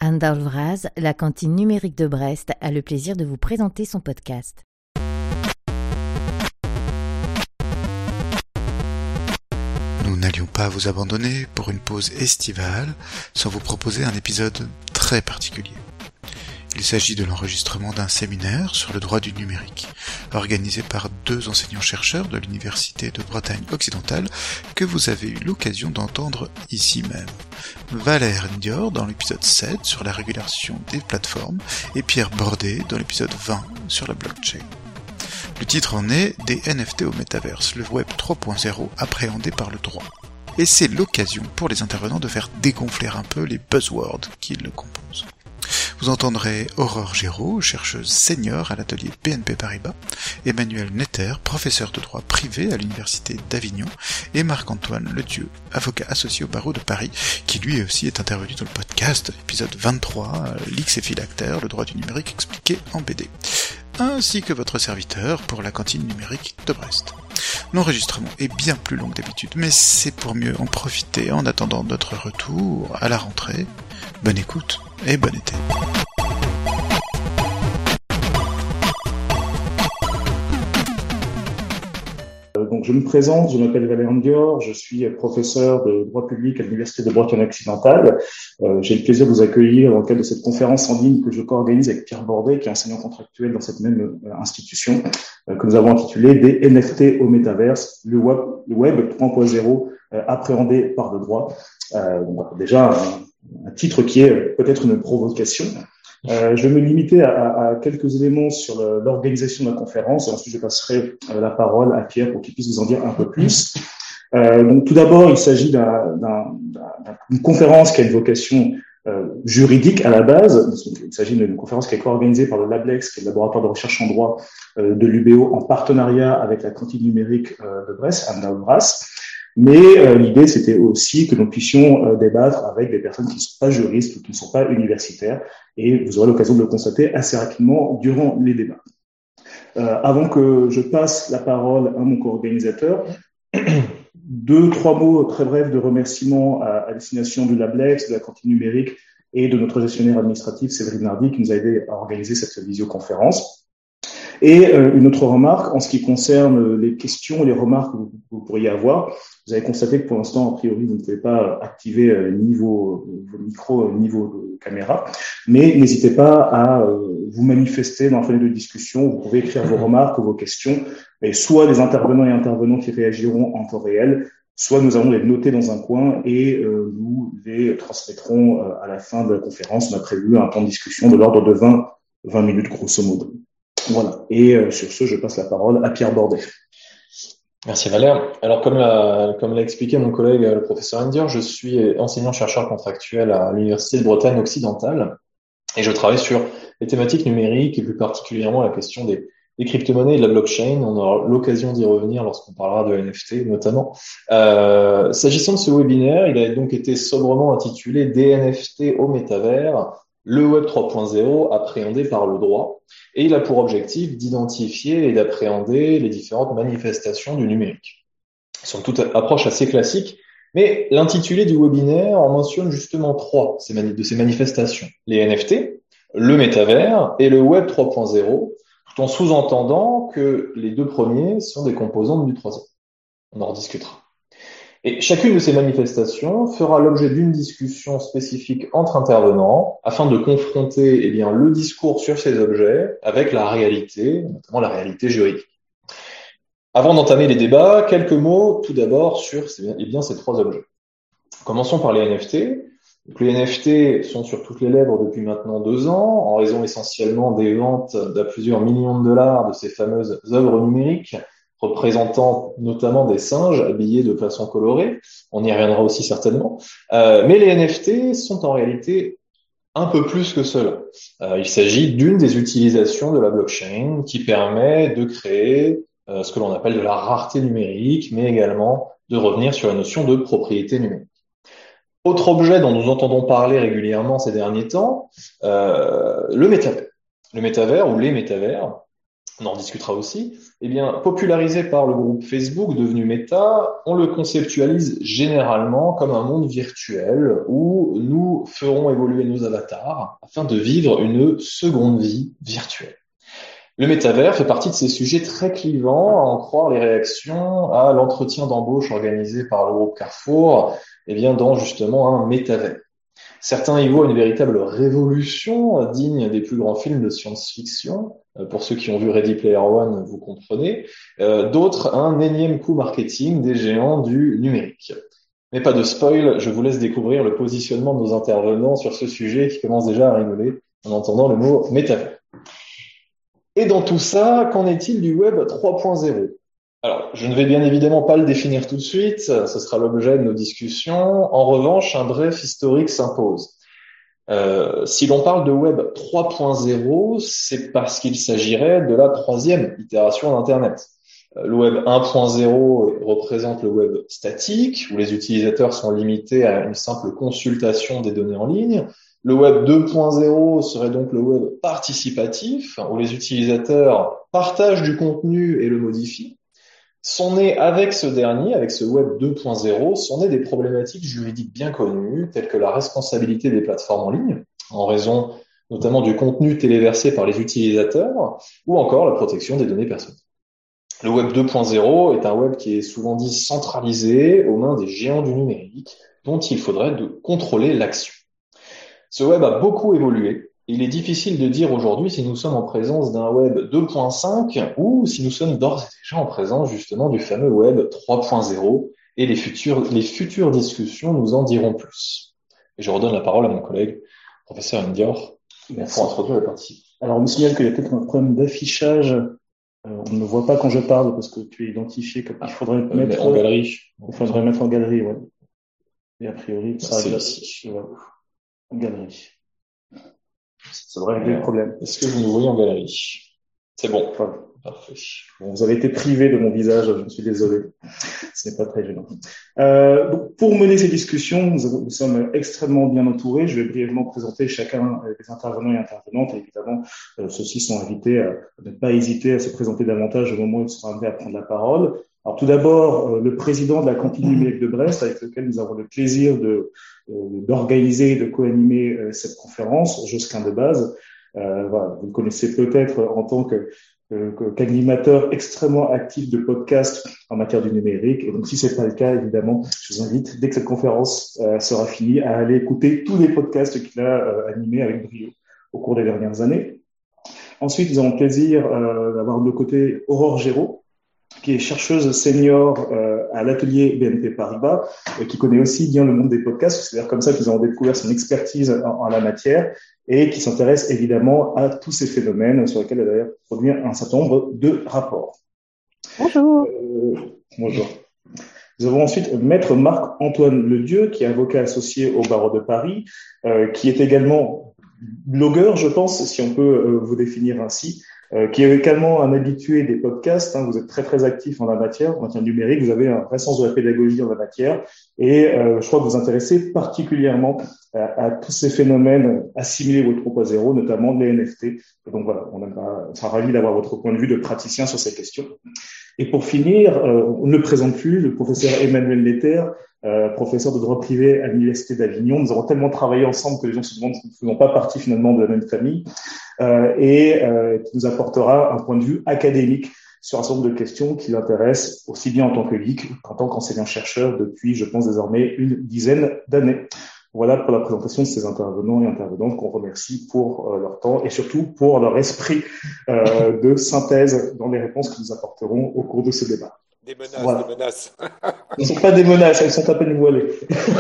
Anne Darlvraz, la cantine numérique de Brest, a le plaisir de vous présenter son podcast. Nous n'allions pas vous abandonner pour une pause estivale sans vous proposer un épisode très particulier. Il s'agit de l'enregistrement d'un séminaire sur le droit du numérique, organisé par 2 enseignants-chercheurs de l'Université de Bretagne occidentale que vous avez eu l'occasion d'entendre ici même. Valère Ndior dans l'épisode 7 sur la régulation des plateformes et Pierre Bordet dans l'épisode 20 sur la blockchain. Le titre en est « Des NFT au métaverse, le web 3.0 appréhendé par le droit ». Et c'est l'occasion pour les intervenants de faire dégonfler un peu les buzzwords qui le composent. Vous entendrez Aurore Géraud, chercheuse senior à l'atelier BNP Paribas, Emmanuel Netter, professeur de droit privé à l'université d'Avignon, et Marc-Antoine Ledieu, avocat associé au barreau de Paris, qui lui aussi est intervenu dans le podcast, épisode 23, l'X et phylactère, le droit du numérique expliqué en BD, ainsi que votre serviteur pour la cantine numérique de Brest. L'enregistrement est bien plus long que d'habitude, mais c'est pour mieux en profiter en attendant notre retour à la rentrée. Bonne écoute et bon été. Donc je me présente, je m'appelle Valère Ndior, je suis professeur de droit public à l'Université de Bretagne occidentale. J'ai le plaisir de vous accueillir dans le cadre de cette conférence en ligne que je co-organise avec Pierre Bordet, qui est enseignant contractuel dans cette même institution, que nous avons intitulé « Des NFT au métaverse, le web 3.0 appréhendé par le droit ». Déjà un titre qui est peut-être une provocation. Je vais me limiter à quelques éléments sur l'organisation de la conférence et ensuite je passerai la parole à Pierre pour qu'il puisse vous en dire un peu plus. Donc tout d'abord, il s'agit d'une conférence qui a une vocation juridique à la base. Il s'agit d'une conférence qui est co-organisée par le LabLex, qui est le laboratoire de recherche en droit de l'UBO, en partenariat avec la cantine numérique de Brest, Anne Darlvraz. Mais l'idée, c'était aussi que nous puissions débattre avec des personnes qui ne sont pas juristes ou qui ne sont pas universitaires, et vous aurez l'occasion de le constater assez rapidement durant les débats. Avant que je passe la parole à mon co-organisateur, 2-3 mots très brefs de remerciement à destination du LabLex, de la cantine numérique et de notre gestionnaire administratif, Séverine Nardi, qui nous a aidé à organiser cette visioconférence. Et une autre remarque en ce qui concerne les questions et les remarques que vous pourriez avoir. Vous avez constaté que pour l'instant, a priori, vous ne pouvez pas activer ni vos micros ni vos caméras, mais n'hésitez pas à vous manifester dans la fenêtre de discussion. Vous pouvez écrire vos remarques ou vos questions, et soit les intervenants et intervenantes qui réagiront en temps réel, soit nous allons les noter dans un coin et nous les transmettrons à la fin de la conférence. On a prévu un temps de discussion de l'ordre de 20 minutes grosso modo. Voilà. Et sur ce, je passe la parole à Pierre Bordet. Merci Valère. Alors comme l'a expliqué mon collègue le professeur Ndior, je suis enseignant-chercheur contractuel à l'Université de Bretagne occidentale et je travaille sur les thématiques numériques et plus particulièrement la question des crypto-monnaies et de la blockchain. On aura l'occasion d'y revenir lorsqu'on parlera de NFT notamment. S'agissant de ce webinaire, il a donc été sobrement intitulé « Des NFT au métavers, le web 3.0 appréhendé par le droit ». Et il a pour objectif d'identifier et d'appréhender les différentes manifestations du numérique. Sont toutes approches assez classiques, mais l'intitulé du webinaire en mentionne justement 3 de ces manifestations. Les NFT, le métavers et le web 3.0, tout en sous-entendant que les 2 premiers sont des composantes du 3e. On en rediscutera. Et chacune de ces manifestations fera l'objet d'une discussion spécifique entre intervenants afin de confronter le discours sur ces objets avec la réalité, notamment la réalité juridique. Avant d'entamer les débats, quelques mots tout d'abord sur ces 3 objets. Commençons par les NFT. Donc, les NFT sont sur toutes les lèvres depuis maintenant 2 ans, en raison essentiellement des ventes d'à plusieurs millions de dollars de ces fameuses œuvres numériques, représentant notamment des singes habillés de façon colorée. On y reviendra aussi certainement. Mais les NFT sont en réalité un peu plus que cela. Il s'agit d'une des utilisations de la blockchain qui permet de créer ce que l'on appelle de la rareté numérique, mais également de revenir sur la notion de propriété numérique. Autre objet dont nous entendons parler régulièrement ces derniers temps, le métavers. Le métavers ou les métavers on en discutera aussi, eh bien, popularisé par le groupe Facebook devenu Meta, on le conceptualise généralement comme un monde virtuel où nous ferons évoluer nos avatars afin de vivre une seconde vie virtuelle. Le métavers fait partie de ces sujets très clivants, à en croire les réactions à l'entretien d'embauche organisé par le groupe Carrefour, eh bien, dans justement un métavers. Certains y voient une véritable révolution digne des plus grands films de science-fiction. Pour ceux qui ont vu Ready Player One, vous comprenez. D'autres, un énième coup marketing des géants du numérique. Mais pas de spoil, je vous laisse découvrir le positionnement de nos intervenants sur ce sujet qui commence déjà à rigoler en entendant le mot métavers. Et dans tout ça, qu'en est-il du Web 3.0 ? Alors, je ne vais bien évidemment pas le définir tout de suite, ce sera l'objet de nos discussions. En revanche, un bref historique s'impose. Si l'on parle de Web 3.0, c'est parce qu'il s'agirait de la troisième itération d'Internet. Le Web 1.0 représente le Web statique, où les utilisateurs sont limités à une simple consultation des données en ligne. Le Web 2.0 serait donc le Web participatif, où les utilisateurs partagent du contenu et le modifient. Sont nées avec ce dernier, avec ce Web 2.0, sont nées des problématiques juridiques bien connues, telles que la responsabilité des plateformes en ligne, en raison notamment du contenu téléversé par les utilisateurs, ou encore la protection des données personnelles. Le Web 2.0 est un web qui est souvent dit centralisé aux mains des géants du numérique, dont il faudrait contrôler l'action. Ce web a beaucoup évolué. Il est difficile de dire aujourd'hui si nous sommes en présence d'un web 2.5 ou si nous sommes d'ores et déjà en présence justement du fameux web 3.0 et les futures discussions nous en diront plus. Et je redonne la parole à mon collègue, professeur Ndior, pour introduire la partie. Alors, on me signale qu'il y a peut-être un problème d'affichage. On ne me voit pas quand je parle parce que tu es identifié comme il faudrait mettre en galerie. Il faudrait mettre en galerie, ouais. Et a priori, ça c'est ici. En galerie. Ça devrait régler le problème. Est-ce que vous nous voyez en galerie ? C'est bon. Enfin, parfait. Bon, vous avez été privé de mon visage, je suis désolé. Ce n'est pas très gênant. Donc, pour mener ces discussions, nous sommes extrêmement bien entourés. Je vais brièvement présenter chacun des intervenants et intervenantes. Et évidemment, ceux-ci sont invités à ne pas hésiter à se présenter davantage au moment où ils seront amenés à prendre la parole. Alors, tout d'abord, le président de la cantine numérique de Brest, avec lequel nous avons le plaisir d'organiser et de co-animer cette conférence, Josquin de Base. Voilà, vous le connaissez peut-être en tant qu'animateur extrêmement actif de podcast en matière du numérique. Et donc, si c'est pas le cas, évidemment, je vous invite, dès que cette conférence sera finie, à aller écouter tous les podcasts qu'il a animés avec brio au cours des dernières années. Ensuite, nous avons le plaisir d'avoir de nos côtés Aurore Géraud, qui est chercheuse senior à l'atelier BNP Paribas, qui connaît aussi bien le monde des podcasts. C'est d'ailleurs comme ça que nous avons découvert son expertise en la matière et qui s'intéresse évidemment à tous ces phénomènes sur lesquels elle a d'ailleurs produit un certain nombre de rapports. Bonjour. Bonjour. Nous avons ensuite Maître Marc-Antoine Ledieu, qui est avocat associé au barreau de Paris, qui est également blogueur, je pense, si on peut vous définir ainsi, qui est également un habitué des podcasts. Vous êtes très très actif en la matière numérique, vous avez un vrai sens de la pédagogie en la matière, et je crois que vous vous intéressez particulièrement à tous ces phénomènes assimilés au 3.0, notamment les NFT. Et donc voilà, on sera ravis d'avoir votre point de vue de praticien sur ces questions. Et pour finir, on ne le présente plus, le professeur Emmanuel Letter, professeur de droit privé à l'Université d'Avignon. Nous avons tellement travaillé ensemble que les gens se demandent si nous ne faisons pas partie finalement de la même famille, et qui nous apportera un point de vue académique sur un certain nombre de questions qui l'intéressent aussi bien en tant que geek qu'en tant qu'enseignant-chercheur depuis, je pense, désormais une dizaine d'années. Voilà pour la présentation de ces intervenants et intervenantes qu'on remercie pour leur temps et surtout pour leur esprit de synthèse dans les réponses qu'ils nous apporteront au cours de ce débat. Des menaces, voilà. Des menaces. Ce ne sont pas des menaces, elles sont à peine voilées.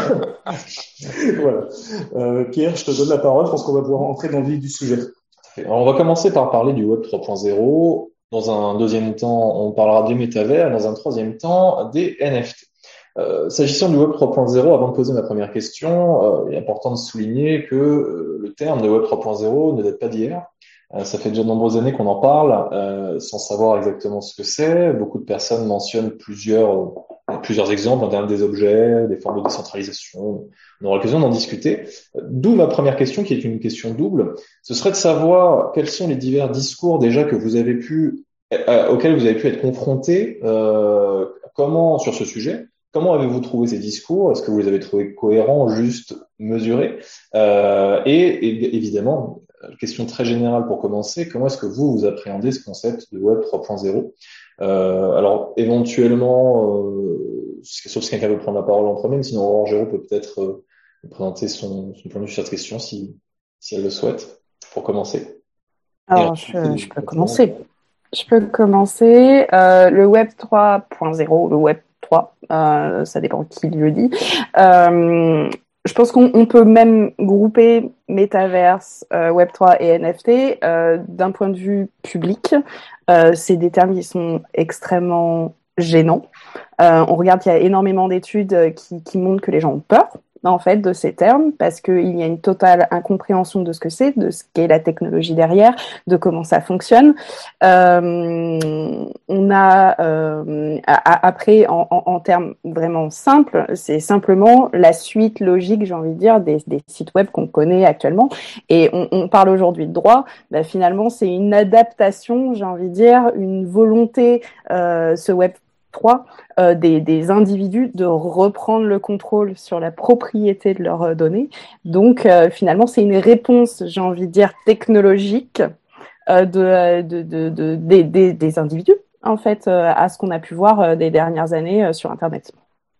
Voilà. Pierre, je te donne la parole. Je pense qu'on va pouvoir entrer dans le vif du sujet. Alors, on va commencer par parler du Web 3.0. Dans un deuxième temps, on parlera du métavers. Dans un troisième temps, des NFT. S'agissant du Web 3.0, avant de poser ma première question, il est important de souligner que le terme de Web 3.0 ne date pas d'hier. Ça fait déjà de nombreuses années qu'on en parle, sans savoir exactement ce que c'est. Beaucoup de personnes mentionnent plusieurs exemples, en termes des objets, des formes de décentralisation. On aura l'occasion d'en discuter. D'où ma première question, qui est une question double. Ce serait de savoir quels sont les divers discours déjà que vous avez pu auxquels vous avez pu être confrontés, comment sur ce sujet? Comment avez-vous trouvé ces discours? Est-ce que vous les avez trouvés cohérents, justes, mesurés? Et évidemment, question très générale pour commencer, comment est-ce que vous appréhendez ce concept de Web 3.0? Alors éventuellement, sauf si quelqu'un veut prendre la parole en premier, mais sinon Aurore Géraud peut peut-être nous présenter son point de vue sur cette question si elle le souhaite, pour commencer. Alors je peux commencer. Le Web 3.0, le Web 3, ça dépend qui le dit. Je pense qu'on peut même grouper Metaverse, Web3 et NFT. D'un point de vue public, c'est des termes qui sont extrêmement gênants. On regarde qu'il y a énormément d'études qui montrent que les gens ont peur, en fait, de ces termes, parce qu'il y a une totale incompréhension de ce que c'est, de ce qu'est la technologie derrière, de comment ça fonctionne. On a après, en termes vraiment simples, c'est simplement la suite logique, j'ai envie de dire, des sites web qu'on connaît actuellement. Et on parle aujourd'hui de droit. Finalement, c'est une adaptation, j'ai envie de dire, une volonté, ce Web 3, des individus de reprendre le contrôle sur la propriété de leurs données. Donc, finalement, c'est une réponse, j'ai envie de dire, technologique des individus, en fait, à ce qu'on a pu voir des dernières années sur Internet.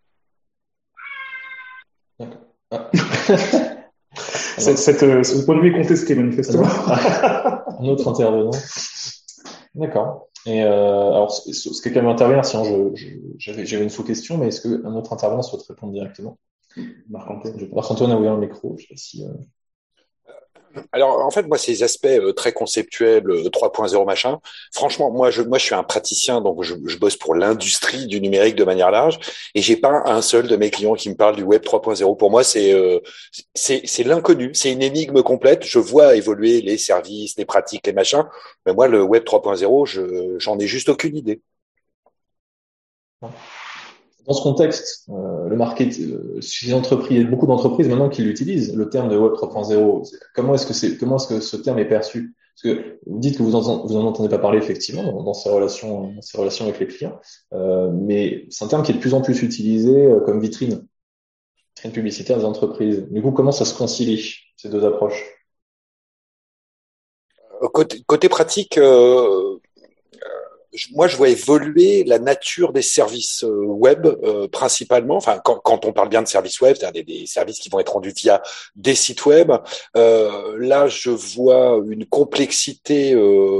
Ce point de vue est contesté, manifestement. Un autre intervenant. D'accord. Et alors, est-ce que quelqu'un veut intervenir? Sinon, j'avais une sous-question, mais est-ce qu'un autre intervenant souhaite répondre directement? Marc-Antoine a ouvert le micro. Je sais pas si. Alors, en fait, moi, ces aspects très conceptuels, 3.0 machin, franchement, moi, je suis un praticien, donc je bosse pour l'industrie du numérique de manière large, et j'ai pas un seul de mes clients qui me parle du Web 3.0. Pour moi, c'est l'inconnu, c'est une énigme complète. Je vois évoluer les services, les pratiques, les machins, mais moi, le Web 3.0, j'en ai juste aucune idée. Dans ce contexte, le marketing, chez les entreprises, il y a beaucoup d'entreprises maintenant qui l'utilisent, le terme de Web 3.0. Comment est-ce que ce terme est perçu? Parce que vous dites que vous en entendez pas parler effectivement dans ces relations avec les clients, mais c'est un terme qui est de plus en plus utilisé comme vitrine publicitaire des entreprises. Du coup, comment ça se concilie, ces deux approches? Côté pratique, moi, je vois évoluer la nature des services web principalement. Enfin, quand on parle bien de services web, c'est-à-dire des services qui vont être rendus via des sites web. Là, je vois une complexité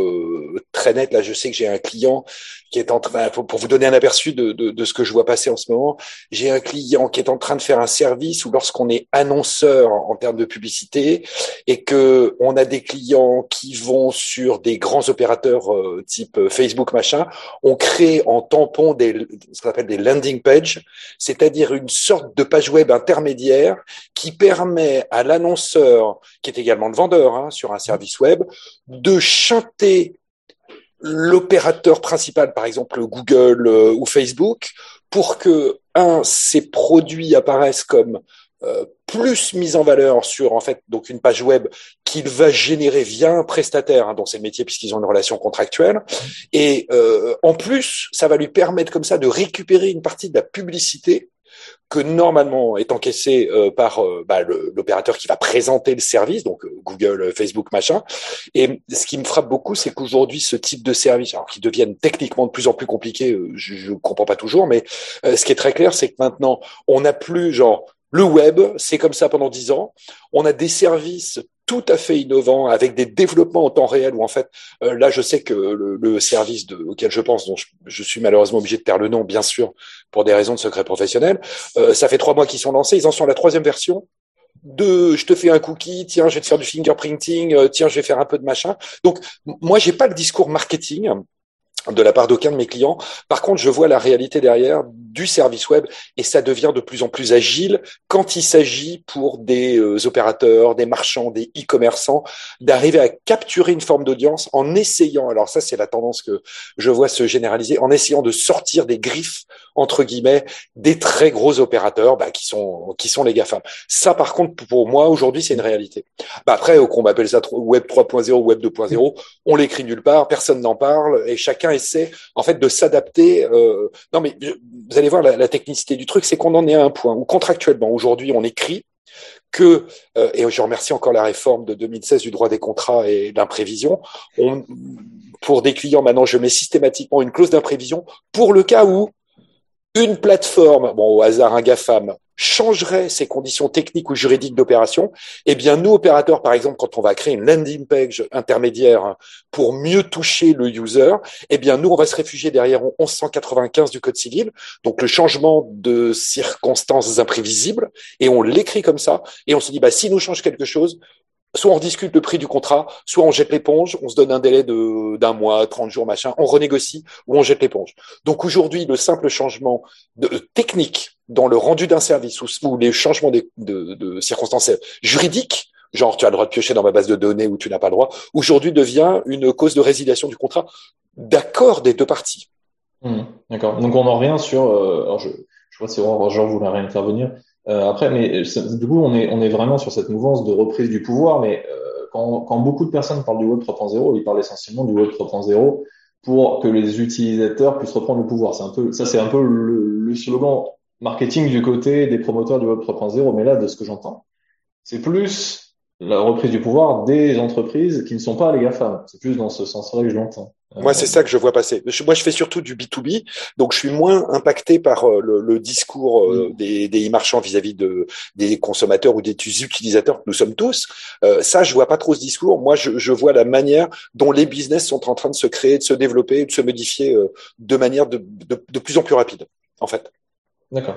très nette. Là, je sais que j'ai un client qui est en train, pour vous donner un aperçu de ce que je vois passer en ce moment, j'ai un client qui est en train de faire un service où lorsqu'on est annonceur en termes de publicité et que on a des clients qui vont sur des grands opérateurs type Facebook, machin, on crée en tampon ce qu'on appelle des landing pages, c'est-à-dire une sorte de page web intermédiaire qui permet à l'annonceur, qui est également le vendeur sur un service web, de chanter l'opérateur principal, par exemple Google ou Facebook, pour que ces produits apparaissent comme plus mis en valeur sur en fait donc une page web qu'il va générer via un prestataire dont c'est le métier puisqu'ils ont une relation contractuelle, et en plus ça va lui permettre comme ça de récupérer une partie de la publicité que normalement est encaissé par l'opérateur qui va présenter le service, donc Google, Facebook, machin. Et ce qui me frappe beaucoup, c'est qu'aujourd'hui, ce type de service, alors qui deviennent techniquement de plus en plus compliqués, je comprends pas toujours, mais ce qui est très clair, c'est que maintenant, on n'a plus genre le web, c'est comme ça pendant 10 ans. On a des services tout à fait innovants avec des développements en temps réel où en fait, là, je sais que le service auquel je pense, dont je suis malheureusement obligé de taire le nom, bien sûr, pour des raisons de secret professionnel, ça fait 3 mois qu'ils sont lancés, ils en sont à la 3e version. Je te fais un cookie, tiens, je vais te faire du fingerprinting, tiens, je vais faire un peu de machin. Donc, moi, j'ai pas le discours marketing de la part d'aucun de mes clients. Par contre, je vois la réalité derrière du service web et ça devient de plus en plus agile quand il s'agit pour des opérateurs, des marchands, des e-commerçants d'arriver à capturer une forme d'audience en essayant, alors ça c'est la tendance que je vois se généraliser, en essayant de sortir des griffes entre guillemets des très gros opérateurs qui sont les GAFAM. Ça par contre pour moi aujourd'hui c'est une réalité. Après qu'on m'appelle ça Web 3.0, Web 2.0, on l'écrit nulle part, personne n'en parle et chacun chacun essaie en fait de s'adapter. Non, mais vous allez voir la technicité du truc, c'est qu'on en est à un point où contractuellement aujourd'hui on écrit que, et je remercie encore la réforme de 2016 du droit des contrats et d'imprévision, pour des clients maintenant je mets systématiquement une clause d'imprévision pour le cas où une plateforme, bon au hasard un GAFAM, changerait ses conditions techniques ou juridiques d'opération, eh bien nous opérateurs par exemple quand on va créer une landing page intermédiaire pour mieux toucher le user, eh bien nous on va se réfugier derrière 1195 du code civil, donc le changement de circonstances imprévisibles, et on l'écrit comme ça et on se dit si nous change quelque chose, soit on discute le prix du contrat, soit on jette l'éponge, on se donne un délai d'un mois, 30 jours, machin, on renégocie ou on jette l'éponge. Donc aujourd'hui, le simple changement technique dans le rendu d'un service ou les changements de circonstances juridiques, genre tu as le droit de piocher dans ma base de données ou tu n'as pas le droit, aujourd'hui devient une cause de résiliation du contrat d'accord des deux parties. D'accord. Donc on en revient sur... alors je vois si Jean voulait réintervenir. Après, mais du coup, on est vraiment sur cette mouvance de reprise du pouvoir, mais quand beaucoup de personnes parlent du Web 3.0, ils parlent essentiellement du Web 3.0 pour que les utilisateurs puissent reprendre le pouvoir. C'est un peu le slogan marketing du côté des promoteurs du Web 3.0, mais là, de ce que j'entends, c'est plus la reprise du pouvoir des entreprises qui ne sont pas les GAFAM. C'est plus dans ce sens-là que je l'entends. Moi, c'est ça que je vois passer. Moi, je fais surtout du B2B, donc je suis moins impacté par le discours des e-marchands vis-à-vis des consommateurs ou des utilisateurs que nous sommes tous. Ça, je vois pas trop ce discours. Moi, je vois la manière dont les business sont en train de se créer, de se développer, de se modifier de manière de plus en plus rapide, en fait. D'accord.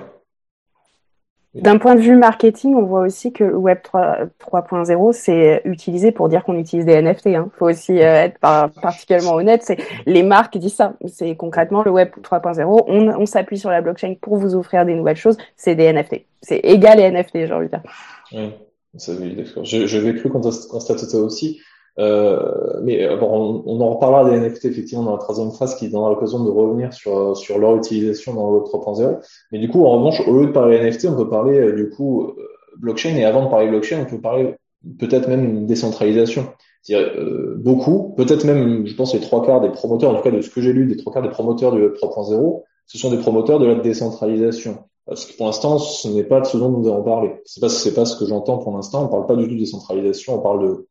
D'un point de vue marketing, on voit aussi que Web 3.0, c'est utilisé pour dire qu'on utilise des NFT. Faut aussi être particulièrement honnête. C'est les marques disent ça. C'est concrètement le Web 3.0. On s'appuie sur la blockchain pour vous offrir des nouvelles choses. C'est des NFT. C'est égal les NFT, j'ai envie de dire. Oui, d'accord. J'avais cru constater ça aussi. Mais on en reparlera des NFT effectivement dans la troisième phase qui donnera l'occasion de revenir sur leur utilisation dans le Web 3.0. Mais du coup, en revanche, au lieu de parler NFT, on peut parler du coup blockchain. Et avant de parler blockchain, on peut parler peut-être même décentralisation. C'est-à-dire beaucoup, peut-être même, je pense, les 3/4 des promoteurs, en tout cas de ce que j'ai lu, des 3/4 des promoteurs du Web 3.0, ce sont des promoteurs de la décentralisation. Parce que pour l'instant, ce n'est pas de ce dont nous avons parlé. C'est pas ce que j'entends pour l'instant. On parle pas du tout de décentralisation. On parle de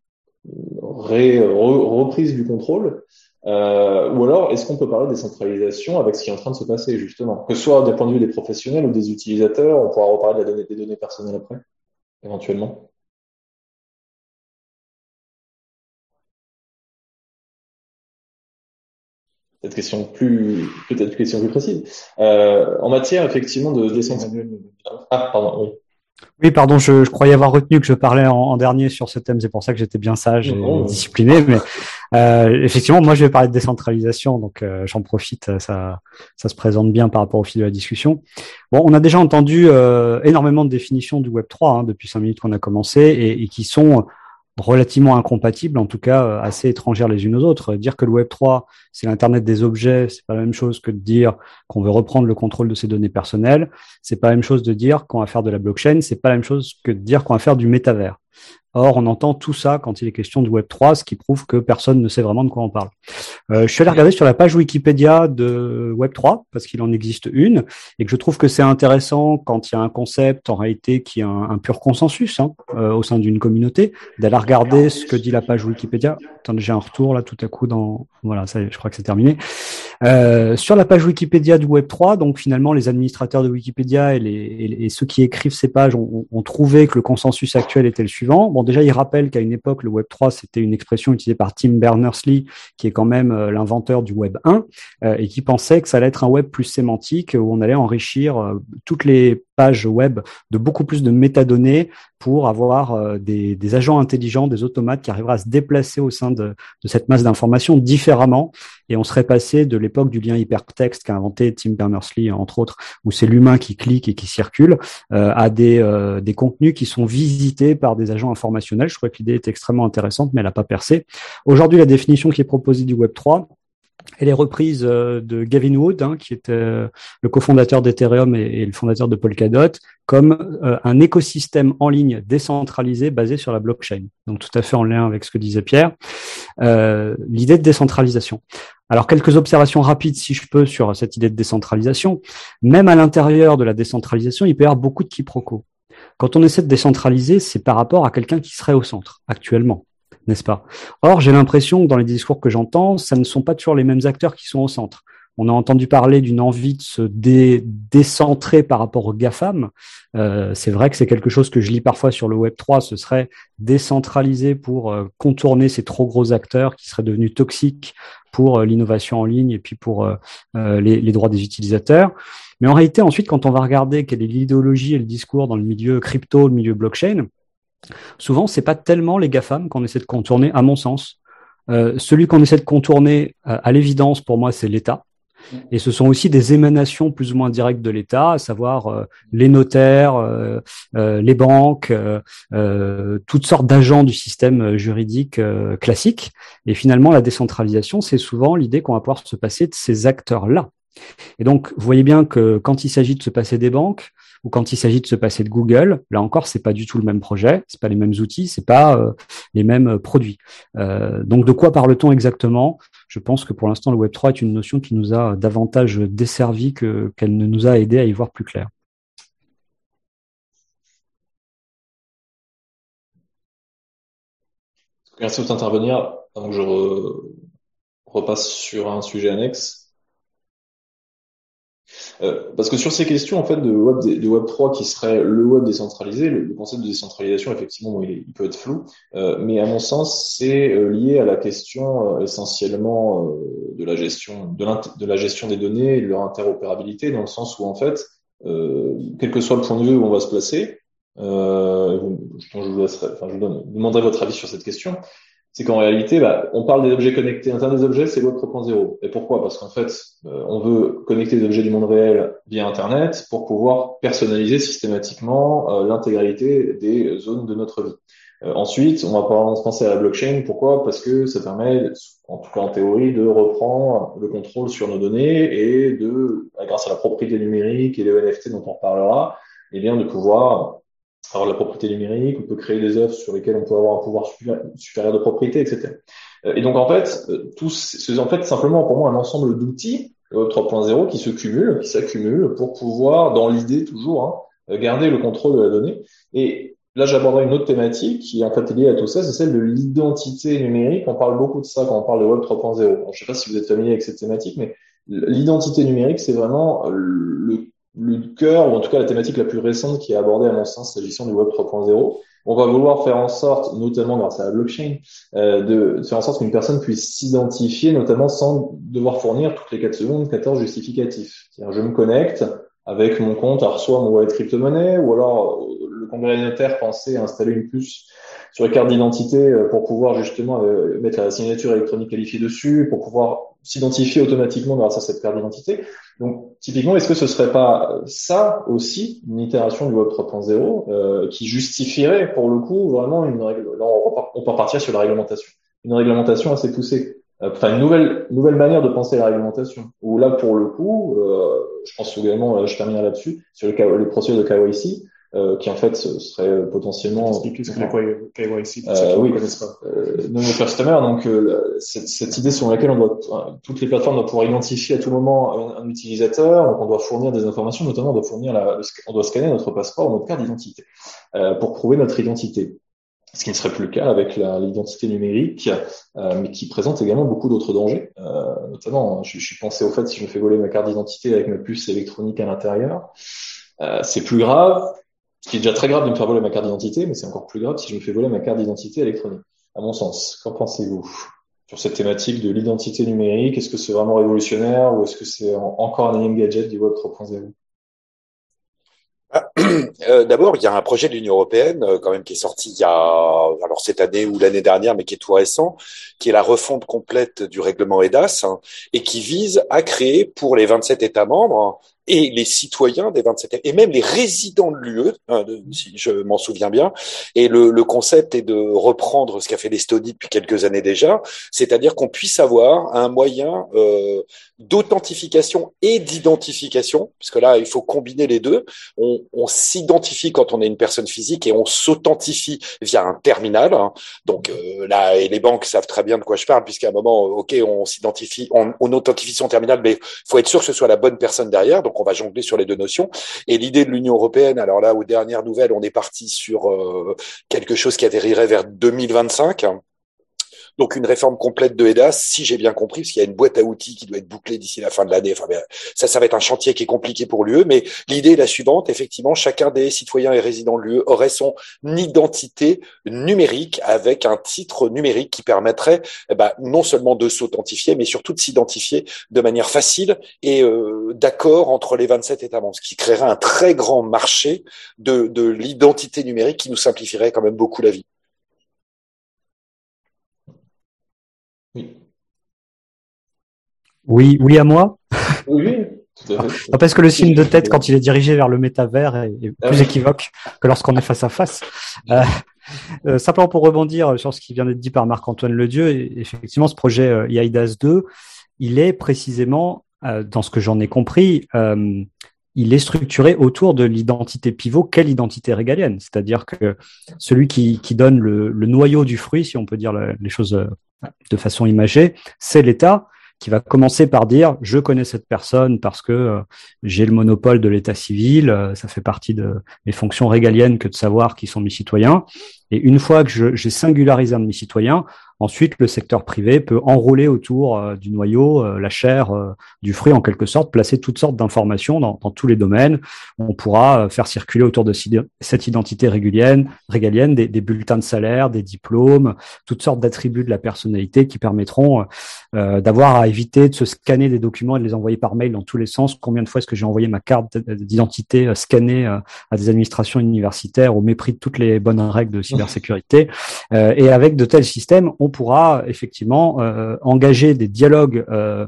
reprise du contrôle, ou alors est-ce qu'on peut parler de décentralisation avec ce qui est en train de se passer justement, que ce soit du point de vue des professionnels ou des utilisateurs. On pourra reparler des données personnelles après, éventuellement. Cette question peut-être une question plus précise. En matière effectivement de décentralisation. Ah, pardon, oui. Oui, pardon, je croyais avoir retenu que je parlais en dernier sur ce thème, c'est pour ça que j'étais bien sage et discipliné, mais effectivement, moi je vais parler de décentralisation, donc j'en profite, ça se présente bien par rapport au fil de la discussion. Bon, on a déjà entendu énormément de définitions du Web 3 depuis 5 minutes qu'on a commencé et qui sont relativement incompatibles, en tout cas assez étrangères les unes aux autres. Dire que le Web 3, c'est l'Internet des objets, c'est pas la même chose que de dire qu'on veut reprendre le contrôle de ses données personnelles. C'est pas la même chose de dire qu'on va faire de la blockchain. C'est pas la même chose que de dire qu'on va faire du métavers. Or, on entend tout ça quand il est question du Web 3, ce qui prouve que personne ne sait vraiment de quoi on parle. Je suis allé regarder sur la page Wikipédia de Web 3, parce qu'il en existe une, et que je trouve que c'est intéressant quand il y a un concept, en réalité, qui a un pur consensus au sein d'une communauté, d'aller regarder ce que dit la page Wikipédia. Attendez, j'ai un retour là tout à coup Voilà, ça, je crois que c'est terminé. Sur la page Wikipédia du Web 3, donc finalement, les administrateurs de Wikipédia et ceux qui écrivent ces pages ont trouvé que le consensus actuel était le suivant. Bon, déjà, il rappelle qu'à une époque, le Web 3, c'était une expression utilisée par Tim Berners-Lee, qui est quand même l'inventeur du Web 1, et qui pensait que ça allait être un web plus sémantique, où on allait enrichir toutes les pages web de beaucoup plus de métadonnées pour avoir des agents intelligents, des automates qui arriveraient à se déplacer au sein de cette masse d'informations différemment. Et on serait passé de l'époque du lien hypertexte qu'a inventé Tim Berners-Lee, entre autres, où c'est l'humain qui clique et qui circule, à des contenus qui sont visités par des agents informationnels. Je trouvais que l'idée est extrêmement intéressante, mais elle n'a pas percé. Aujourd'hui, la définition qui est proposée du Web 3, Elle est reprise de Gavin Wood, qui était le cofondateur d'Ethereum et le fondateur de Polkadot, comme un écosystème en ligne décentralisé basé sur la blockchain. Donc tout à fait en lien avec ce que disait Pierre. L'idée de décentralisation. Alors quelques observations rapides, si je peux, sur cette idée de décentralisation. Même à l'intérieur de la décentralisation, il peut y avoir beaucoup de quiproquos. Quand on essaie de décentraliser, c'est par rapport à quelqu'un qui serait au centre actuellement, n'est-ce pas? Or, j'ai l'impression que dans les discours que j'entends, ça ne sont pas toujours les mêmes acteurs qui sont au centre. On a entendu parler d'une envie de se décentrer par rapport aux GAFAM. C'est vrai que c'est quelque chose que je lis parfois sur le Web3, ce serait décentraliser pour contourner ces trop gros acteurs qui seraient devenus toxiques pour l'innovation en ligne et puis pour les droits des utilisateurs. Mais en réalité, ensuite, quand on va regarder quelle est l'idéologie et le discours dans le milieu crypto, le milieu blockchain, souvent, c'est pas tellement les GAFAM qu'on essaie de contourner, à mon sens. Celui qu'on essaie de contourner, à l'évidence, pour moi, c'est l'État. Et ce sont aussi des émanations plus ou moins directes de l'État, à savoir les notaires, les banques, toutes sortes d'agents du système juridique classique. Et finalement, la décentralisation, c'est souvent l'idée qu'on va pouvoir se passer de ces acteurs-là. Et donc, vous voyez bien que quand il s'agit de se passer des banques ou quand il s'agit de se passer de Google, là encore, c'est pas du tout le même projet, c'est pas les mêmes outils, c'est pas les mêmes produits. Donc, de quoi parle-t-on exactement? Je pense que pour l'instant, le Web3 est une notion qui nous a davantage desservi qu'elle ne nous a aidé à y voir plus clair. Merci d'intervenir. Donc, je repasse sur un sujet annexe. Parce que sur ces questions en fait de Web3 qui serait le web décentralisé, le concept de décentralisation effectivement bon, il peut être flou, mais à mon sens c'est lié à la question essentiellement de la gestion des données et de leur interopérabilité, dans le sens où en fait quel que soit le point de vue où on va se placer, je vous demanderai votre avis sur cette question. C'est qu'en réalité, on parle des objets connectés. Internet des objets, c'est Web 3.0. Et pourquoi? Parce qu'en fait, on veut connecter des objets du monde réel via Internet pour pouvoir personnaliser systématiquement l'intégralité des zones de notre vie. Ensuite, on va penser à la blockchain. Pourquoi? Parce que ça permet, en tout cas en théorie, de reprendre le contrôle sur nos données et grâce à la propriété numérique et les NFT dont on reparlera, de pouvoir avoir de la propriété numérique, on peut créer des œuvres sur lesquelles on peut avoir un pouvoir supérieur de propriété, etc. Et donc en fait, c'est en fait simplement pour moi un ensemble d'outils, le Web 3.0, qui s'accumulent pour pouvoir, dans l'idée toujours, garder le contrôle de la donnée. Et là, j'aborderai une autre thématique qui est en fait liée à tout ça, c'est celle de l'identité numérique. On parle beaucoup de ça quand on parle de Web 3.0. Je ne sais pas si vous êtes familier avec cette thématique, mais l'identité numérique, c'est vraiment le cœur, ou en tout cas la thématique la plus récente qui est abordée à mon sens s'agissant du Web 3.0. On va vouloir faire en sorte, notamment grâce à la blockchain, de faire en sorte qu'une personne puisse s'identifier, notamment sans devoir fournir toutes les 4 secondes 14 justificatifs. C'est-à-dire, je me connecte avec mon compte, reçois mon wallet crypto-monnaie, ou alors le congrès des notaires pensait installer une puce sur les cartes d'identité pour pouvoir justement mettre la signature électronique qualifiée dessus, pour pouvoir s'identifier automatiquement grâce à cette carte d'identité. Donc, typiquement, est-ce que ce serait pas ça aussi, une itération du Web 3.0 qui justifierait pour le coup vraiment une règle? Là, on peut repartir sur la réglementation. Une réglementation assez poussée. Une nouvelle manière de penser la réglementation. Où là, pour le coup, je pense également, je terminerai là-dessus, sur les procédures de KYC, qui en fait serait potentiellement expliquer ce que c'est KYC pour ceux qui ne connaissent pas. Non customer, donc cette idée selon laquelle toutes les plateformes doivent pouvoir identifier à tout moment un utilisateur, donc on doit fournir des informations, notamment on doit scanner notre passeport ou notre carte d'identité pour prouver notre identité. Ce qui ne serait plus le cas avec l'identité numérique, mais qui présente également beaucoup d'autres dangers. Notamment, je suis pensé au fait si je me fais voler ma carte d'identité avec ma puce électronique à l'intérieur, c'est plus grave. Ce qui est déjà très grave de me faire voler ma carte d'identité, mais c'est encore plus grave si je me fais voler ma carte d'identité électronique. À mon sens, qu'en pensez-vous sur cette thématique de l'identité numérique? Est-ce que c'est vraiment révolutionnaire ou est-ce que c'est encore un énième gadget du Web 3.0? D'abord, il y a un projet de l'Union européenne quand même qui est sorti il y a alors cette année ou l'année dernière, mais qui est tout récent, qui est la refonte complète du règlement EDAS et qui vise à créer pour les 27 États membres et les citoyens des 27 et même les résidents de l'UE, si je m'en souviens bien. Et le concept est de reprendre ce qu'a fait l'Estonie depuis quelques années déjà, c'est-à-dire qu'on puisse avoir un moyen d'authentification et d'identification, puisque là, il faut combiner les deux. On s'identifie quand on est une personne physique et on s'authentifie via un terminal. Donc là, et les banques savent très bien de quoi je parle, puisqu'à un moment, ok, on s'identifie, on authentifie son terminal, mais il faut être sûr que ce soit la bonne personne derrière. Donc on va jongler sur les deux notions. Et l'idée de l'Union européenne, alors là, aux dernières nouvelles, on est parti sur quelque chose qui atterrirait vers 2025. Donc une réforme complète de EDAS, si j'ai bien compris, parce qu'il y a une boîte à outils qui doit être bouclée d'ici la fin de l'année. Enfin, ça va être un chantier qui est compliqué pour l'UE, mais l'idée est la suivante. Effectivement, chacun des citoyens et résidents de l'UE aurait son identité numérique avec un titre numérique qui permettrait non seulement de s'authentifier, mais surtout de s'identifier de manière facile et d'accord entre les 27 États membres, ce qui créerait un très grand marché de l'identité numérique qui nous simplifierait quand même beaucoup la vie. Oui. Oui à moi. Oui, tout à fait. Parce que le signe de tête, quand il est dirigé vers le métavers, est plus équivoque que lorsqu'on est face à face. Simplement pour rebondir sur ce qui vient d'être dit par Marc-Antoine Ledieu, effectivement, ce projet eIDAS 2, il est précisément, dans ce que j'en ai compris, il est structuré autour de l'identité pivot qu'est l'identité régalienne. C'est-à-dire que celui qui donne le noyau du fruit, si on peut dire les choses de façon imagée, c'est l'État qui va commencer par dire « je connais cette personne parce que j'ai le monopole de l'état civil, ça fait partie de mes fonctions régaliennes que de savoir qui sont mes citoyens ». Et une fois que j'ai singularisé un de mes citoyens, ensuite le secteur privé peut enrouler autour du noyau la chair du fruit en quelque sorte, placer toutes sortes d'informations dans tous les domaines. On pourra faire circuler autour de cette identité régalienne des bulletins de salaire, des diplômes, toutes sortes d'attributs de la personnalité qui permettront d'avoir à éviter de se scanner des documents et de les envoyer par mail dans tous les sens. Combien de fois est-ce que j'ai envoyé ma carte d'identité scannée à des administrations universitaires au mépris de toutes les bonnes règles de cybersécurité. Et avec de tels systèmes, on pourra effectivement engager des dialogues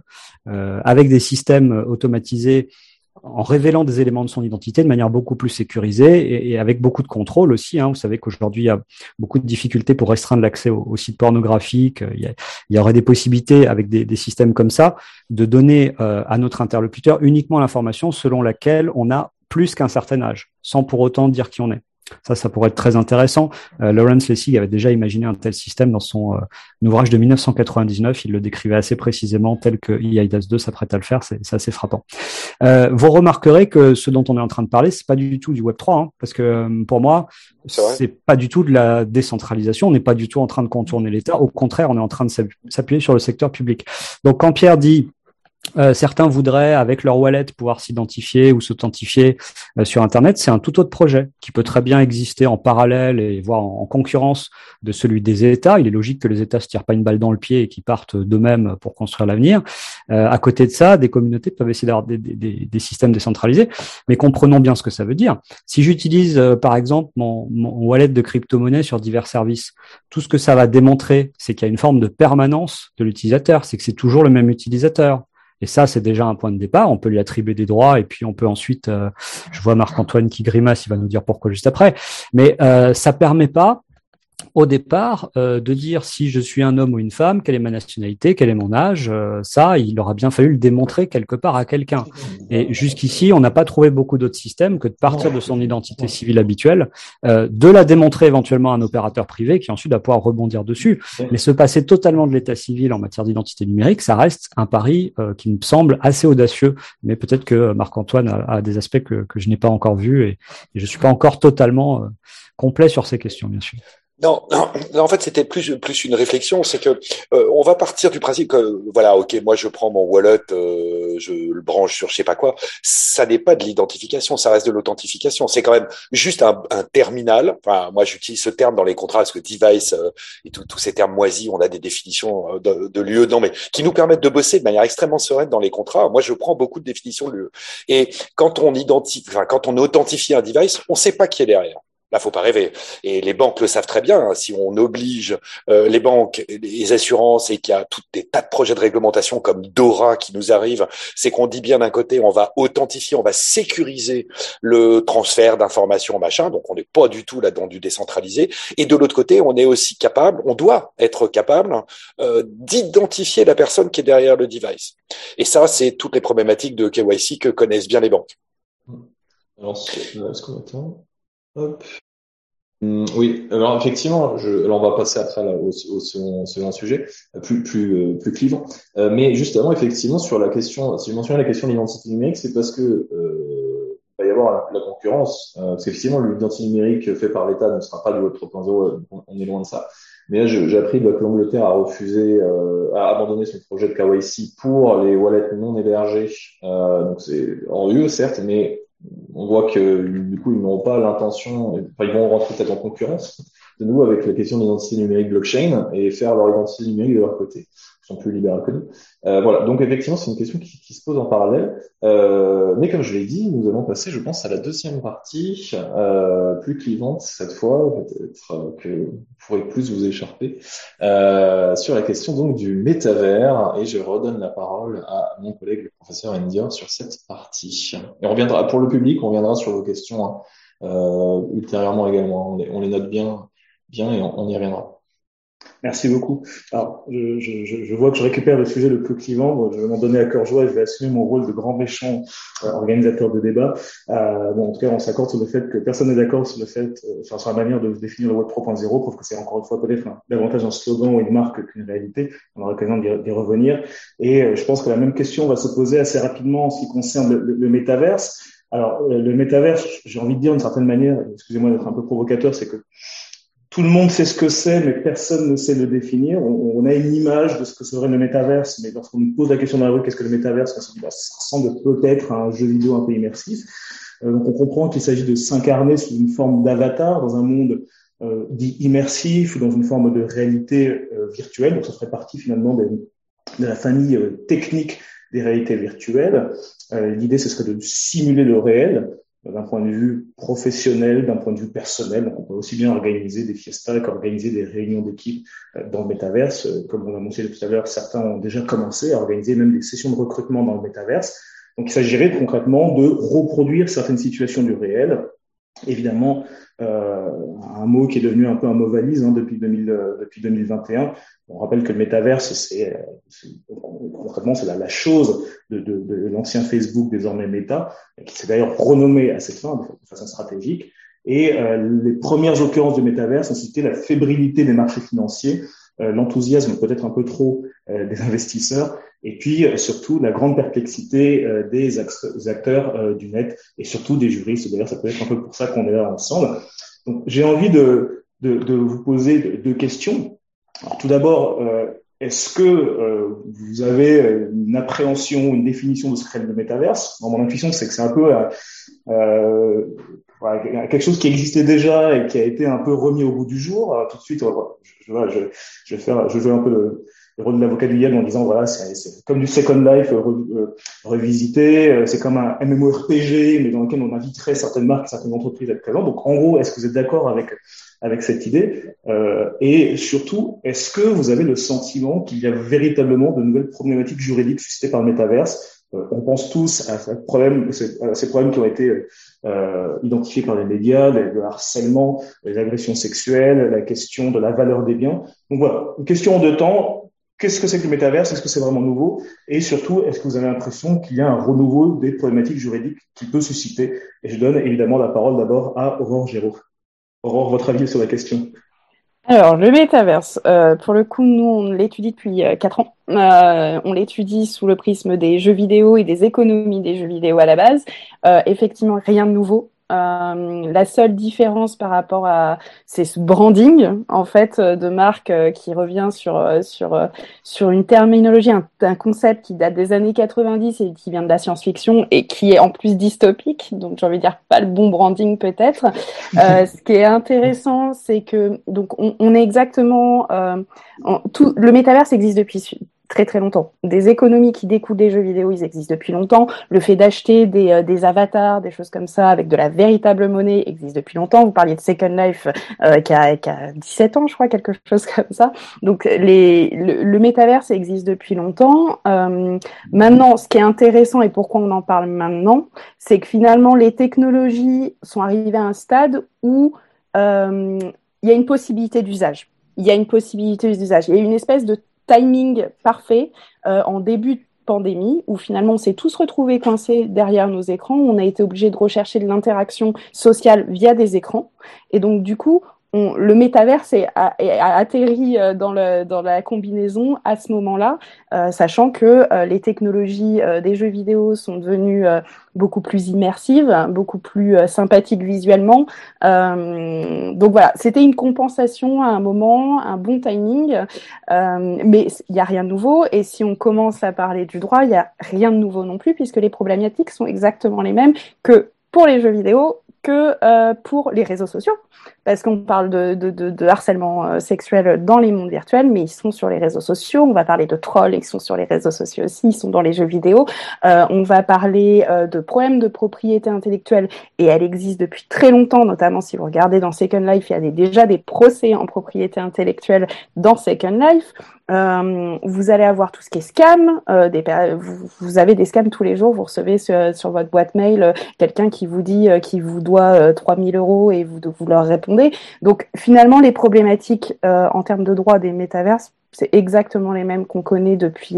avec des systèmes automatisés en révélant des éléments de son identité de manière beaucoup plus sécurisée et avec beaucoup de contrôle aussi. Vous savez qu'aujourd'hui, il y a beaucoup de difficultés pour restreindre l'accès aux sites pornographiques. Il y aurait des possibilités avec des systèmes comme ça de donner à notre interlocuteur uniquement l'information selon laquelle on a plus qu'un certain âge, sans pour autant dire qui on est. Ça pourrait être très intéressant. Lawrence Lessig avait déjà imaginé un tel système dans son ouvrage de 1999. Il le décrivait assez précisément tel que eIDAS 2 s'apprête à le faire. C'est assez frappant. Vous remarquerez que ce dont on est en train de parler, c'est pas du tout du Web 3, parce que pour moi, c'est pas du tout de la décentralisation. On n'est pas du tout en train de contourner l'État. Au contraire, on est en train de s'appuyer sur le secteur public. Donc, quand Pierre dit certains voudraient, avec leur wallet, pouvoir s'identifier ou s'authentifier sur Internet, c'est un tout autre projet qui peut très bien exister en parallèle et voire en concurrence de celui des États. Il est logique que les États se tirent pas une balle dans le pied et qu'ils partent d'eux-mêmes pour construire l'avenir. À côté de ça, des communautés peuvent essayer d'avoir des systèmes décentralisés, mais comprenons bien ce que ça veut dire. Si j'utilise, par exemple, mon wallet de crypto-monnaie sur divers services, tout ce que ça va démontrer, c'est qu'il y a une forme de permanence de l'utilisateur, c'est que c'est toujours le même utilisateur. Et ça, c'est déjà un point de départ. On peut lui attribuer des droits et puis on peut ensuite, je vois Marc-Antoine qui grimace, il va nous dire pourquoi juste après. Mais ça permet pas, au départ, de dire si je suis un homme ou une femme, quelle est ma nationalité, quel est mon âge. Ça, il aura bien fallu le démontrer quelque part à quelqu'un. Et jusqu'ici, on n'a pas trouvé beaucoup d'autres systèmes que de partir de son identité civile habituelle, de la démontrer éventuellement à un opérateur privé qui ensuite va pouvoir rebondir dessus. Mais se passer totalement de l'état civil en matière d'identité numérique, ça reste un pari qui me semble assez audacieux. Mais peut-être que Marc-Antoine a des aspects que je n'ai pas encore vus et je suis pas encore totalement complet sur ces questions, bien sûr. Non, en fait, c'était plus une réflexion, c'est que on va partir du principe que voilà, ok, moi je prends mon wallet, je le branche sur je sais pas quoi. Ça n'est pas de l'identification, ça reste de l'authentification. C'est quand même juste un terminal. Enfin, moi j'utilise ce terme dans les contrats parce que device et tous ces termes moisis, on a des définitions de l'UE, non, mais qui nous permettent de bosser de manière extrêmement sereine dans les contrats. Moi, je prends beaucoup de définitions de l'UE. Et quand on authentifie un device, on sait pas qui est derrière. Là, faut pas rêver. Et les banques le savent très bien. Hein. Si on oblige les banques, les assurances, et qu'il y a tout des tas de projets de réglementation comme DORA qui nous arrivent, c'est qu'on dit bien d'un côté, on va authentifier, on va sécuriser le transfert d'informations, machin. Donc, on n'est pas du tout là dans du décentralisé. Et de l'autre côté, on est aussi capable, on doit être capable d'identifier la personne qui est derrière le device. Et ça, c'est toutes les problématiques de KYC que connaissent bien les banques. Alors, est-ce qu'on attend? Hop. Oui, alors effectivement, alors on va passer après là, au second sujet, plus clivant. Mais juste avant, effectivement, sur la question, si je mentionnais la question de l'identité numérique, c'est parce que va y avoir la concurrence. Parce qu'effectivement, l'identité numérique fait par l'État ne sera pas du Web 3.0, on est loin de ça. Mais là, j'ai appris que l'Angleterre a refusé, a abandonné son projet de KYC pour les wallets non hébergés. Donc c'est en UE, certes, mais on voit que du coup ils n'auront pas l'intention, enfin ils vont rentrer peut-être en concurrence de nous avec la question de l'identité numérique blockchain et faire leur identité numérique de leur côté. Ils sont plus libéraux que nous. Voilà, donc effectivement c'est une question qui se pose en parallèle. Mais comme je l'ai dit, nous allons passer, je pense, à la deuxième partie, plus clivante cette fois, peut-être que vous pourrez plus vous écharper, sur la question donc du métavers. Et je redonne la parole à mon collègue le professeur Ndior sur cette partie. Et on reviendra pour le public, on reviendra sur vos questions ultérieurement également. On les note bien et on y reviendra. Merci beaucoup. Alors, je vois que je récupère le sujet le plus clivant. Bon, je vais m'en donner à cœur joie et je vais assumer mon rôle de grand méchant organisateur de débat. Bon, en tout cas, on s'accorde sur le fait que personne n'est d'accord sur le fait, sur la manière de définir le Web 3.0. Preuve que c'est encore une fois peut-être davantage un slogan ou une marque qu'une réalité. On aura l'occasion d'y revenir. Et je pense que la même question va se poser assez rapidement en ce qui concerne le métaverse. Alors, le métaverse, j'ai envie de dire d'une certaine manière, excusez-moi d'être un peu provocateur, c'est que tout le monde sait ce que c'est, mais personne ne sait le définir. On a une image de ce que serait le métaverse, mais lorsqu'on nous pose la question dans la rue, qu'est-ce que le métaverse, on se dit, ça ressemble peut-être à un jeu vidéo un peu immersif. Donc on comprend qu'il s'agit de s'incarner sous une forme d'avatar dans un monde dit immersif ou dans une forme de réalité virtuelle. Donc ça ferait partie finalement de la famille technique des réalités virtuelles. L'idée, ce serait de simuler le réel, d'un point de vue professionnel, d'un point de vue personnel. Donc, on peut aussi bien organiser des fiestas qu'organiser des réunions d'équipe dans le métaverse. Comme on l'a mentionné tout à l'heure, certains ont déjà commencé à organiser même des sessions de recrutement dans le métaverse. Donc, il s'agirait concrètement de reproduire certaines situations du réel. Évidemment, un mot qui est devenu un peu un mot valise depuis 2021. On rappelle que le métaverse, concrètement, c'est la chose de l'ancien Facebook, désormais Meta, qui s'est d'ailleurs renommé à cette fin, de façon stratégique. Et les premières occurrences du métaverse ont cité la fébrilité des marchés financiers, l'enthousiasme peut-être un peu trop des investisseurs, et puis surtout la grande perplexité des acteurs du net, et surtout des juristes. D'ailleurs, ça peut être un peu pour ça qu'on est là ensemble. Donc, j'ai envie de vous poser deux questions. Alors, tout d'abord, est-ce que vous avez une appréhension, une définition de ce qu'est le métaverse? Mon intuition, c'est que c'est un peu quelque chose qui existait déjà et qui a été un peu remis au goût du jour. Alors, tout de suite, je vais jouer un peu le rôle de l'avocat du diable en disant voilà, c'est comme du Second Life revisité, c'est comme un MMORPG, mais dans lequel on inviterait certaines marques, certaines entreprises à être présentes. Donc, en gros, est-ce que vous êtes d'accord avec cette idée, et surtout, est-ce que vous avez le sentiment qu'il y a véritablement de nouvelles problématiques juridiques suscitées par le métaverse? On pense tous à ces problèmes qui ont été identifiés par les médias, le harcèlement, les agressions sexuelles, la question de la valeur des biens. Donc voilà, une question en deux temps. Qu'est-ce que c'est que le métaverse? Est-ce que c'est vraiment nouveau? Et surtout, est-ce que vous avez l'impression qu'il y a un renouveau des problématiques juridiques qui peut susciter? Et je donne évidemment la parole d'abord à Aurore Géraud. Aurore, votre avis sur la question? Alors, le métaverse, pour le coup, nous, on l'étudie depuis 4 ans. On l'étudie sous le prisme des jeux vidéo et des économies des jeux vidéo à la base. Effectivement, rien de nouveau. La seule différence par rapport c'est ce branding en fait de marque qui revient sur une terminologie, un concept qui date des années 90 et qui vient de la science-fiction et qui est en plus dystopique, donc j'ai envie de dire pas le bon branding peut-être. Ce qui est intéressant, c'est que donc on est exactement le métaverse existe depuis très très longtemps. Des économies qui découlent des jeux vidéo, ils existent depuis longtemps. Le fait d'acheter des avatars, des choses comme ça, avec de la véritable monnaie, existe depuis longtemps. Vous parliez de Second Life, qui a 17 ans, je crois, quelque chose comme ça. Donc le métaverse existe depuis longtemps. Maintenant, ce qui est intéressant et pourquoi on en parle maintenant, c'est que finalement les technologies sont arrivées à un stade où il y a une possibilité d'usage. Il y a une espèce de timing parfait en début de pandémie où finalement on s'est tous retrouvés coincés derrière nos écrans. On a été obligés de rechercher de l'interaction sociale via des écrans. Et donc du coup, le métaverse a atterri dans la combinaison à ce moment-là, sachant que les technologies des jeux vidéo sont devenues beaucoup plus immersives, beaucoup plus sympathiques visuellement. Donc voilà, c'était une compensation à un moment, un bon timing, mais il n'y a rien de nouveau. Et si on commence à parler du droit, il n'y a rien de nouveau non plus, puisque les problématiques sont exactement les mêmes que pour les jeux vidéo, que pour les réseaux sociaux. Parce qu'on parle de harcèlement sexuel dans les mondes virtuels, mais ils sont sur les réseaux sociaux. On va parler de trolls, ils sont sur les réseaux sociaux aussi, ils sont dans les jeux vidéo. On va parler de problèmes de propriété intellectuelle, et elle existe depuis très longtemps, notamment si vous regardez dans Second Life, il y a déjà des procès en propriété intellectuelle dans Second Life. Vous allez avoir tout ce qui est scam, vous avez des scams tous les jours, vous recevez sur votre boîte mail quelqu'un qui vous dit qu'il vous doit 3 000 € et vous leur répondez. Donc finalement les problématiques en termes de droit des métaverses, c'est exactement les mêmes qu'on connaît depuis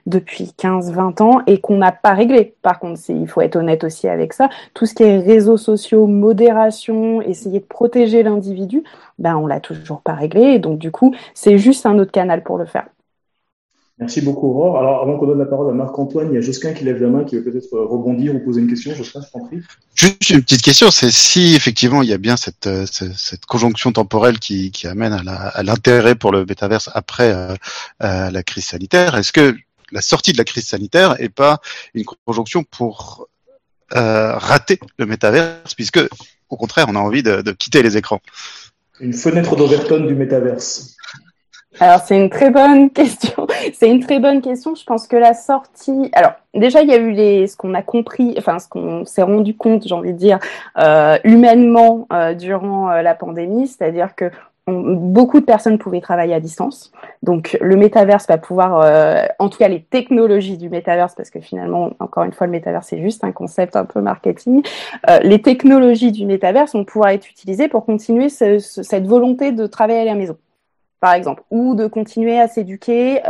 15-20 ans et qu'on n'a pas réglé. Par contre, il faut être honnête aussi avec ça. Tout ce qui est réseaux sociaux, modération, essayer de protéger l'individu, on l'a toujours pas réglé. Et donc, du coup, c'est juste un autre canal pour le faire. Merci beaucoup, Aurore. Alors, avant qu'on donne la parole à Marc-Antoine, il y a Josquin qui lève la main, qui veut peut-être rebondir ou poser une question. Josquin, je t'en prie. Juste une petite question, c'est si effectivement il y a bien cette conjonction temporelle qui amène à l'intérêt pour le métaverse après la crise sanitaire, est-ce que la sortie de la crise sanitaire est pas une conjonction pour rater le métaverse, puisque au contraire on a envie de quitter les écrans? Une fenêtre d'Overton du métaverse. Alors, c'est une très bonne question. Je pense que la sortie... Alors, déjà, il y a eu ce qu'on a compris, ce qu'on s'est rendu compte, j'ai envie de dire, humainement durant la pandémie, c'est-à-dire que beaucoup de personnes pouvaient travailler à distance. Donc, le métaverse va pouvoir, en tout cas les technologies du métaverse, parce que finalement, encore une fois, le métaverse, c'est juste un concept un peu marketing. Les technologies du métaverse vont pouvoir être utilisées pour continuer cette volonté de travailler à la maison, par exemple, ou de continuer à s'éduquer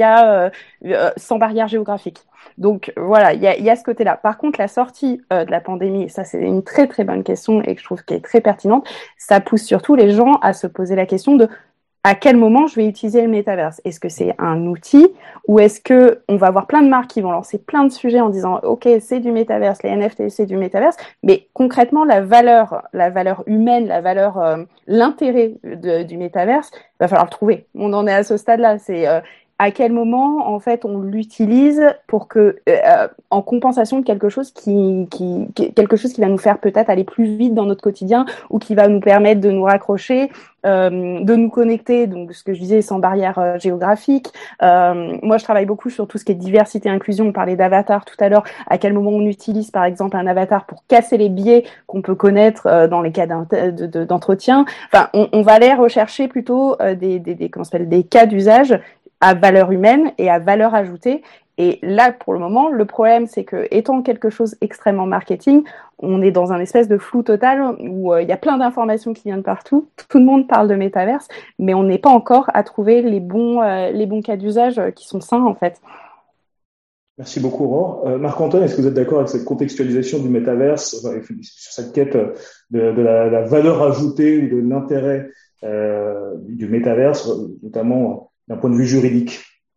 sans barrière géographique. Donc voilà, il y a ce côté-là. Par contre, la sortie de la pandémie, ça c'est une très très bonne question et que je trouve qu'elle est très pertinente, ça pousse surtout les gens à se poser la question de à quel moment je vais utiliser le métaverse. Est-ce que c'est un outil ou est-ce que on va avoir plein de marques qui vont lancer plein de sujets en disant ok, c'est du métaverse, les NFT c'est du métaverse, mais concrètement la valeur humaine, l'intérêt du métaverse, va falloir le trouver. On en est à ce stade-là, c'est à quel moment en fait on l'utilise pour que en compensation de quelque chose qui va nous faire peut-être aller plus vite dans notre quotidien ou qui va nous permettre de nous raccrocher, de nous connecter, donc ce que je disais, sans barrière géographique. Moi je travaille beaucoup sur tout ce qui est diversité et inclusion. On parlait d'avatar tout à l'heure. À quel moment on utilise par exemple un avatar pour casser les biais qu'on peut connaître dans les cas d'entretien. Enfin, on va aller rechercher plutôt des cas d'usage à valeur humaine et à valeur ajoutée. Et là, pour le moment, le problème, c'est que, étant quelque chose extrêmement marketing, on est dans un espèce de flou total où il y a plein d'informations qui viennent partout. Tout le monde parle de métaverse, mais on n'est pas encore à trouver les bons cas d'usage qui sont sains, en fait. Merci beaucoup, Aurore. Marc-Antoine, est-ce que vous êtes d'accord avec cette contextualisation du métaverse, sur cette quête de la valeur ajoutée ou de l'intérêt du métaverse, notamment d'un point de vue juridique?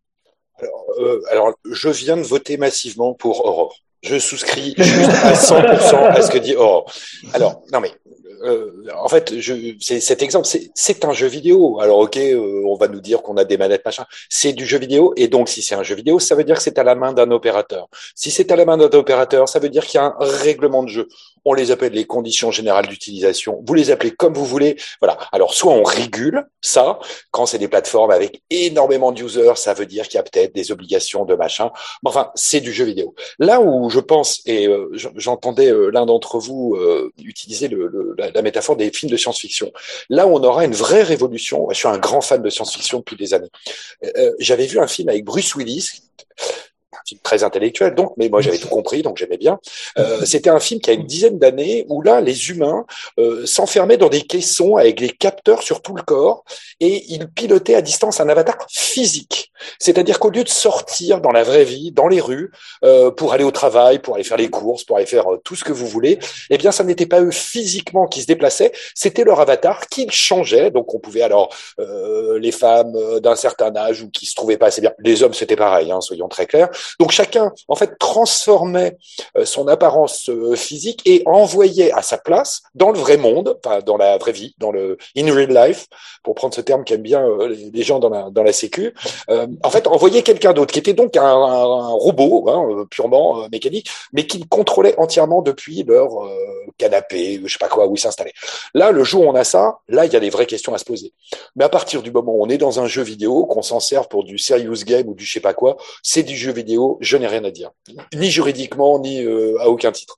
Alors, je viens de voter massivement pour Aurore. Je souscris juste à 100% à ce que dit Aurore. Alors, non mais, en fait, cet exemple, c'est un jeu vidéo. Alors, ok, on va nous dire qu'on a des manettes, machin. C'est du jeu vidéo, et donc, si c'est un jeu vidéo, ça veut dire que c'est à la main d'un opérateur. Si c'est à la main d'un opérateur, ça veut dire qu'il y a un règlement de jeu. on les appelle les conditions générales d'utilisation. Vous les appelez comme vous voulez. Voilà. Alors, soit on régule ça, quand c'est des plateformes avec énormément d'users, ça veut dire qu'il y a peut-être des obligations de machin. Mais enfin, c'est du jeu vidéo. Là où je pense, et j'entendais l'un d'entre vous utiliser la métaphore des films de science-fiction, là où on aura une vraie révolution, je suis un grand fan de science-fiction depuis des années. J'avais vu un film avec Bruce Willis, un film très intellectuel donc, mais moi j'avais tout compris donc j'aimais bien. C'était un film qui a une dizaine d'années où là les humains s'enfermaient dans des caissons avec les capteurs sur tout le corps et ils pilotaient à distance un avatar physique. C'est-à-dire qu'au lieu de sortir dans la vraie vie, dans les rues, pour aller au travail, pour aller faire les courses, pour aller faire tout ce que vous voulez, eh bien ça n'était pas eux physiquement qui se déplaçaient, c'était leur avatar qu'ils changeaient. Donc on pouvait alors les femmes d'un certain âge ou qui se trouvaient pas assez bien, les hommes c'était pareil, hein, soyons très clairs. Donc chacun, en fait, transformait son apparence physique et envoyait à sa place dans le vrai monde, enfin dans la vraie vie, dans le in real life, pour prendre ce terme qu'aiment bien les gens dans la sécu. En fait, envoyait quelqu'un d'autre qui était donc un robot, hein, purement mécanique, mais qui contrôlait entièrement depuis leur canapé, je sais pas quoi, où il s'installait. Là, le jour où on a ça, là, il y a des vraies questions à se poser. Mais à partir du moment où on est dans un jeu vidéo, qu'on s'en sert pour du serious game ou du je sais pas quoi, c'est du jeu vidéo, je n'ai rien à dire. Ni juridiquement, ni à aucun titre.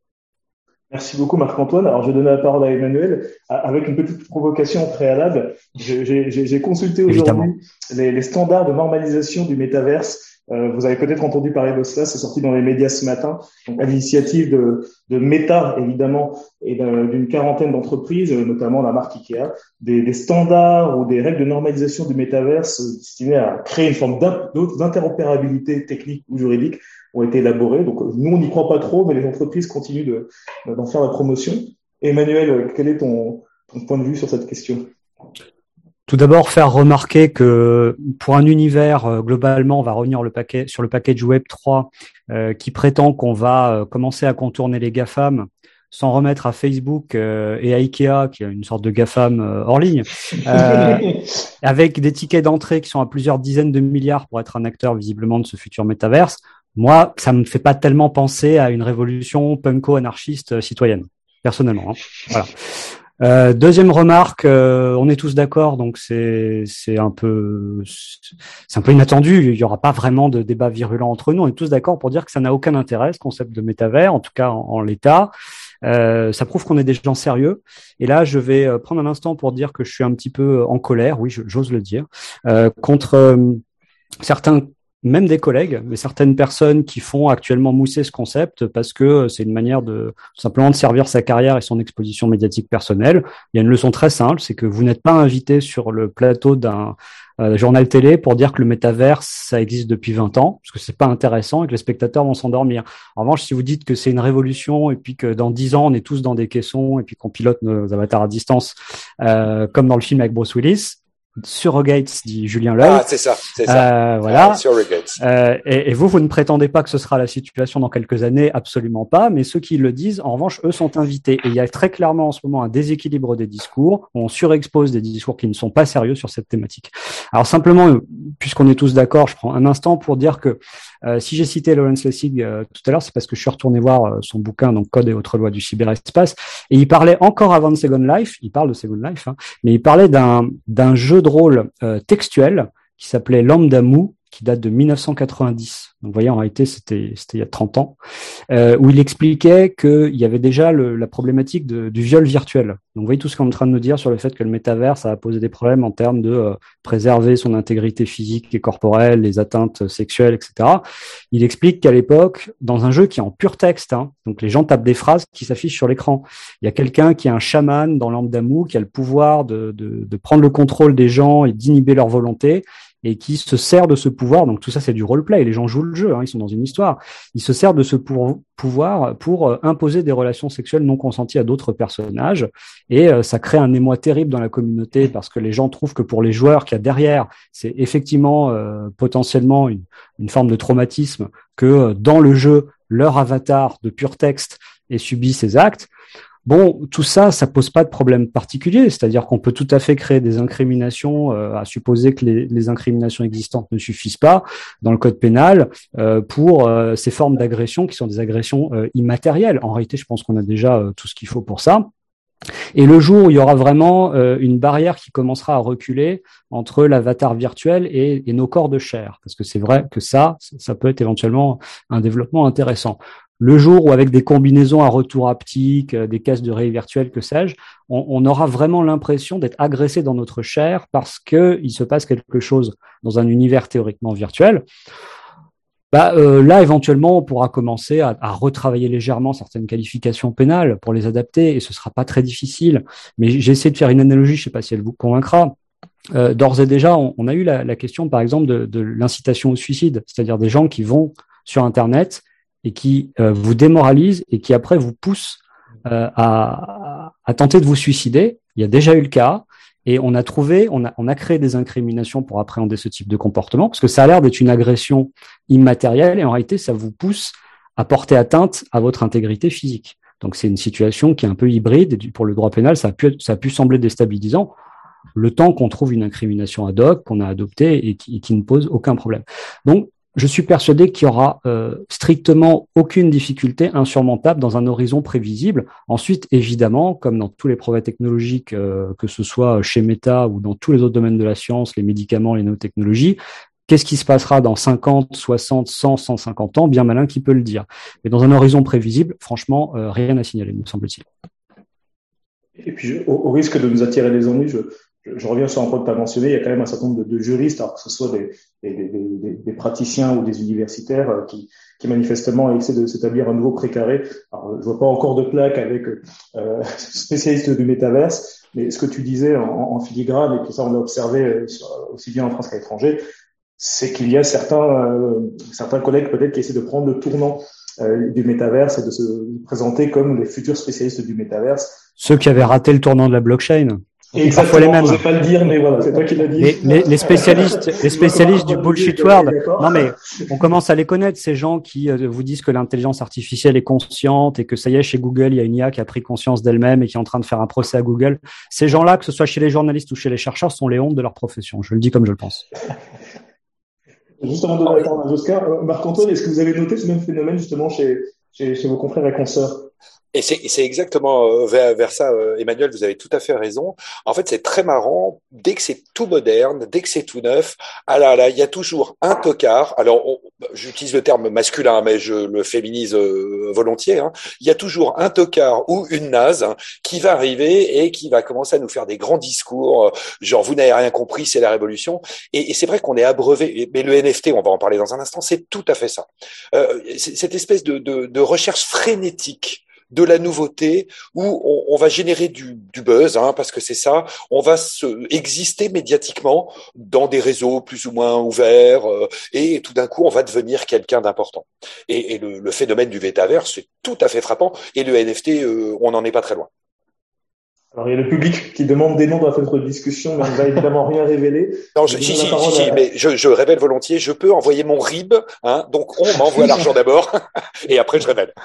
Merci beaucoup Marc-Antoine. Alors je vais donner la parole à Emmanuel avec une petite provocation préalable. J'ai consulté aujourd'hui les standards de normalisation du métaverse. Vous avez peut-être entendu parler de cela, c'est sorti dans les médias ce matin, donc à l'initiative de Meta évidemment et d'une quarantaine d'entreprises, notamment la marque Ikea, des standards ou des règles de normalisation du métaverse destinées à créer une forme d'interopérabilité technique ou juridique ont été élaborés. Donc, nous, on n'y croit pas trop, mais les entreprises continuent d'en faire la promotion. Emmanuel, quel est ton point de vue sur cette question? Tout d'abord, faire remarquer que pour un univers, globalement, on va revenir sur le package Web 3 qui prétend qu'on va commencer à contourner les GAFAM sans remettre à Facebook et à Ikea, qui est une sorte de GAFAM hors ligne, avec des tickets d'entrée qui sont à plusieurs dizaines de milliards pour être un acteur visiblement de ce futur métaverse. Moi, ça me fait pas tellement penser à une révolution punko-anarchiste citoyenne, personnellement. Hein. Voilà. Deuxième remarque, on est tous d'accord, donc c'est un peu inattendu. Il y aura pas vraiment de débat virulent entre nous. On est tous d'accord pour dire que ça n'a aucun intérêt, ce concept de métavers, en tout cas en l'état. Ça prouve qu'on est des gens sérieux. Et là, je vais prendre un instant pour dire que je suis un petit peu en colère, oui, j'ose le dire, contre certains, même des collègues, mais certaines personnes qui font actuellement mousser ce concept parce que c'est une manière de simplement de servir sa carrière et son exposition médiatique personnelle. Il y a une leçon très simple, c'est que vous n'êtes pas invité sur le plateau d'un journal télé pour dire que le métaverse, ça existe depuis 20 ans, parce que c'est pas intéressant et que les spectateurs vont s'endormir. En revanche, si vous dites que c'est une révolution et puis que dans 10 ans, on est tous dans des caissons et puis qu'on pilote nos avatars à distance, comme dans le film avec Bruce Willis, Surrogates, dit Julien Loeil. Ah, c'est ça. Voilà. Surrogates. Et vous ne prétendez pas que ce sera la situation dans quelques années, absolument pas, mais ceux qui le disent, en revanche, eux sont invités. Et il y a très clairement en ce moment un déséquilibre des discours, on surexpose des discours qui ne sont pas sérieux sur cette thématique. Alors simplement, puisqu'on est tous d'accord, je prends un instant pour dire que si j'ai cité Lawrence Lessig tout à l'heure, c'est parce que je suis retourné voir son bouquin, donc Code et autres lois du cyberespace, et il parlait encore avant de Second Life, il parle de Second Life, hein, mais il parlait d'un jeu de rôle textuel qui s'appelait Lambda Mu, qui date de 1990. Donc, vous voyez, en réalité, c'était il y a 30 ans, où il expliquait qu'il y avait déjà la problématique du viol virtuel. Donc, vous voyez tout ce qu'on est en train de nous dire sur le fait que le métavers, ça a posé des problèmes en termes de préserver son intégrité physique et corporelle, les atteintes sexuelles, etc. Il explique qu'à l'époque, dans un jeu qui est en pur texte, hein, donc les gens tapent des phrases qui s'affichent sur l'écran. Il y a quelqu'un qui est un chaman dans Lambda Mu, qui a le pouvoir de prendre le contrôle des gens et d'inhiber leur volonté, et qui se sert de ce pouvoir, donc tout ça c'est du roleplay, les gens jouent le jeu, hein, ils sont dans une histoire, ils se servent de ce pouvoir pour imposer des relations sexuelles non consenties à d'autres personnages, et ça crée un émoi terrible dans la communauté, parce que les gens trouvent que pour les joueurs qu'il y a derrière, c'est effectivement potentiellement une forme de traumatisme, que dans le jeu, leur avatar de pur texte ait subi ces actes. Bon, tout ça, ça pose pas de problème particulier, c'est-à-dire qu'on peut tout à fait créer des incriminations, à supposer que les incriminations existantes ne suffisent pas dans le code pénal pour ces formes d'agression qui sont des agressions immatérielles. En réalité, je pense qu'on a déjà tout ce qu'il faut pour ça. Et le jour où il y aura vraiment une barrière qui commencera à reculer entre l'avatar virtuel et nos corps de chair, parce que c'est vrai que ça peut être éventuellement un développement intéressant. Le jour où, avec des combinaisons à retour haptique, des casques de réalité virtuelle, que sais-je, on aura vraiment l'impression d'être agressé dans notre chair parce qu'il se passe quelque chose dans un univers théoriquement virtuel. Là, éventuellement, on pourra commencer à retravailler légèrement certaines qualifications pénales pour les adapter, et ce sera pas très difficile. Mais j'ai essayé de faire une analogie, je sais pas si elle vous convaincra. D'ores et déjà, on a eu la question, par exemple, de l'incitation au suicide, c'est-à-dire des gens qui vont sur Internet et qui vous démoralisent et qui après vous poussent à tenter de vous suicider. Il y a déjà eu le cas. Et on a créé des incriminations pour appréhender ce type de comportement, parce que ça a l'air d'être une agression immatérielle, et en réalité, ça vous pousse à porter atteinte à votre intégrité physique. Donc, c'est une situation qui est un peu hybride, et pour le droit pénal, ça a pu sembler déstabilisant, le temps qu'on trouve une incrimination ad hoc, qu'on a adoptée et qui ne pose aucun problème. Donc, je suis persuadé qu'il y aura strictement aucune difficulté insurmontable dans un horizon prévisible. Ensuite, évidemment, comme dans tous les progrès technologiques, que ce soit chez Meta ou dans tous les autres domaines de la science, les médicaments, les nanotechnologies, qu'est-ce qui se passera dans 50, 60, 100, 150 ans? Bien malin qui peut le dire. Mais dans un horizon prévisible, franchement, rien à signaler, me semble-t-il. Et puis, au risque de nous attirer les ennuis, je reviens sur un point que tu as mentionné, il y a quand même un certain nombre de juristes, alors que ce soit des praticiens ou des universitaires qui manifestement essaient de s'établir un nouveau précaré. Alors, je vois pas encore de plaque avec spécialistes du métaverse, mais ce que tu disais en filigrane, et que ça on l'a observé aussi bien en France qu'à l'étranger, c'est qu'il y a certains collègues peut-être qui essaient de prendre le tournant du métaverse et de se présenter comme les futurs spécialistes du métaverse. Ceux qui avaient raté le tournant de la blockchain. Exactement, les mêmes. Je n'osais pas le dire, mais voilà, c'est toi qui l'as dit. Les spécialistes du bullshit world. Non, mais on commence à les connaître, ces gens qui vous disent que l'intelligence artificielle est consciente et que ça y est, chez Google, il y a une IA qui a pris conscience d'elle-même et qui est en train de faire un procès à Google. Ces gens-là, que ce soit chez les journalistes ou chez les chercheurs, sont les hontes de leur profession. Je le dis comme je le pense. Juste avant de donner la parole à Oscar, Marc-Antoine, est-ce que vous avez noté ce même phénomène justement chez vos confrères et consoeurs? Et c'est exactement vers ça, Emmanuel, vous avez tout à fait raison. En fait, c'est très marrant. Dès que c'est tout moderne, dès que c'est tout neuf, là, il y a toujours un tocard. Alors, j'utilise le terme masculin, mais je le féminise volontiers. Hein. Il y a toujours un tocard ou une naze qui va arriver et qui va commencer à nous faire des grands discours, genre vous n'avez rien compris, c'est la révolution. Et c'est vrai qu'on est abreuvé. Mais le NFT, on va en parler dans un instant, c'est tout à fait ça. Cette espèce de recherche frénétique de la nouveauté, où on va générer du buzz, hein, parce que c'est ça, on va exister médiatiquement dans des réseaux plus ou moins ouverts, et tout d'un coup, on va devenir quelqu'un d'important. Et le phénomène du métaverse, c'est tout à fait frappant, et le NFT, on n'en est pas très loin. Alors, il y a le public qui demande des noms dans notre discussion, mais on ne va évidemment rien révéler. Non, mais je révèle volontiers. Je peux envoyer mon RIB, hein, donc on m'envoie l'argent d'abord, et après je révèle.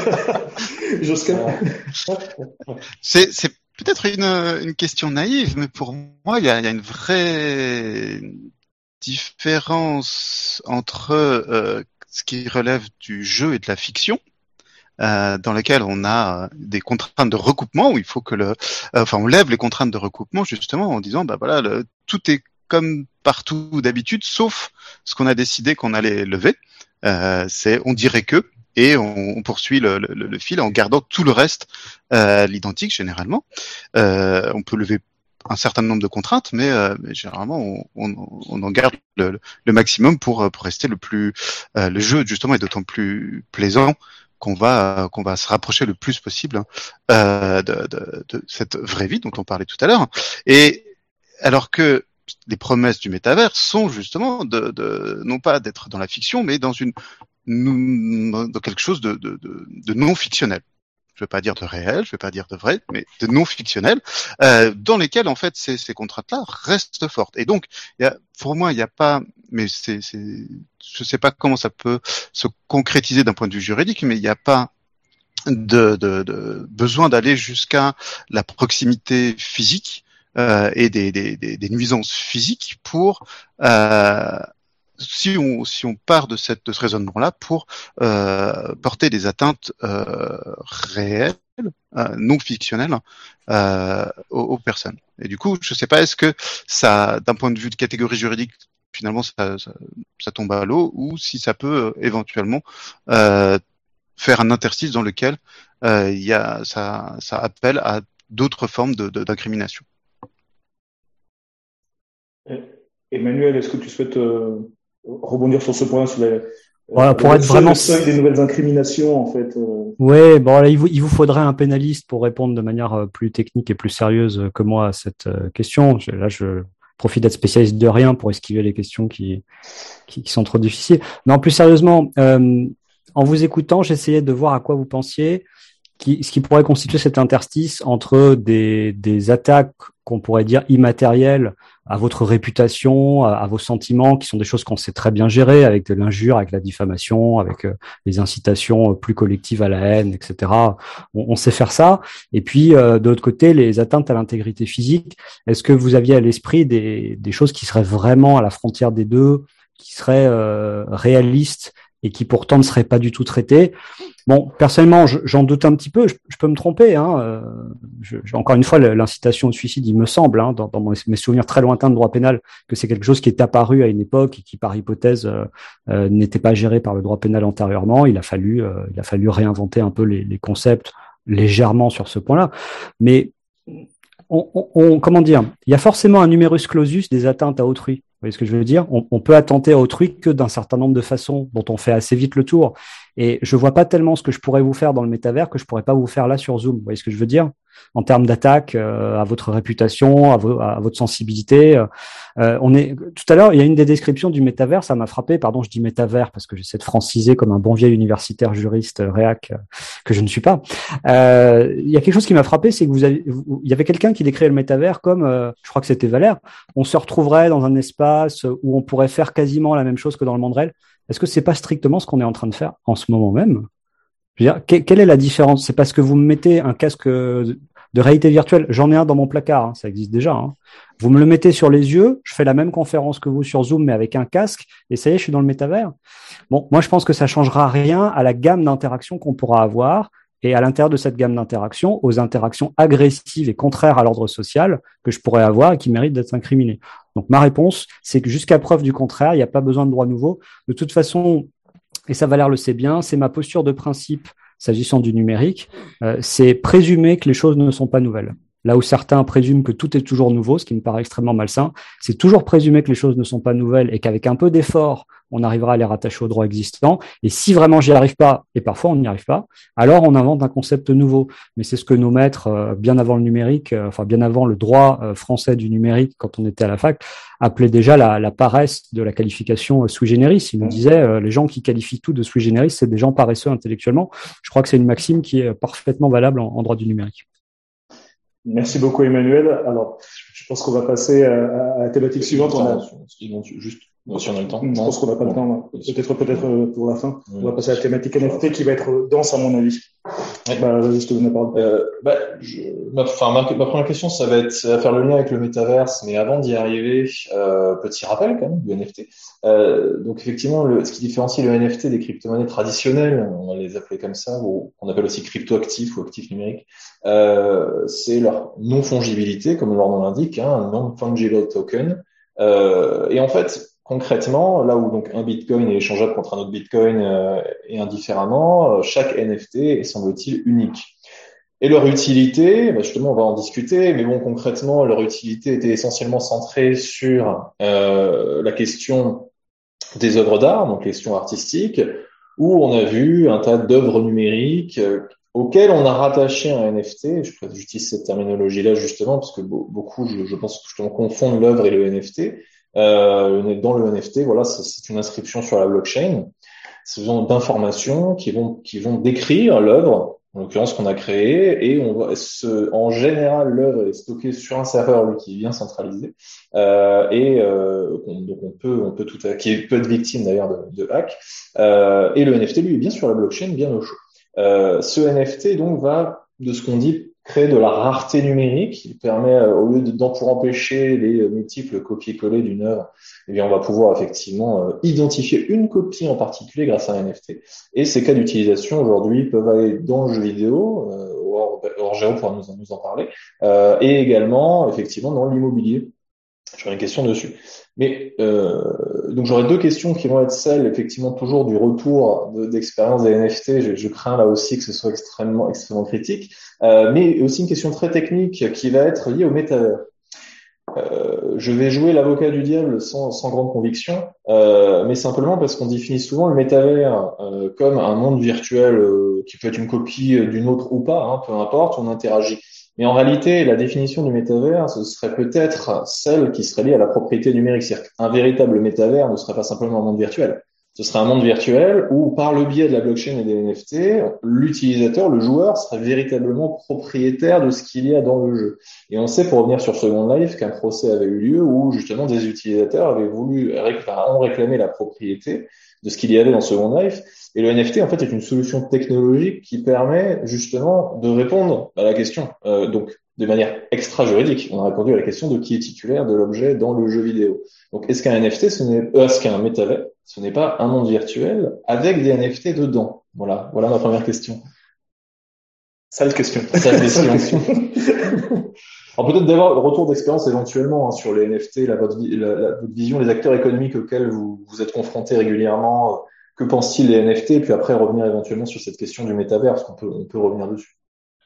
C'est peut-être une question naïve, mais pour moi, il y a une vraie différence entre ce qui relève du jeu et de la fiction. Dans lequel on a des contraintes de recoupement où il faut que on lève les contraintes de recoupement justement en disant tout est comme partout d'habitude sauf ce qu'on a décidé qu'on allait lever. On dirait que et on poursuit le fil en gardant tout le reste l'identique généralement. On peut lever un certain nombre de contraintes, mais généralement on en garde le maximum pour rester le jeu justement est d'autant plus plaisant qu'on va se rapprocher le plus possible de cette vraie vie dont on parlait tout à l'heure. Et alors que les promesses du métavers sont justement non pas d'être dans la fiction, mais dans quelque chose de non fictionnel. Je veux pas dire de réel, je veux pas dire de vrai, mais de non fictionnel, dans lesquels en fait ces contraintes-là restent fortes. Et donc, pour moi, il y a pas, mais je sais pas comment ça peut se concrétiser d'un point de vue juridique, mais il n'y a pas de besoin d'aller jusqu'à la proximité physique et des nuisances physiques pour si on part de ce raisonnement-là pour porter des atteintes réelles, non fictionnelles aux personnes. Et du coup, je sais pas, est-ce que ça, d'un point de vue de catégorie juridique, finalement ça tombe à l'eau, ou si ça peut éventuellement faire un interstice dans lequel ça appelle à d'autres formes d'incrimination. Emmanuel, est-ce que tu souhaites rebondir sur ce point, sur voilà, pour être vraiment le seuil des nouvelles incriminations, en fait. Ouais, bon, là, il vous faudrait un pénaliste pour répondre de manière plus technique et plus sérieuse que moi à cette question. Là, je profite d'être spécialiste de rien pour esquiver les questions qui sont trop difficiles. Non, plus sérieusement, en vous écoutant, j'essayais de voir à quoi vous pensiez, ce qui pourrait constituer cet interstice entre des attaques qu'on pourrait dire immatérielles à votre réputation, à vos sentiments, qui sont des choses qu'on sait très bien gérer, avec de l'injure, avec la diffamation, avec les incitations plus collectives à la haine, etc. On sait faire ça. Et puis, de l'autre côté, les atteintes à l'intégrité physique. Est-ce que vous aviez à l'esprit des choses qui seraient vraiment à la frontière des deux, qui seraient réalistes et qui pourtant ne seraient pas du tout traitées? Bon, personnellement, j'en doute un petit peu. Je peux me tromper. Encore une fois, l'incitation au suicide, il me semble, dans mes souvenirs très lointains de droit pénal, que c'est quelque chose qui est apparu à une époque et qui, par hypothèse, n'était pas géré par le droit pénal antérieurement. Il a fallu réinventer un peu les concepts légèrement sur ce point-là. Mais comment dire, il y a forcément un numerus clausus des atteintes à autrui. Vous voyez ce que je veux dire? On peut attenter à autrui que d'un certain nombre de façons dont on fait assez vite le tour. Et je vois pas tellement ce que je pourrais vous faire dans le métavers que je pourrais pas vous faire là sur Zoom. Vous voyez ce que je veux dire? En termes d'attaque à votre réputation, à votre sensibilité. Tout à l'heure, il y a une des descriptions du métavers, ça m'a frappé. Pardon, je dis métavers parce que j'essaie de franciser comme un bon vieil universitaire juriste réac que je ne suis pas. Il y a quelque chose qui m'a frappé, c'est que il y avait quelqu'un qui décrivait le métavers comme, je crois que c'était Valère, on se retrouverait dans un espace où on pourrait faire quasiment la même chose que dans le monde réel. Est-ce que c'est pas strictement ce qu'on est en train de faire en ce moment même? Je veux dire, quelle est la différence? C'est parce que vous me mettez un casque de réalité virtuelle. J'en ai un dans mon placard, ça existe déjà. Vous me le mettez sur les yeux, je fais la même conférence que vous sur Zoom, mais avec un casque, et ça y est, je suis dans le métavers. Bon, moi, je pense que ça changera rien à la gamme d'interactions qu'on pourra avoir, et à l'intérieur de cette gamme d'interactions, aux interactions agressives et contraires à l'ordre social que je pourrais avoir et qui méritent d'être incriminées. Donc, ma réponse, c'est que jusqu'à preuve du contraire, il n'y a pas besoin de droit nouveau. De toute façon, et ça Valère le sait bien, c'est ma posture de principe s'agissant du numérique, c'est présumer que les choses ne sont pas nouvelles. Là où certains présument que tout est toujours nouveau, ce qui me paraît extrêmement malsain, c'est toujours présumer que les choses ne sont pas nouvelles et qu'avec un peu d'effort, on arrivera à les rattacher au droit existant. Et si vraiment j'y arrive pas, et parfois on n'y arrive pas, alors on invente un concept nouveau. Mais c'est ce que nos maîtres, bien avant le numérique, bien avant le droit français du numérique, quand on était à la fac, appelaient déjà la paresse de la qualification sui generis. Ils nous disaient, les gens qui qualifient tout de sui generis, c'est des gens paresseux intellectuellement. Je crois que c'est une maxime qui est parfaitement valable en droit du numérique. Merci beaucoup, Emmanuel. Alors, je pense qu'on va passer à la thématique suivante. Juste, si on a le temps. Je pense qu'on n'a pas le temps. Peut-être pour la fin. On va passer à la thématique NFT qui va être dense, à mon avis. Ouais. Je te donne la parole. Ma première question, ça va être à faire le lien avec le métaverse, mais avant d'y arriver, petit rappel quand même du NFT. Donc effectivement, ce qui différencie le NFT des crypto-monnaies traditionnelles, on va les appeler comme ça, ou qu'on appelle aussi crypto-actifs ou actifs numériques, c'est leur non-fongibilité, comme leur nom l'indique, un non-fungible token. Et en fait, concrètement, là où donc un bitcoin est échangeable contre un autre bitcoin et indifféremment, chaque NFT est, semble-t-il, unique. Et leur utilité, justement, on va en discuter, mais bon, concrètement, leur utilité était essentiellement centrée sur la question des œuvres d'art, donc question artistique, où on a vu un tas d'œuvres numériques auxquelles on a rattaché un NFT. J'utilise cette terminologie-là justement parce que beaucoup, je pense, justement, confondent l'œuvre et le NFT. Dans le NFT, voilà, c'est une inscription sur la blockchain. Ce sont d'informations qui vont décrire l'œuvre, en l'occurrence qu'on a créée, et en général, l'œuvre est stockée sur un serveur lui, qui est bien centralisé, donc on peut qui peut être victime d'ailleurs de hack. Et le NFT lui est bien sur la blockchain, bien au chaud. Ce NFT donc va, de ce qu'on dit, créer de la rareté numérique. Il permet, au lieu pour empêcher les multiples copier-coller d'une œuvre, eh bien, on va pouvoir effectivement identifier une copie en particulier grâce à un NFT. Et ces cas d'utilisation aujourd'hui peuvent aller dans le jeu vidéo, Orgeo pourra nous en parler, et également effectivement dans l'immobilier. J'aurais une question dessus. Mais donc j'aurais deux questions qui vont être celles effectivement toujours du retour d'expérience des NFT. Je crains là aussi que ce soit extrêmement critique, mais aussi une question très technique qui va être liée au métavers. Je vais jouer l'avocat du diable sans grande conviction, mais simplement parce qu'on définit souvent le métavers comme un monde virtuel qui peut être une copie d'une autre ou pas, hein, peu importe, on interagit. Mais en réalité, la définition du métavers, ce serait peut-être celle qui serait liée à la propriété numérique. C'est-à-dire qu'un véritable métavers ne serait pas simplement un monde virtuel. Ce serait un monde virtuel où, par le biais de la blockchain et des NFT, l'utilisateur, le joueur, serait véritablement propriétaire de ce qu'il y a dans le jeu. Et on sait, pour revenir sur Second Life, qu'un procès avait eu lieu où, justement, des utilisateurs ont réclamé la propriété de ce qu'il y avait dans Second Life. Et le NFT, en fait, est une solution technologique qui permet, justement, de répondre à la question. Donc, de manière extra-juridique, on a répondu à la question de qui est titulaire de l'objet dans le jeu vidéo. Donc, est-ce qu'un NFT, est-ce qu'un métavers, ce n'est pas un monde virtuel avec des NFT dedans? Voilà ma première question. Sale question. Alors peut-être d'avoir le retour d'expérience éventuellement sur les NFT, votre vision, les acteurs économiques auxquels vous êtes confrontés régulièrement. Que pense-t-il des NFT? Et puis après revenir éventuellement sur cette question du métavers, parce on peut revenir dessus.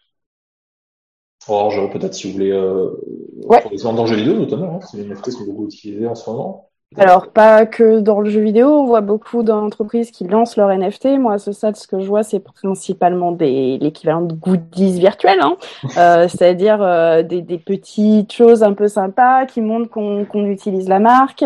Alors, peut-être si vous voulez, pour les dans le jeu vidéo notamment, parce que les NFT sont beaucoup utilisés en ce moment. Alors, pas que dans le jeu vidéo, on voit beaucoup d'entreprises qui lancent leurs NFT. Moi, à ce stade, ce que je vois, c'est principalement l'équivalent de goodies virtuels, hein. C'est-à-dire des petites choses un peu sympas qui montrent qu'on utilise la marque.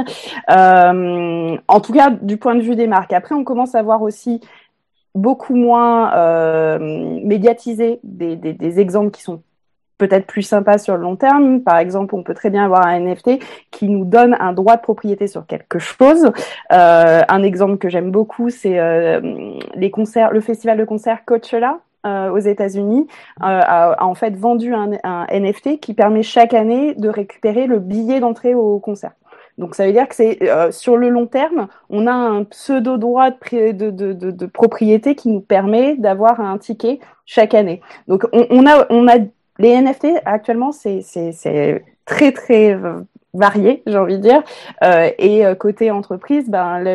En tout cas, du point de vue des marques. Après, on commence à voir aussi beaucoup moins médiatisés des exemples qui sont peut-être plus sympa sur le long terme. Par exemple, on peut très bien avoir un NFT qui nous donne un droit de propriété sur quelque chose. Un exemple que j'aime beaucoup, c'est le festival de concerts Coachella aux États-Unis a en fait vendu un NFT qui permet chaque année de récupérer le billet d'entrée au concert. Donc ça veut dire que c'est sur le long terme, on a un pseudo droit de propriété qui nous permet d'avoir un ticket chaque année. Donc on a les NFT actuellement, c'est très très varié, j'ai envie de dire. Et côté entreprise,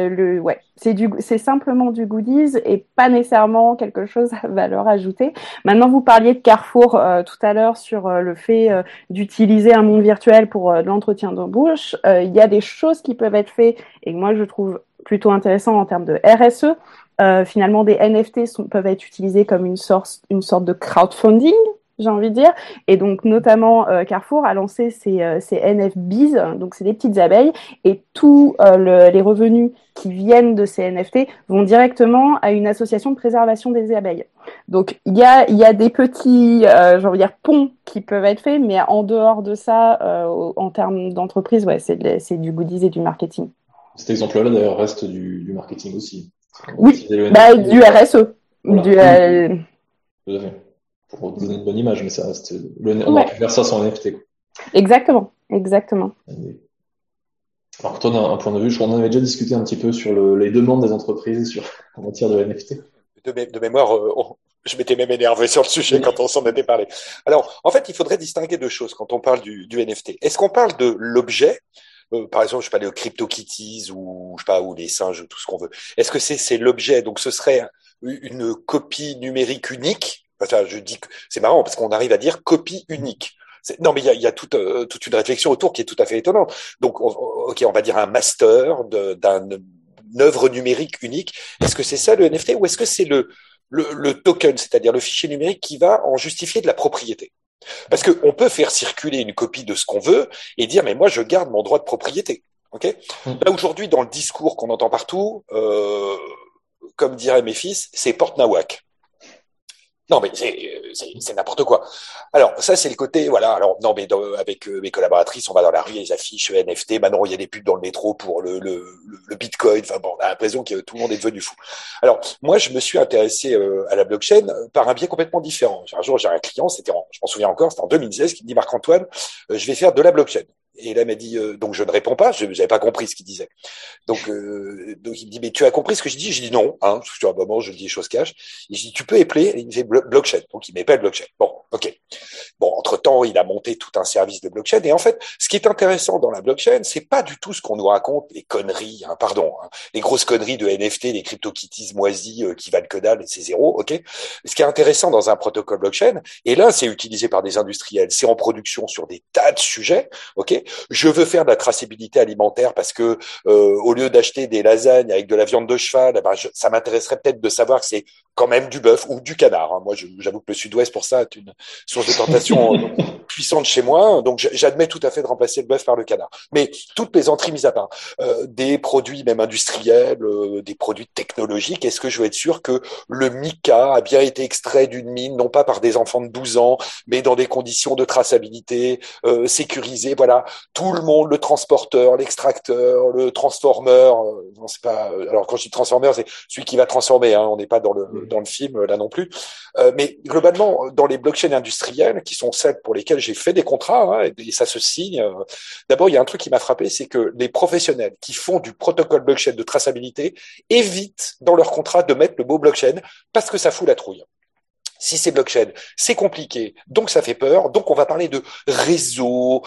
c'est simplement du goodies et pas nécessairement quelque chose à valeur ajoutée. Maintenant, vous parliez de Carrefour tout à l'heure sur le fait d'utiliser un monde virtuel pour de l'entretien d'embauche. Il y a des choses qui peuvent être faites et que moi je trouve plutôt intéressant en termes de RSE. Finalement, des NFT peuvent être utilisés comme une sorte de crowdfunding, j'ai envie de dire. Et donc, notamment, Carrefour a lancé ses NFBs, donc c'est des petites abeilles, et tous les revenus qui viennent de ces NFT vont directement à une association de préservation des abeilles. Donc, il y a des petits, j'ai envie de dire, ponts qui peuvent être faits, mais en dehors de ça, en termes d'entreprise, c'est du goodies et du marketing. Cet exemple-là, d'ailleurs, reste du marketing aussi. Oui, du RSE. Voilà. Tout à fait. Pour donner une bonne image, mais ça reste. On aurait pu faire ça sans NFT. Quoi. Exactement. Alors, toi, d'un point de vue, on avait déjà discuté un petit peu sur les demandes des entreprises en matière de NFT. De mémoire, je m'étais même énervé sur le sujet quand on s'en était parlé. Alors, en fait, il faudrait distinguer deux choses quand on parle du NFT. Est-ce qu'on parle de l'objet? Par exemple, je sais pas, les CryptoKitties ou je sais pas, ou les singes, tout ce qu'on veut. Est-ce que c'est l'objet? Donc, ce serait une copie numérique unique. Enfin, je dis que c'est marrant parce qu'on arrive à dire copie unique. Non, mais il y a toute une réflexion autour qui est tout à fait étonnante. Donc, on va dire un master d'une œuvre numérique unique. Est-ce que c'est ça le NFT ou est-ce que c'est le token, c'est-à-dire le fichier numérique qui va en justifier de la propriété? Parce que on peut faire circuler une copie de ce qu'on veut et dire mais moi je garde mon droit de propriété. Ok. Là aujourd'hui dans le discours qu'on entend partout, comme diraient mes fils, c'est porte-nawak. Non, mais c'est n'importe quoi. Alors, ça, c'est le côté, voilà. Alors, non, mais avec mes collaboratrices, on va dans la rue, les affiches NFT. Maintenant, il y a des pubs dans le métro pour le Bitcoin. Enfin, bon, on a l'impression que tout le monde est devenu fou. Alors, moi, je me suis intéressé à la blockchain par un biais complètement différent. Un jour, j'ai un client, je m'en souviens encore, c'était en 2016, qui me dit, Marc-Antoine, je vais faire de la blockchain. Et là, il m'a dit, donc je ne réponds pas, je n'avais pas compris ce qu'il disait. Donc il me dit, mais tu as compris ce que je dis? Je dis non, hein, parce qu'à un moment, je dis les choses cash. Et je dis, tu peux épeler? Et il me fait blockchain. Donc il m'épelle blockchain. Bon, ok. Bon, entre-temps, il a monté tout un service de blockchain. Et en fait, ce qui est intéressant dans la blockchain, c'est pas du tout ce qu'on nous raconte, les conneries, les grosses conneries de NFT, les CryptoKitties moisies qui valent que dalle, et c'est zéro, ok. Ce qui est intéressant dans un protocole blockchain, et là, c'est utilisé par des industriels, c'est en production sur des tas de sujets, ok. Je veux faire de la traçabilité alimentaire parce que au lieu d'acheter des lasagnes avec de la viande de cheval, ça m'intéresserait peut-être de savoir que c'est quand même du bœuf ou du canard. Hein. Moi, j'avoue que le Sud-Ouest, pour ça, est une source de tentation puissante chez moi. Donc, j'admets tout à fait de remplacer le bœuf par le canard. Mais toute plaisanterie mise à part, des produits même industriels, des produits technologiques, est-ce que je veux être sûr que le mica a bien été extrait d'une mine, non pas par des enfants de 12 ans, mais dans des conditions de traçabilité sécurisées, voilà. Tout le monde, le transporteur, l'extracteur, le transformeur, non, c'est pas. Alors quand je dis transformeur, c'est celui qui va transformer. Hein, on n'est pas dans le film là non plus. Mais globalement, dans les blockchains industrielles, qui sont celles pour lesquelles j'ai fait des contrats, hein, et ça se signe. D'abord, il y a un truc qui m'a frappé, c'est que les professionnels qui font du protocole blockchain de traçabilité évitent dans leur contrat de mettre le mot blockchain parce que ça fout la trouille. Si c'est blockchain, c'est compliqué, donc ça fait peur. Donc on va parler de réseau,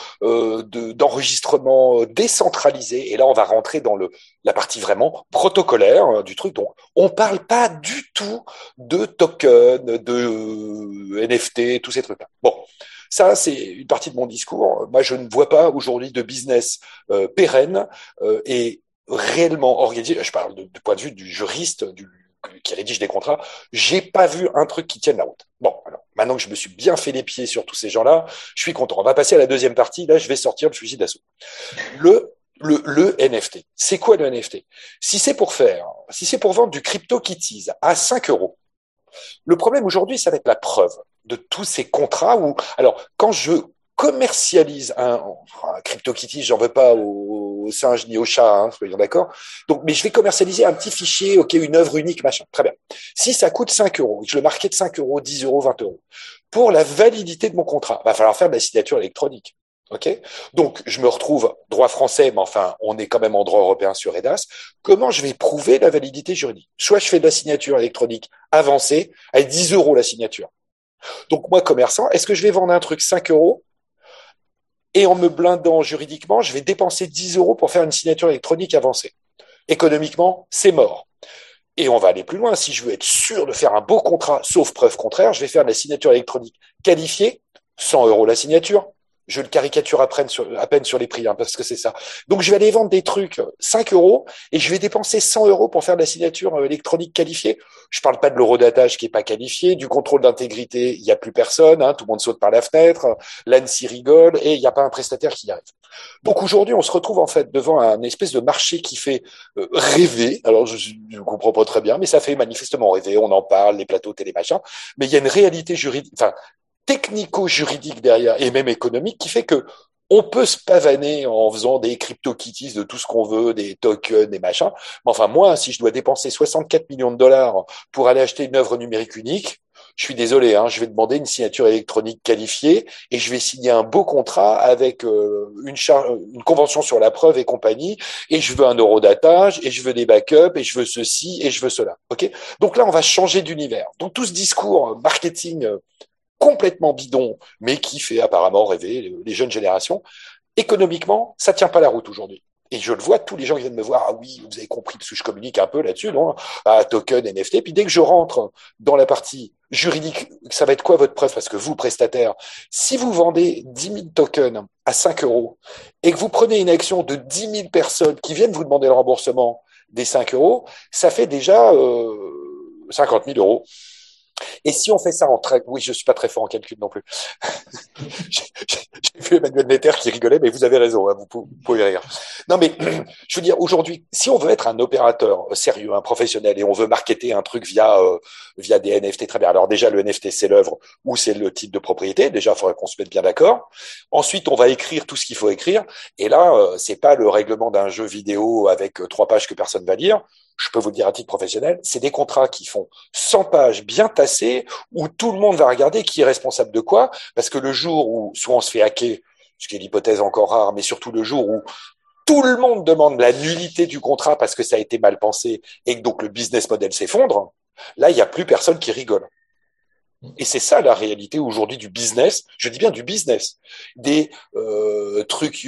d'enregistrement décentralisé. Et là, on va rentrer dans la partie vraiment protocolaire du truc. Donc on parle pas du tout de tokens, de NFT, tous ces trucs-là. Bon. Ça, c'est une partie de mon discours. Moi, je ne vois pas aujourd'hui de business pérenne et réellement organisé. Je parle du point de vue du juriste, qui rédige des contrats, j'ai pas vu un truc qui tienne la route. Bon, alors, maintenant que je me suis bien fait les pieds sur tous ces gens-là, je suis content. On va passer à la deuxième partie. Là, je vais sortir le fusil d'assaut. Le NFT. C'est quoi le NFT? Si c'est pour vendre du CryptoKitties à 5 €, le problème aujourd'hui, ça va être la preuve de tous ces contrats où, alors, quand je commercialise un CryptoKitties, j'en veux pas au singe ni au chat, hein, soyons d'accord. Donc, mais je vais commercialiser un petit fichier, ok, une œuvre unique, machin. Très bien. Si ça coûte 5 €, je le marquais de 5 €, 10 €, 20 €, pour la validité de mon contrat, va falloir faire de la signature électronique. Ok. Donc, je me retrouve droit français, mais enfin, on est quand même en droit européen sur EDAS. Comment je vais prouver la validité juridique? Soit je fais de la signature électronique avancée, à 10 € la signature. Donc, moi, commerçant, est-ce que je vais vendre un truc 5 € et en me blindant juridiquement, je vais dépenser 10 € pour faire une signature électronique avancée? Économiquement, c'est mort. Et on va aller plus loin. Si je veux être sûr de faire un beau contrat, sauf preuve contraire, je vais faire de la signature électronique qualifiée, 100 € la signature. Je le caricature à peine sur les prix, hein, parce que c'est ça. Donc, je vais aller vendre des trucs 5 € et je vais dépenser 100 € pour faire de la signature électronique qualifiée. Je parle pas de l'eurodatage qui est pas qualifié, du contrôle d'intégrité, il y a plus personne, hein, tout le monde saute par la fenêtre, l'ANSSI rigole et il n'y a pas un prestataire qui y arrive. Donc, aujourd'hui, on se retrouve en fait devant un espèce de marché qui fait rêver. Alors, je comprends pas très bien, mais ça fait manifestement rêver. On en parle, les plateaux télé, machin. Mais il y a une réalité juridique, enfin, technico-juridique derrière et même économique qui fait que on peut se pavaner en faisant des CryptoKitties de tout ce qu'on veut, des tokens, des machins. Mais enfin, moi, si je dois dépenser 64 millions de dollars pour aller acheter une œuvre numérique unique, je suis désolé, hein, je vais demander une signature électronique qualifiée et je vais signer un beau contrat avec une convention sur la preuve et compagnie. Et je veux un eurodatage et je veux des backups et je veux ceci et je veux cela. Ok. Donc là, on va changer d'univers. Donc tout ce discours marketing complètement bidon, mais qui fait apparemment rêver les jeunes générations. Économiquement, ça tient pas la route aujourd'hui. Et je le vois, tous les gens qui viennent me voir, ah oui, vous avez compris, parce que je communique un peu là-dessus, non? Ah, token, NFT. Puis dès que je rentre dans la partie juridique, ça va être quoi votre preuve? Parce que vous, prestataire, si vous vendez 10 000 tokens à 5 € et que vous prenez une action de 10 000 personnes qui viennent vous demander le remboursement des 5 €, ça fait déjà 50 000 €. Et si on fait ça oui, je suis pas très fort en calcul non plus. J'ai vu Emmanuel Netter qui rigolait, mais vous avez raison, hein, vous pouvez rire. Non, mais je veux dire, aujourd'hui, si on veut être un opérateur sérieux, un professionnel, et on veut marketer un truc via des NFT, très bien. Alors déjà, le NFT, c'est l'œuvre ou c'est le titre de propriété. Déjà, il faudrait qu'on se mette bien d'accord. Ensuite, on va écrire tout ce qu'il faut écrire. Et là, c'est pas le règlement d'un jeu vidéo avec 3 pages que personne va lire. Je peux vous le dire à titre professionnel, c'est des contrats qui font 100 pages bien tassées où tout le monde va regarder qui est responsable de quoi, parce que le jour où soit on se fait hacker, ce qui est l'hypothèse encore rare, mais surtout le jour où tout le monde demande la nullité du contrat parce que ça a été mal pensé et que donc le business model s'effondre, là, il n'y a plus personne qui rigole. Et c'est ça la réalité aujourd'hui du business. Je dis bien du business. Des trucs,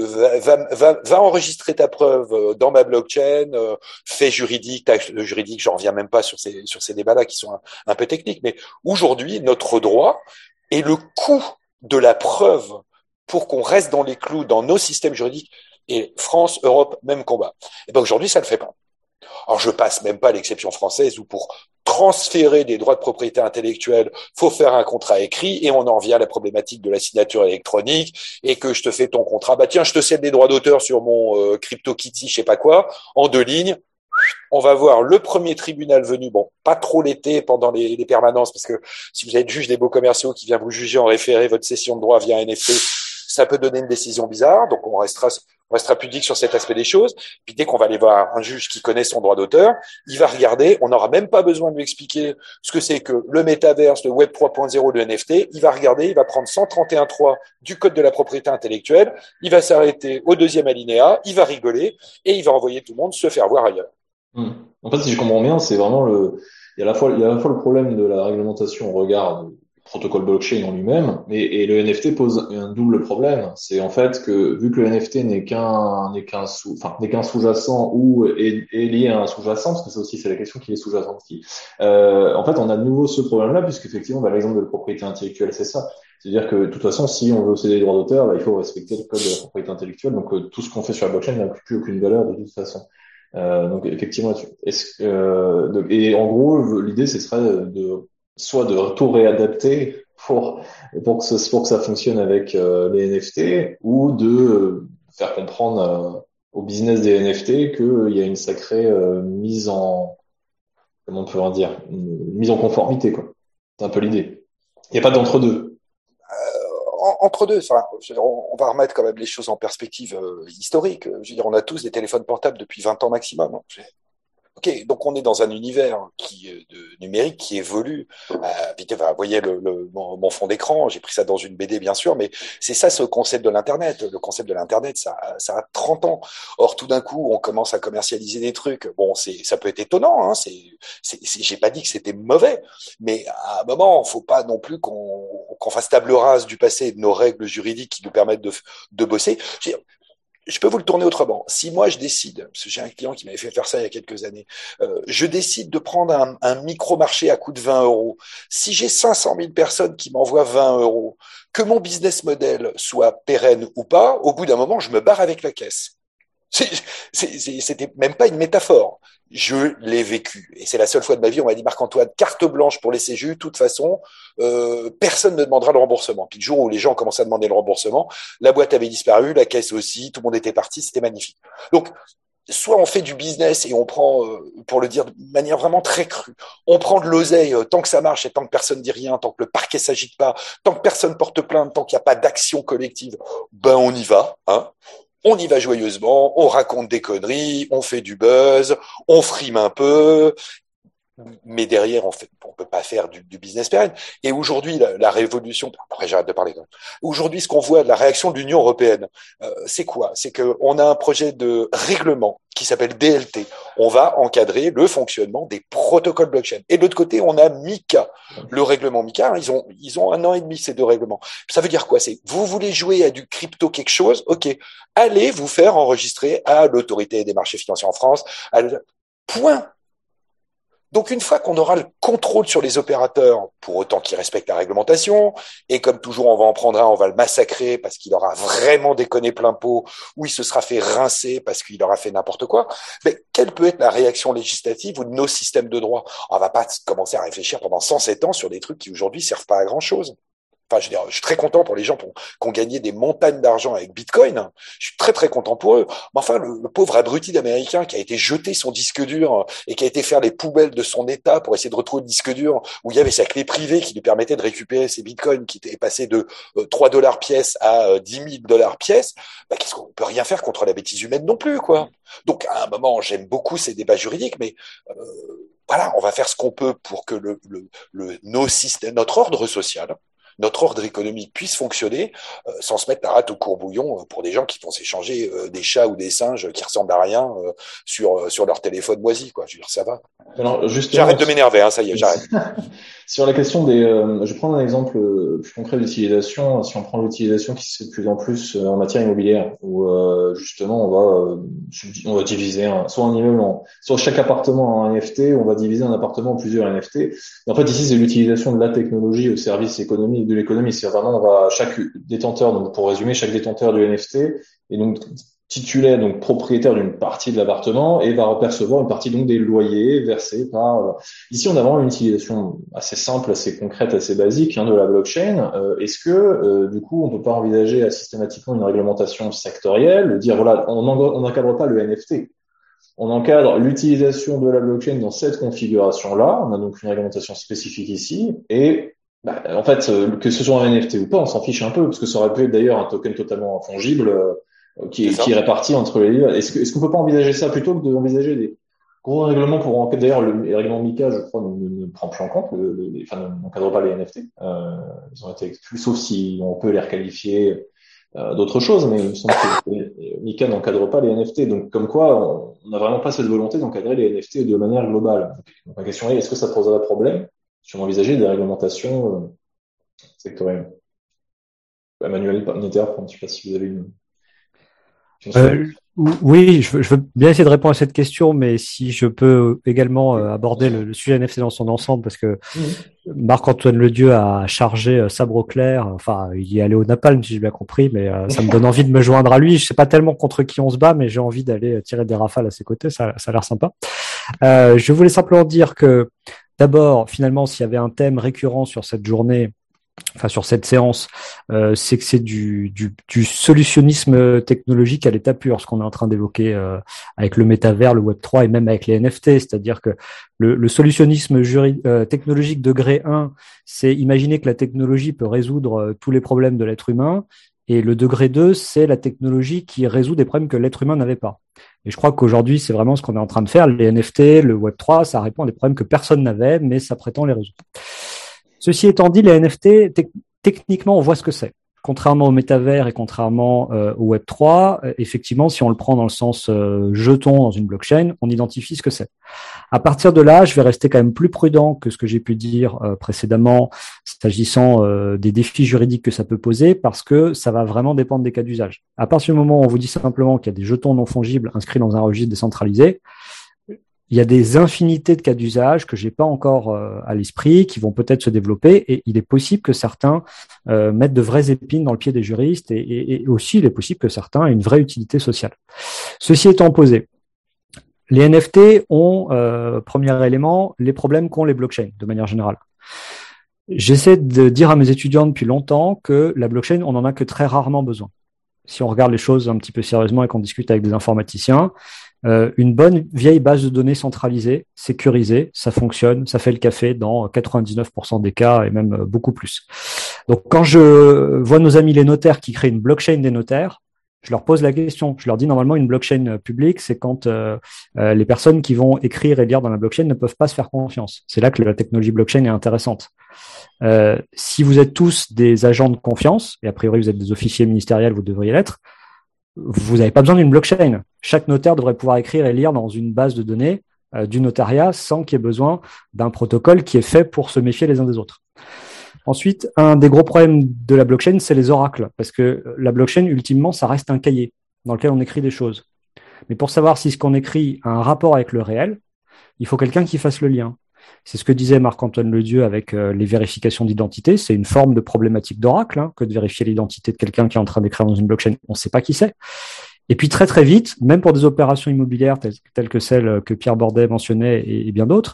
va enregistrer ta preuve dans ma blockchain, fait juridique, tâche juridique. J'en reviens même pas sur ces débats-là qui sont un peu techniques. Mais aujourd'hui, notre droit et le coût de la preuve pour qu'on reste dans les clous dans nos systèmes juridiques, et France, Europe, même combat. Et ben aujourd'hui, ça le fait pas. Alors je passe même pas à l'exception française où pour transférer des droits de propriété intellectuelle, faut faire un contrat écrit et on en revient à la problématique de la signature électronique et que je te fais ton contrat. Bah tiens, je te cède des droits d'auteur sur mon CryptoKitty, je sais pas quoi, en 2 lignes. On va voir le premier tribunal venu, bon, pas trop l'été pendant les permanences, parce que si vous êtes juge des baux commerciaux qui vient vous juger en référé votre cession de droit via un NFT, ça peut donner une décision bizarre, donc on restera pudique sur cet aspect des choses. Puis dès qu'on va aller voir un juge qui connaît son droit d'auteur, il va regarder, on n'aura même pas besoin de lui expliquer ce que c'est que le métaverse, le Web 3.0, le NFT, il va regarder, il va prendre 131.3 du code de la propriété intellectuelle, il va s'arrêter au 2e alinéa, il va rigoler et il va envoyer tout le monde se faire voir ailleurs. En fait, si je comprends bien, c'est vraiment il y a à la fois le problème de la réglementation au regard du protocole blockchain en lui-même, et le NFT pose un double problème. C'est en fait que, vu que le NFT n'est qu'un sous-jacent ou est lié à un sous-jacent, parce que ça aussi, c'est la question qui est sous-jacente en fait, on a de nouveau ce problème-là, puisque effectivement, l'exemple de la propriété intellectuelle, c'est ça. C'est-à-dire que, de toute façon, si on veut céder des droits d'auteur, il faut respecter le code de la propriété intellectuelle. Donc, tout ce qu'on fait sur la blockchain n'a plus aucune valeur de toute façon. Donc effectivement, et en gros, l'idée ce serait soit de tout réadapter pour que ça fonctionne avec les NFT, ou de faire comprendre au business des NFT qu'il y a une sacrée mise en conformité, quoi. C'est un peu l'idée. Il n'y a pas d'entre-deux. Entre deux, enfin, on va remettre quand même les choses en perspective historique. Je veux dire, on a tous des téléphones portables depuis 20 ans maximum. Ok, donc on est dans un univers numérique qui évolue. Vite, vous voyez mon fond d'écran, j'ai pris ça dans une BD bien sûr, mais c'est ça ce concept de l'Internet. Le concept de l'Internet, ça a 30 ans. Or, tout d'un coup, on commence à commercialiser des trucs. Bon, ça peut être étonnant, hein, j'ai pas dit que c'était mauvais, mais à un moment, faut pas non plus qu'on fasse table rase du passé et de nos règles juridiques qui nous permettent de bosser. Je peux vous le tourner autrement. Si moi je décide, parce que j'ai un client qui m'avait fait faire ça il y a quelques années, je décide de prendre un micro-marché à coût de 20 euros. Si j'ai 500 000 personnes qui m'envoient 20 euros, que mon business model soit pérenne ou pas, au bout d'un moment, je me barre avec la caisse. C'était même pas une métaphore. Je l'ai vécu. Et c'est la seule fois de ma vie, on m'a dit, Marc-Antoine, carte blanche pour les CGU, de toute façon, personne ne demandera le remboursement. Puis le jour où les gens ont commencé à demander le remboursement, la boîte avait disparu, la caisse aussi, tout le monde était parti, c'était magnifique. Donc, soit on fait du business et on prend, pour le dire de manière vraiment très crue, on prend de l'oseille tant que ça marche et tant que personne dit rien, tant que le parquet s'agite pas, tant que personne porte plainte, tant qu'il n'y a pas d'action collective, ben on y va, hein. On y va joyeusement, on raconte des conneries, on fait du buzz, on frime un peu, mais derrière, on peut pas faire du business pérenne. Et aujourd'hui, la révolution, après j'arrête de parler. Aujourd'hui, ce qu'on voit de la réaction de l'Union européenne, c'est quoi? C'est qu'on a un projet de règlement qui s'appelle DLT. On va encadrer le fonctionnement des protocoles blockchain. Et de l'autre côté, on a MiCA, le règlement MiCA. Ils ont 1 an et demi ces 2 règlements. Ça veut dire quoi? C'est vous voulez jouer à du crypto quelque chose? Ok, allez vous faire enregistrer à l'autorité des marchés financiers en France. Point. Donc une fois qu'on aura le contrôle sur les opérateurs, pour autant qu'ils respectent la réglementation, et comme toujours on va en prendre un, on va le massacrer parce qu'il aura vraiment déconné plein pot, ou il se sera fait rincer parce qu'il aura fait n'importe quoi, mais quelle peut être la réaction législative ou de nos systèmes de droit? On va pas commencer à réfléchir pendant 107 ans sur des trucs qui aujourd'hui servent pas à grand chose. Enfin, je veux dire, je suis très content pour les gens qui ont gagné des montagnes d'argent avec Bitcoin. Je suis très, très content pour eux. Mais enfin, le pauvre abruti d'Américain qui a été jeté son disque dur et qui a été faire les poubelles de son État pour essayer de retrouver le disque dur où il y avait sa clé privée qui lui permettait de récupérer ses Bitcoins qui étaient passés de $3 pièce à $10 000 pièce, bah, qu'est-ce qu'on peut rien faire contre la bêtise humaine non plus, quoi. Donc, à un moment, j'aime beaucoup ces débats juridiques, mais voilà, on va faire ce qu'on peut pour que nos systèmes, notre ordre social, notre ordre économique puisse fonctionner sans se mettre la rate au courbouillon pour des gens qui vont s'échanger des chats ou des singes qui ressemblent à rien sur leur téléphone moisi, quoi. Je veux dire, ça va. Alors, j'arrête de m'énerver, hein, ça y est, j'arrête. Sur la question des, je vais prendre un exemple plus concret d'utilisation. Si on prend l'utilisation qui se fait de plus en plus en matière immobilière, où justement on va diviser soit un immeuble, soit chaque appartement en NFT, on va diviser un appartement en plusieurs NFT. Et en fait, ici, c'est l'utilisation de la technologie au service économique de l'économie. C'est vraiment, chaque détenteur, donc pour résumer, chaque détenteur du NFT est donc titulaire, donc propriétaire d'une partie de l'appartement et va percevoir une partie donc des loyers versés par. Ici, on a vraiment une utilisation assez simple, assez concrète, assez basique de la blockchain. Est-ce que du coup, on peut pas envisager systématiquement une réglementation sectorielle, dire voilà, on n'encadre pas le NFT, on encadre l'utilisation de la blockchain dans cette configuration-là. On a donc une réglementation spécifique ici et en fait, que ce soit un NFT ou pas, on s'en fiche un peu parce que ça aurait pu être d'ailleurs un token totalement fongible. Qui est réparti entre les livres. Est-ce qu'on peut pas envisager ça plutôt que d'envisager des gros règlements pour d'ailleurs le règlement MiCA, je crois, ne prend plus en compte, n'encadre pas les NFT. Ils ont été exclus, sauf si on peut les requalifier d'autres choses, mais il me semble que MiCA n'encadre pas les NFT. Donc, comme quoi, on n'a vraiment pas cette volonté d'encadrer les NFT de manière globale. Donc, ma question est, est-ce que ça poserait problème si on envisageait des réglementations sectorielles? Emmanuel Netter, je ne sais pas si vous avez une... Oui, je veux bien essayer de répondre à cette question, mais si je peux également aborder le sujet NFT dans son ensemble, parce que Marc-Antoine Ledieu a chargé Sabre au clair, enfin il y est allé au napalm si j'ai bien compris, mais ça me donne envie de me joindre à lui. Je sais pas tellement contre qui on se bat, mais j'ai envie d'aller tirer des rafales à ses côtés, ça a l'air sympa. Je voulais simplement dire que d'abord, finalement, s'il y avait un thème récurrent sur cette journée, enfin sur cette séance, c'est que c'est du solutionnisme technologique à l'état pur, ce qu'on est en train d'évoquer avec le métavers, le Web3 et même avec les NFT, c'est-à-dire que le solutionnisme technologique degré 1, c'est imaginer que la technologie peut résoudre tous les problèmes de l'être humain, et le degré 2, c'est la technologie qui résout des problèmes que l'être humain n'avait pas. Et je crois qu'aujourd'hui, c'est vraiment ce qu'on est en train de faire. Les NFT, le Web3, ça répond à des problèmes que personne n'avait, mais ça prétend les résoudre. Ceci étant dit, les NFT, techniquement, on voit ce que c'est. Contrairement au métavers et contrairement au Web3, effectivement, si on le prend dans le sens jeton dans une blockchain, on identifie ce que c'est. À partir de là, je vais rester quand même plus prudent que ce que j'ai pu dire précédemment, s'agissant des défis juridiques que ça peut poser, parce que ça va vraiment dépendre des cas d'usage. À partir du moment où on vous dit simplement qu'il y a des jetons non fongibles inscrits dans un registre décentralisé, il y a des infinités de cas d'usage que j'ai pas encore à l'esprit, qui vont peut-être se développer, et il est possible que certains mettent de vraies épines dans le pied des juristes, et aussi il est possible que certains aient une vraie utilité sociale. Ceci étant posé, les NFT ont, premier élément, les problèmes qu'ont les blockchains, de manière générale. J'essaie de dire à mes étudiants depuis longtemps que la blockchain, on en a que très rarement besoin. Si on regarde les choses un petit peu sérieusement et qu'on discute avec des informaticiens, une bonne vieille base de données centralisée, sécurisée, ça fonctionne, ça fait le café dans 99% des cas et même beaucoup plus. Donc quand je vois nos amis les notaires qui créent une blockchain des notaires, je leur pose la question, je leur dis normalement une blockchain publique, c'est quand les personnes qui vont écrire et lire dans la blockchain ne peuvent pas se faire confiance. C'est là que la technologie blockchain est intéressante. Si vous êtes tous des agents de confiance, et a priori vous êtes des officiers ministériels, vous devriez l'être, vous n'avez pas besoin d'une blockchain. Chaque notaire devrait pouvoir écrire et lire dans une base de données du notariat sans qu'il y ait besoin d'un protocole qui est fait pour se méfier les uns des autres. Ensuite, un des gros problèmes de la blockchain, c'est les oracles, parce que la blockchain, ultimement, ça reste un cahier dans lequel on écrit des choses. Mais pour savoir si ce qu'on écrit a un rapport avec le réel, Il faut quelqu'un qui fasse le lien. C'est ce que disait Marc-Antoine Ledieu avec les vérifications d'identité. C'est une forme de problématique d'Oracle que de vérifier l'identité de quelqu'un qui est en train d'écrire dans une blockchain. On ne sait pas qui c'est. Et puis très très vite, même pour des opérations immobilières telles que celles que Pierre Bordet mentionnait et bien d'autres,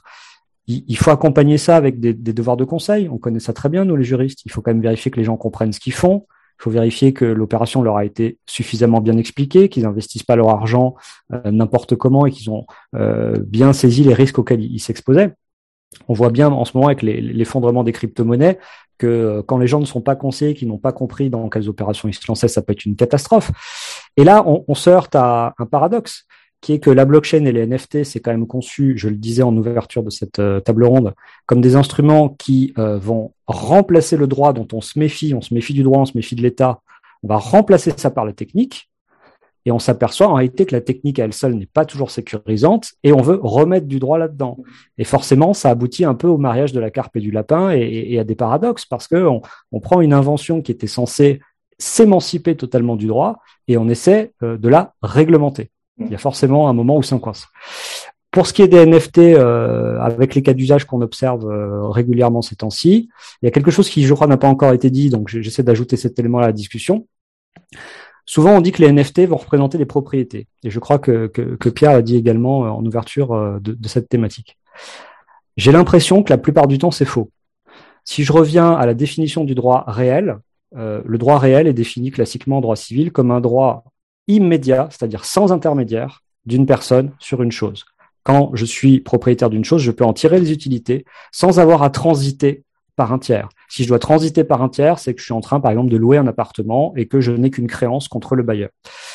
il faut accompagner ça avec des devoirs de conseil. On connaît ça très bien, nous les juristes. Il faut quand même vérifier que les gens comprennent ce qu'ils font. Il faut vérifier que l'opération leur a été suffisamment bien expliquée, qu'ils n'investissent pas leur argent n'importe comment et qu'ils ont bien saisi les risques auxquels ils s'exposaient. On voit bien en ce moment avec l'effondrement des crypto-monnaies que quand les gens ne sont pas conseillés, qui n'ont pas compris dans quelles opérations ils se lançaient, ça peut être une catastrophe. Et là, on se heurte à un paradoxe, qui est que la blockchain et les NFT, c'est quand même conçu, je le disais en ouverture de cette table ronde, comme des instruments qui vont remplacer le droit dont on se méfie du droit, on se méfie de l'État, on va remplacer ça par la technique, et on s'aperçoit en réalité que la technique à elle seule n'est pas toujours sécurisante, et on veut remettre du droit là-dedans. Et forcément, ça aboutit un peu au mariage de la carpe et du lapin, et à des paradoxes, parce qu'on prend une invention qui était censée s'émanciper totalement du droit, et on essaie de la réglementer. Il y a forcément un moment où ça coince. Pour ce qui est des NFT, avec les cas d'usage qu'on observe régulièrement ces temps-ci, il y a quelque chose qui, je crois, n'a pas encore été dit, donc j'essaie d'ajouter cet élément à la discussion. Souvent, on dit que les NFT vont représenter des propriétés. Et je crois que Pierre l'a dit également en ouverture de cette thématique. J'ai l'impression que la plupart du temps, c'est faux. Si je reviens à la définition du droit réel, le droit réel est défini classiquement en droit civil comme un droit immédiat, c'est-à-dire sans intermédiaire, d'une personne sur une chose. Quand je suis propriétaire d'une chose, je peux en tirer les utilités sans avoir à transiter par un tiers. Si je dois transiter par un tiers, c'est que je suis en train, par exemple, de louer un appartement et que je n'ai qu'une créance contre le bailleur.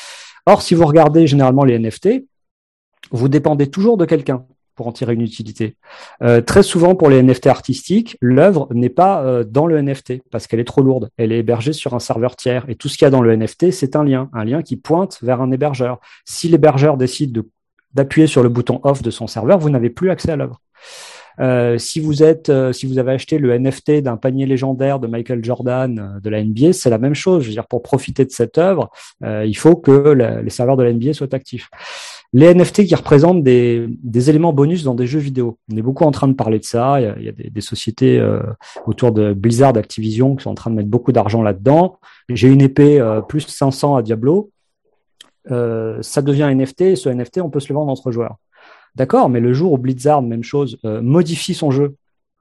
Or, si vous regardez généralement les NFT, vous dépendez toujours de quelqu'un pour en tirer une utilité. Très souvent, pour les NFT artistiques, l'œuvre n'est pas dans le NFT parce qu'elle est trop lourde. Elle est hébergée sur un serveur tiers. Et tout ce qu'il y a dans le NFT, c'est un lien qui pointe vers un hébergeur. Si l'hébergeur décide d'appuyer sur le bouton off de son serveur, vous n'avez plus accès à l'œuvre. Si vous avez acheté le NFT d'un panier légendaire de Michael Jordan de la NBA, c'est la même chose. Je veux dire, pour profiter de cette œuvre, il faut que les serveurs de la NBA soient actifs. Les NFT qui représentent des éléments bonus dans des jeux vidéo. On est beaucoup en train de parler de ça. Il y a des sociétés autour de Blizzard, Activision qui sont en train de mettre beaucoup d'argent là-dedans. J'ai une épée plus 500 à Diablo. Ça devient NFT et ce NFT, on peut se le vendre entre joueurs. D'accord, mais le jour où Blizzard, même chose, modifie son jeu,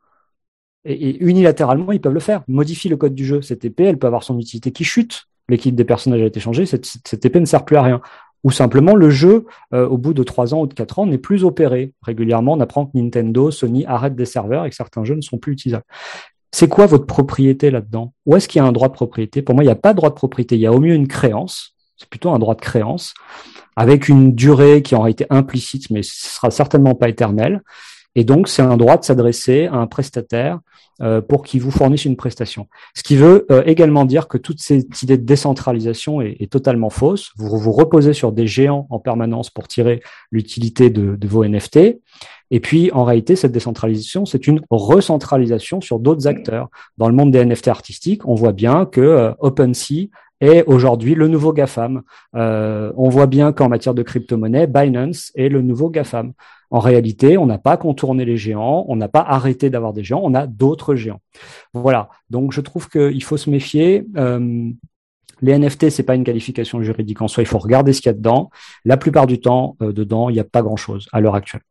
et unilatéralement, ils peuvent le faire, modifie le code du jeu. Cette épée, elle peut avoir son utilité qui chute. L'équipe des personnages a été changée, cette épée ne sert plus à rien. Ou simplement, le jeu, au bout de 3 ans ou de 4 ans, n'est plus opéré. Régulièrement, on apprend que Nintendo, Sony arrêtent des serveurs et que certains jeux ne sont plus utilisables. C'est quoi votre propriété là-dedans? Où est-ce qu'il y a un droit de propriété? Pour moi, il n'y a pas de droit de propriété. Il y a au mieux une créance. C'est plutôt un droit de créance, avec une durée qui en réalité implicite, mais ce sera certainement pas éternel. Et donc, c'est un droit de s'adresser à un prestataire pour qu'il vous fournisse une prestation. Ce qui veut également dire que toute cette idée de décentralisation est totalement fausse. Vous vous reposez sur des géants en permanence pour tirer l'utilité de vos NFT. Et puis, en réalité, cette décentralisation, c'est une recentralisation sur d'autres acteurs. Dans le monde des NFT artistiques, on voit bien que OpenSea est aujourd'hui le nouveau GAFAM. On voit bien qu'en matière de crypto-monnaie, Binance est le nouveau GAFAM. En réalité, on n'a pas contourné les géants, on n'a pas arrêté d'avoir des géants, on a d'autres géants. Voilà. Donc, je trouve qu'il faut se méfier. Les NFT, c'est pas une qualification juridique en soi. Il faut regarder ce qu'il y a dedans. La plupart du temps, dedans, il n'y a pas grand-chose à l'heure actuelle.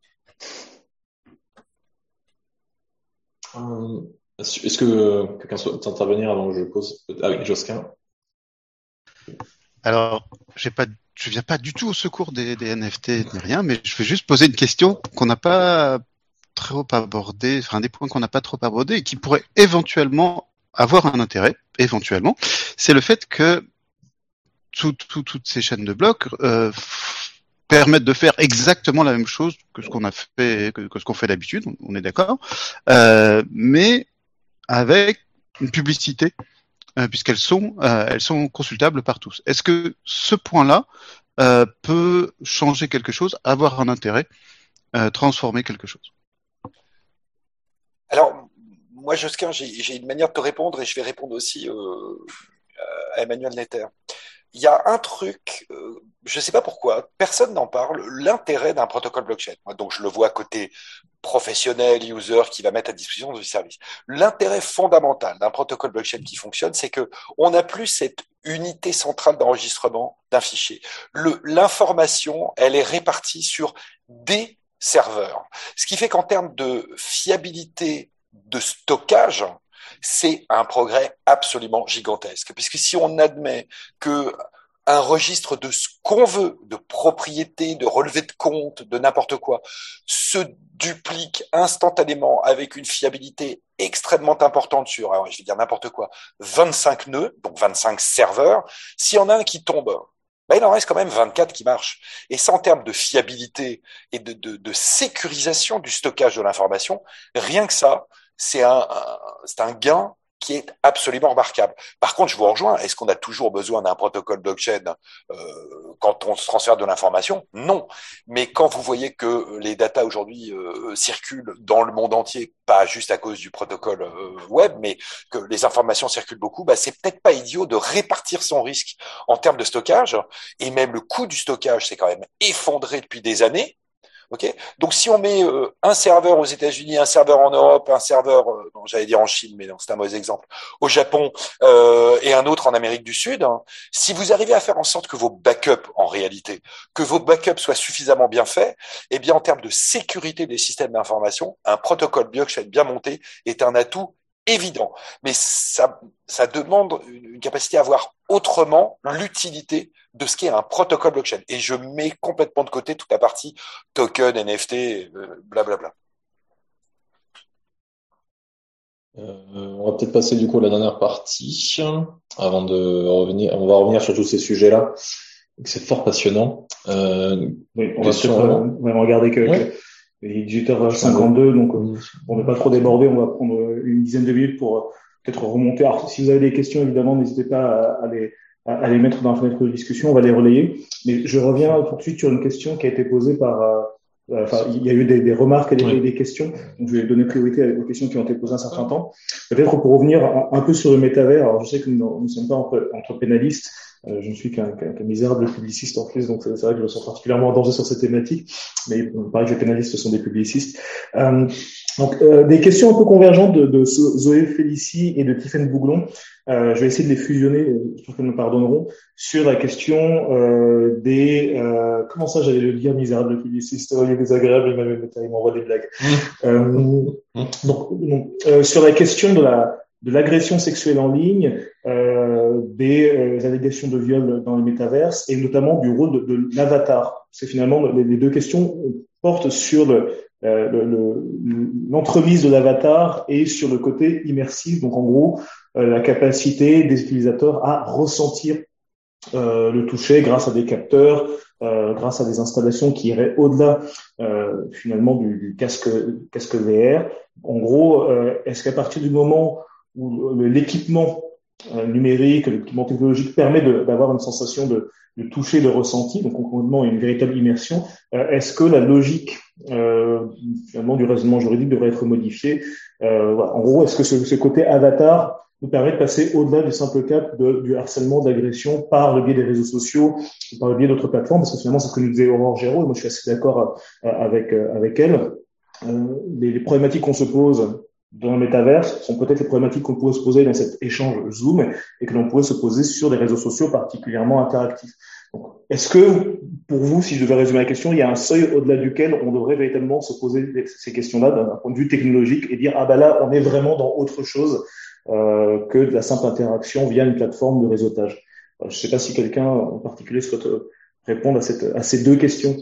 Est-ce que quelqu'un souhaite intervenir avant que je pose? Ah oui, Josquin. Alors, je viens pas du tout au secours des NFT ni rien, mais je vais juste poser une question qu'on n'a pas trop abordée, enfin un des points qu'on n'a pas trop abordé et qui pourrait éventuellement avoir un intérêt, éventuellement, c'est le fait que toutes ces chaînes de blocs permettent de faire exactement la même chose que ce qu'on a fait, que ce qu'on fait d'habitude, on est d'accord, mais avec une publicité. Puisqu'elles sont consultables par tous. Est-ce que ce point-là peut changer quelque chose, avoir un intérêt, transformer quelque chose? Alors, moi, Josquin, j'ai une manière de te répondre et je vais répondre aussi à Emmanuel Netter. il y a un truc, je ne sais pas pourquoi, personne n'en parle, l'intérêt d'un protocole blockchain. Moi, donc, je le vois à côté professionnel, user, qui va mettre à disposition du service. L'intérêt fondamental d'un protocole blockchain qui fonctionne, c'est que on n'a plus cette unité centrale d'enregistrement d'un fichier. L'information, elle est répartie sur des serveurs. Ce qui fait qu'en termes de fiabilité de stockage, c'est un progrès absolument gigantesque. Puisque si on admet que un registre de ce qu'on veut, de propriété, de relevé de compte, de n'importe quoi, se duplique instantanément avec une fiabilité extrêmement importante sur, alors je vais dire n'importe quoi, 25 nœuds, donc 25 serveurs, s'il y en a un qui tombe, ben, il en reste quand même 24 qui marchent. Et ça, en termes de fiabilité et de sécurisation du stockage de l'information, rien que ça, c'est un gain qui est absolument remarquable. Par contre, je vous rejoins, est-ce qu'on a toujours besoin d'un protocole blockchain quand on se transfère de l'information? Non. Mais quand vous voyez que les datas aujourd'hui circulent dans le monde entier, pas juste à cause du protocole web, mais que les informations circulent beaucoup, bah, c'est peut-être pas idiot de répartir son risque en termes de stockage, et même le coût du stockage s'est quand même effondré depuis des années. Okay, donc si on met un serveur aux États-Unis, un serveur en Europe, un serveur, j'allais dire en Chine, mais non, c'est un mauvais exemple, au Japon et un autre en Amérique du Sud, hein, si vous arrivez à faire en sorte que vos backups, en réalité, que vos backups soient suffisamment bien faits, eh bien en termes de sécurité des systèmes d'information, un protocole blockchain bien monté est un atout évident. Mais ça demande une capacité à voir autrement l'utilité de ce qu'est un protocole blockchain. Et je mets complètement de côté toute la partie token, NFT, blablabla. On va peut-être passer du coup à la dernière partie avant de revenir. On va revenir sur tous ces sujets-là. C'est fort passionnant. Oui, on va peut-être regarder que il est 18h52, donc pour ne pas trop déborder, on va prendre une dizaine de minutes pour peut-être remonter. Alors, si vous avez des questions, évidemment, n'hésitez pas à les mettre dans la fenêtre de discussion, on va les relayer. Mais je reviens tout de suite sur une question qui a été posée par... il y a eu des remarques et des questions, donc je vais donner priorité aux questions qui ont été posées un certain temps. Peut-être pour revenir un peu sur le métavers, alors je sais que nous ne sommes pas entre pénalistes, je ne suis qu'un misérable publiciste en plus, donc c'est vrai que je me sens particulièrement en danger sur cette thématique, mais pareil que les pénalistes sont des publicistes. Donc des questions un peu convergentes de Zoé Félicie et de Tiffaine Bouglon. Je vais essayer de les fusionner, j'espère qu'elles me pardonneront, sur la question des... comment ça, j'allais le dire, misérable publiciste, il est désagréable, il m'envoie des blagues. Sur la question de l'agression sexuelle en ligne, des allégations de viol dans les métaverses, et notamment du rôle de l'avatar. C'est finalement les deux questions portent sur l'entremise de l'avatar et sur le côté immersif, donc en gros la capacité des utilisateurs à ressentir le toucher grâce à des capteurs, grâce à des installations qui iraient au-delà finalement du casque VR. En gros, est-ce qu'à partir du moment où l'équipement numérique, l'équipement technologique permet d'avoir une sensation de toucher, de ressenti, donc concrètement une véritable immersion, est-ce que la logique finalement du raisonnement juridique devrait être modifiée? Voilà. En gros, est-ce que ce côté avatar nous permet de passer au-delà du simple cap du harcèlement, d'agression par le biais des réseaux sociaux, par le biais d'autres plateformes, parce que finalement c'est ce que nous disait Aurore Géraud, et moi je suis assez d'accord avec elle. Les problématiques qu'on se pose dans le métaverse sont peut-être les problématiques qu'on pourrait se poser dans cet échange Zoom et que l'on pourrait se poser sur des réseaux sociaux particulièrement interactifs. Donc, est-ce que, pour vous, si je devais résumer la question, il y a un seuil au-delà duquel on devrait véritablement se poser ces questions-là d'un point de vue technologique et dire, ah ben là, on est vraiment dans autre chose que de la simple interaction via une plateforme de réseautage. Je ne sais pas si quelqu'un en particulier souhaite répondre à ces deux questions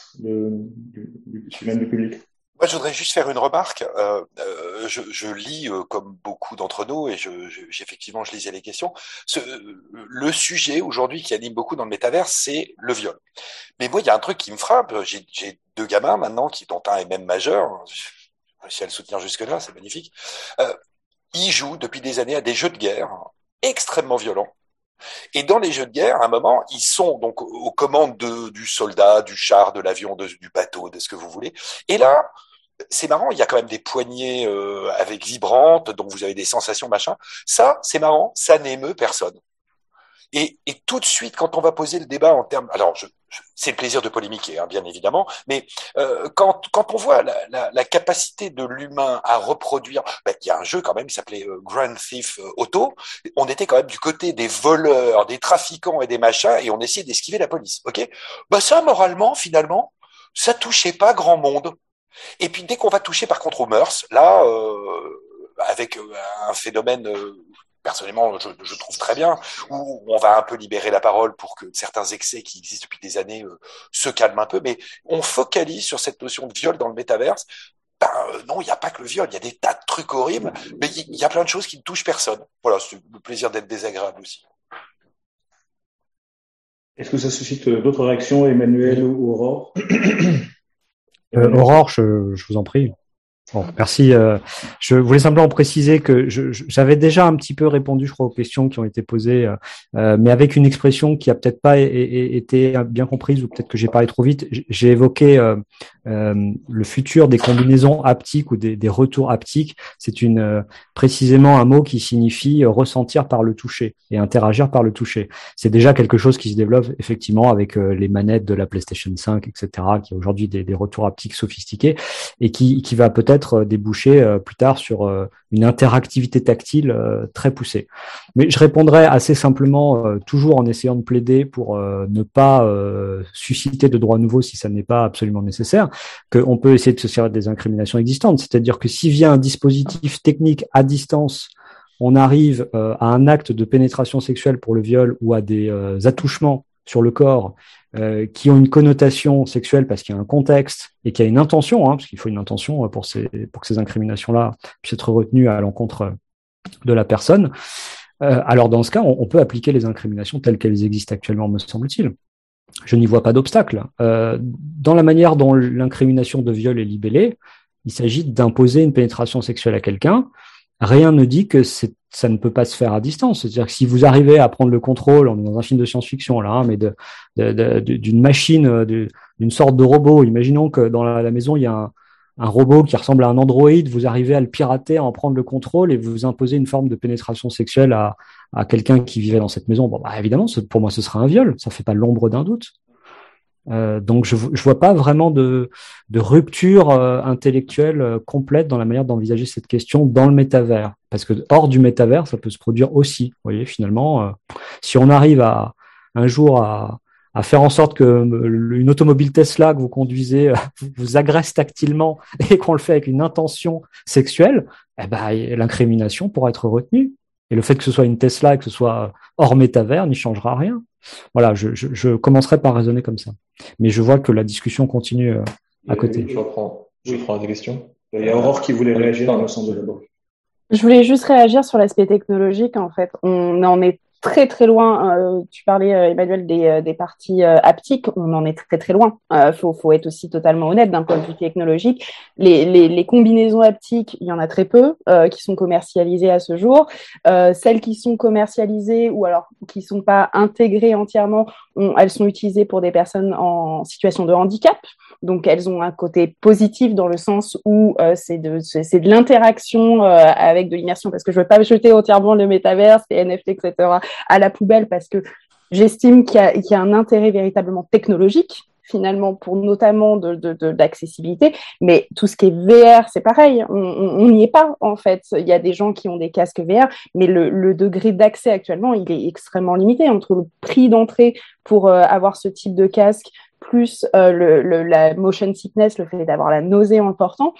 du public. Moi, je voudrais juste faire une remarque. Je lis comme beaucoup d'entre nous, et effectivement, je lisais les questions. Le sujet aujourd'hui qui anime beaucoup dans le métavers, c'est le viol. Mais moi, il y a un truc qui me frappe. J'ai deux gamins maintenant, dont un est même majeur. J'ai réussi à le soutenir jusque-là, c'est magnifique. Ils jouent depuis des années à des jeux de guerre extrêmement violents. Et dans les jeux de guerre, à un moment, ils sont donc aux commandes du soldat, du char, de l'avion, du bateau, de ce que vous voulez. Et là, c'est marrant, il y a quand même des poignées avec vibrantes, donc vous avez des sensations, machin. Ça, c'est marrant, ça n'émeut personne. Et tout de suite, quand on va poser le débat en termes, alors c'est le plaisir de polémiquer, hein, bien évidemment, mais quand on voit la capacité de l'humain à reproduire, il y a un jeu quand même qui s'appelait Grand Theft Auto. On était quand même du côté des voleurs, des trafiquants et des machins, et on essayait d'esquiver la police. Ok, ça moralement, finalement, ça touchait pas grand monde. Et puis dès qu'on va toucher par contre aux mœurs, là, avec un phénomène personnellement, je trouve très bien, où on va un peu libérer la parole pour que certains excès qui existent depuis des années se calment un peu, mais on focalise sur cette notion de viol dans le métaverse. Non, il n'y a pas que le viol, il y a des tas de trucs horribles, mais il y a plein de choses qui ne touchent personne. Voilà, c'est le plaisir d'être désagréable aussi. Est-ce que ça suscite d'autres réactions, Emmanuel ou Aurore? Aurore, je vous en prie. Bon, merci. Je voulais simplement préciser que j'avais déjà un petit peu répondu, je crois, aux questions qui ont été posées, mais avec une expression qui a peut-être pas été bien comprise, ou peut-être que j'ai parlé trop vite. J'ai évoqué le futur des combinaisons haptiques ou des retours haptiques. C'est précisément un mot qui signifie ressentir par le toucher et interagir par le toucher. C'est déjà quelque chose qui se développe effectivement avec les manettes de la PlayStation 5, etc., qui a aujourd'hui des retours haptiques sophistiqués et qui va peut-être déboucher plus tard sur une interactivité tactile très poussée. Mais je répondrai assez simplement, toujours en essayant de plaider pour ne pas susciter de droits nouveaux si ça n'est pas absolument nécessaire, qu'on peut essayer de se servir des incriminations existantes. C'est-à-dire que si via un dispositif technique à distance, on arrive à un acte de pénétration sexuelle pour le viol ou à des attouchements sur le corps qui ont une connotation sexuelle parce qu'il y a un contexte et qu'il y a une intention, parce qu'il faut une intention pour que ces incriminations-là puissent être retenues à l'encontre de la personne, alors dans ce cas, on peut appliquer les incriminations telles qu'elles existent actuellement, me semble-t-il. Je n'y vois pas d'obstacle. Dans la manière dont l'incrimination de viol est libellée, il s'agit d'imposer une pénétration sexuelle à quelqu'un. Rien ne dit que ça ne peut pas se faire à distance. C'est-à-dire que si vous arrivez à prendre le contrôle, on est dans un film de science-fiction là, mais d'une machine, d'une sorte de robot. Imaginons que dans la maison, il y a un robot qui ressemble à un androïde, vous arrivez à le pirater, à en prendre le contrôle et vous imposez une forme de pénétration sexuelle à quelqu'un qui vivait dans cette maison. Bon, évidemment, pour moi, ce sera un viol. Ça fait pas l'ombre d'un doute. Donc je vois pas vraiment de rupture intellectuelle complète dans la manière d'envisager cette question dans le métavers, parce que hors du métavers ça peut se produire aussi. Vous voyez, finalement, si on arrive un jour à faire en sorte que une automobile Tesla que vous conduisez vous agresse tactilement et qu'on le fait avec une intention sexuelle, l'incrimination pourra être retenue. Et le fait que ce soit une Tesla et que ce soit hors métavers n'y changera rien. Voilà, je commencerai par raisonner comme ça. Mais je vois que la discussion continue à côté. Je reprends des questions. Il y a Aurore qui voulait réagir, il me semble d'abord. Je voulais juste réagir sur l'aspect technologique. En fait, on en est très très loin. Tu parlais, Emmanuel, des parties haptiques. On en est très très loin. Faut être aussi totalement honnête d'un point de vue technologique. Les combinaisons haptiques, il y en a très peu qui sont commercialisées à ce jour. Celles qui sont commercialisées ou alors qui sont pas intégrées entièrement, elles sont utilisées pour des personnes en situation de handicap. Donc, elles ont un côté positif dans le sens où c'est de l'interaction avec de l'immersion, parce que je veux pas jeter entièrement le métaverse, les NFT, etc. à la poubelle, parce que j'estime qu'il y a un intérêt véritablement technologique, finalement, pour notamment d'accessibilité. Mais tout ce qui est VR, c'est pareil. On n'y est pas, en fait. Il y a des gens qui ont des casques VR, mais le degré d'accès actuellement, il est extrêmement limité entre le prix d'entrée pour avoir ce type de casque plus la motion sickness, le fait d'avoir la nausée important,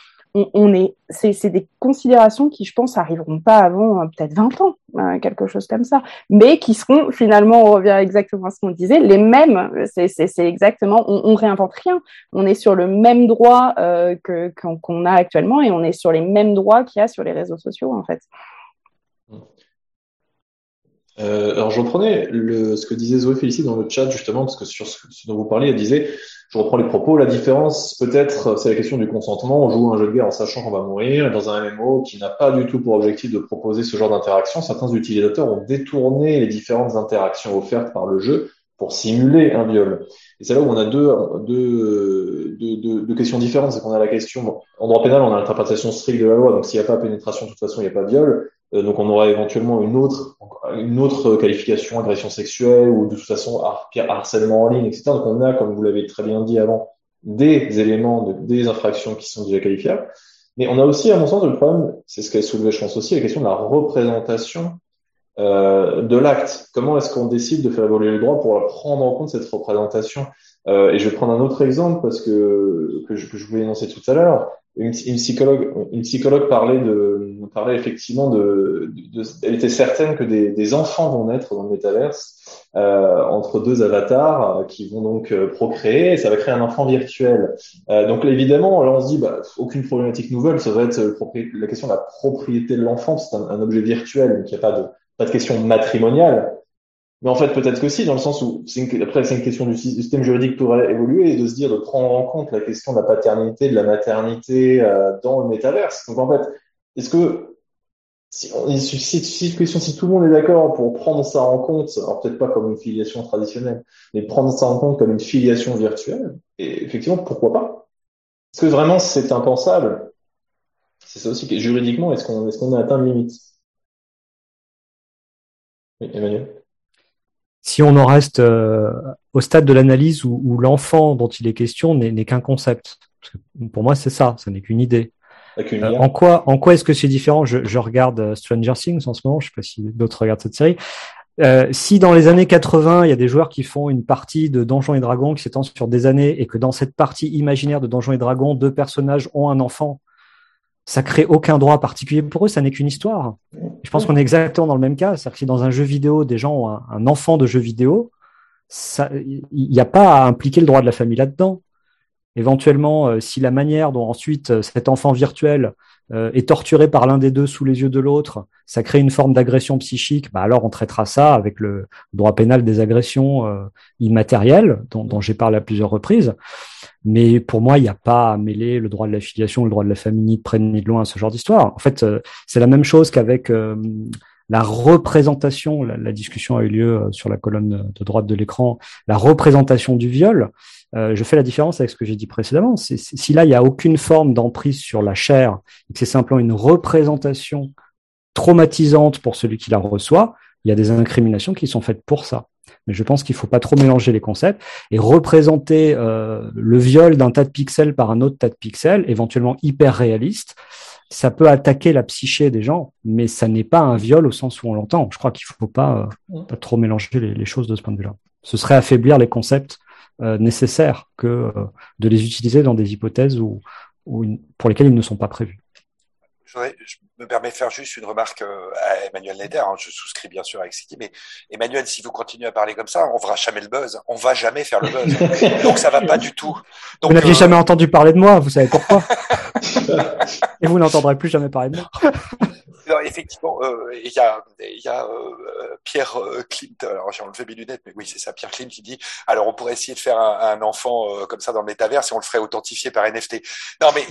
c'est des considérations qui, je pense, arriveront pas avant peut-être 20 ans, quelque chose comme ça, mais qui seront finalement, on revient exactement à ce qu'on disait, les mêmes. C'est exactement, on réinvente rien. On est sur le même droit qu'on a actuellement et on est sur les mêmes droits qu'il y a sur les réseaux sociaux, en fait. Alors je reprenais ce que disait Zoé Félicie dans le chat justement, parce que sur ce dont vous parliez, elle disait, je reprends les propos, la différence peut-être c'est la question du consentement. On joue à un jeu de guerre en sachant qu'on va mourir, et dans un MMO qui n'a pas du tout pour objectif de proposer ce genre d'interaction, certains utilisateurs ont détourné les différentes interactions offertes par le jeu pour simuler un viol. Et c'est là où on a deux questions différentes. C'est qu'on a la question, en droit pénal, on a l'interprétation stricte de la loi, donc s'il n'y a pas pénétration, de toute façon, il n'y a pas de viol. Donc on aura éventuellement une autre une autre qualification, agression sexuelle ou de toute façon harcèlement en ligne, etc. Donc on a, comme vous l'avez très bien dit avant, des éléments, des infractions qui sont déjà qualifiables. Mais on a aussi, à mon sens, le problème, c'est ce qu'a soulevé, je pense aussi, la question de la représentation de l'acte. Comment est-ce qu'on décide de faire évoluer le droit pour prendre en compte cette représentation? Et je vais prendre un autre exemple parce que je voulais énoncer tout à l'heure. Une psychologue parlait effectivement elle était certaine que des enfants vont naître dans le métaverse entre deux avatars qui vont donc procréer et ça va créer un enfant virtuel. Donc là, évidemment, là on se dit aucune problématique nouvelle, ça va être la question de la propriété de l'enfant, c'est un objet virtuel, donc il n'y a pas de question matrimoniale. Mais en fait, peut-être que si, dans le sens où après c'est une question du système juridique pourrait évoluer et de se dire de prendre en compte la question de la paternité, de la maternité dans le métaverse. Donc en fait, est-ce que si tout le monde est d'accord pour prendre ça en compte, alors peut-être pas comme une filiation traditionnelle, mais prendre ça en compte comme une filiation virtuelle, et effectivement, pourquoi pas? Est-ce que vraiment c'est impensable? C'est ça aussi, juridiquement, est-ce qu'on a atteint une limite? Oui, Emmanuel? Si on en reste au stade de l'analyse où l'enfant dont il est question n'est qu'un concept, parce que pour moi c'est ça n'est qu'une idée. En quoi est-ce que c'est différent? Je regarde Stranger Things en ce moment, je sais pas si d'autres regardent cette série. Si dans les années 80, il y a des joueurs qui font une partie de Donjons et Dragons qui s'étend sur des années et que dans cette partie imaginaire de Donjons et Dragons, deux personnages ont un enfant, ça crée aucun droit particulier pour eux, ça n'est qu'une histoire. Je pense qu'on est exactement dans le même cas, c'est-à-dire que si dans un jeu vidéo, des gens ont un enfant de jeu vidéo, il n'y a pas à impliquer le droit de la famille là-dedans. Éventuellement, si la manière dont ensuite cet enfant virtuel est torturé par l'un des deux sous les yeux de l'autre, ça crée une forme d'agression psychique, alors on traitera ça avec le droit pénal des agressions immatérielles, dont j'ai parlé à plusieurs reprises. Mais pour moi, il n'y a pas à mêler le droit de la filiation, le droit de la famille, ni de près ni de loin, ce genre d'histoire. En fait, c'est la même chose qu'avec la représentation, la discussion a eu lieu sur la colonne de droite de l'écran, la représentation du viol. Je fais la différence avec ce que j'ai dit précédemment. Si là, il n'y a aucune forme d'emprise sur la chair et que c'est simplement une représentation traumatisante pour celui qui la reçoit, il y a des incriminations qui sont faites pour ça. Mais je pense qu'il ne faut pas trop mélanger les concepts et représenter le viol d'un tas de pixels par un autre tas de pixels, éventuellement hyper réaliste. Ça peut attaquer la psyché des gens, mais ça n'est pas un viol au sens où on l'entend. Je crois qu'il ne faut pas trop mélanger les choses de ce point de vue-là. Ce serait affaiblir les concepts nécessaires que de les utiliser dans des hypothèses pour lesquelles ils ne sont pas prévus. Je me permets de faire juste une remarque à Emmanuel Leder. Je souscris bien sûr avec ce qu'il dit, mais Emmanuel, si vous continuez à parler comme ça, on fera jamais le buzz. On va jamais faire le buzz. Donc ça va pas du tout. Donc, vous n'aviez jamais entendu parler de moi, vous savez pourquoi. Et vous n'entendrez plus jamais parler de moi. Non, effectivement, il y a Pierre Klimt, alors j'ai enlevé mes lunettes, mais oui, c'est ça, Pierre Klimt qui dit, alors on pourrait essayer de faire un enfant comme ça dans le métaverse et on le ferait authentifier par NFT. Non, mais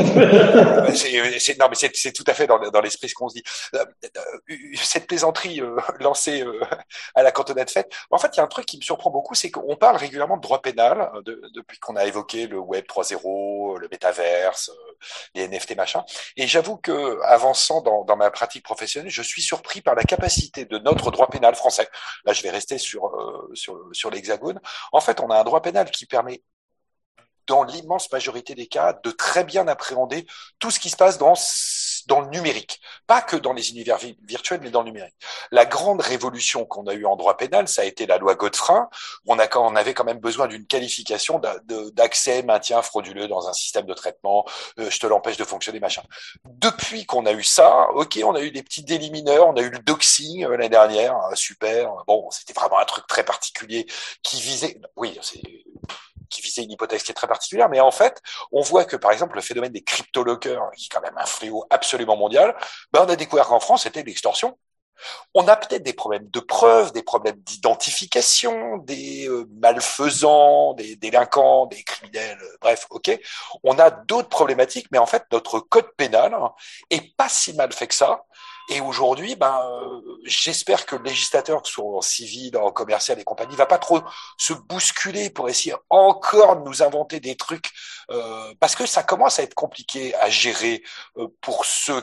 c'est tout à fait dans l'esprit ce qu'on se dit. Cette plaisanterie lancée à la cantonade faite, en fait, il y a un truc qui me surprend beaucoup, c'est qu'on parle régulièrement de droit pénal depuis qu'on a évoqué le Web 3.0, le métaverse, les NFT machin. Et j'avoue que avançant dans ma pratique professionnelle, je suis surpris par la capacité de notre droit pénal français. Là, je vais rester sur l'Hexagone. En fait, on a un droit pénal qui permet, dans l'immense majorité des cas, de très bien appréhender tout ce qui se passe dans le numérique. Pas que dans les univers virtuels, mais dans le numérique. La grande révolution qu'on a eue en droit pénal, ça a été la loi Godefroy. On avait quand même besoin d'une qualification d'accès, maintien frauduleux dans un système de traitement, je te l'empêche de fonctionner, machin. Depuis qu'on a eu ça, ok, on a eu des petits délits mineurs, on a eu le doxing l'année dernière, super. Bon, c'était vraiment un truc très particulier qui visait une hypothèse qui est très particulière, mais en fait, on voit que, par exemple, le phénomène des crypto-lockers, qui est quand même un fléau absolument mondial, on a découvert qu'en France, c'était l'extorsion. On a peut-être des problèmes de preuves, des problèmes d'identification, des malfaisants, des délinquants, des criminels, bref, ok. On a d'autres problématiques, mais en fait, notre code pénal est pas si mal fait que ça. Et aujourd'hui, j'espère que le législateur, que ce soit en civil, en commercial et compagnie, va pas trop se bousculer pour essayer encore de nous inventer des trucs, parce que ça commence à être compliqué à gérer pour ceux qui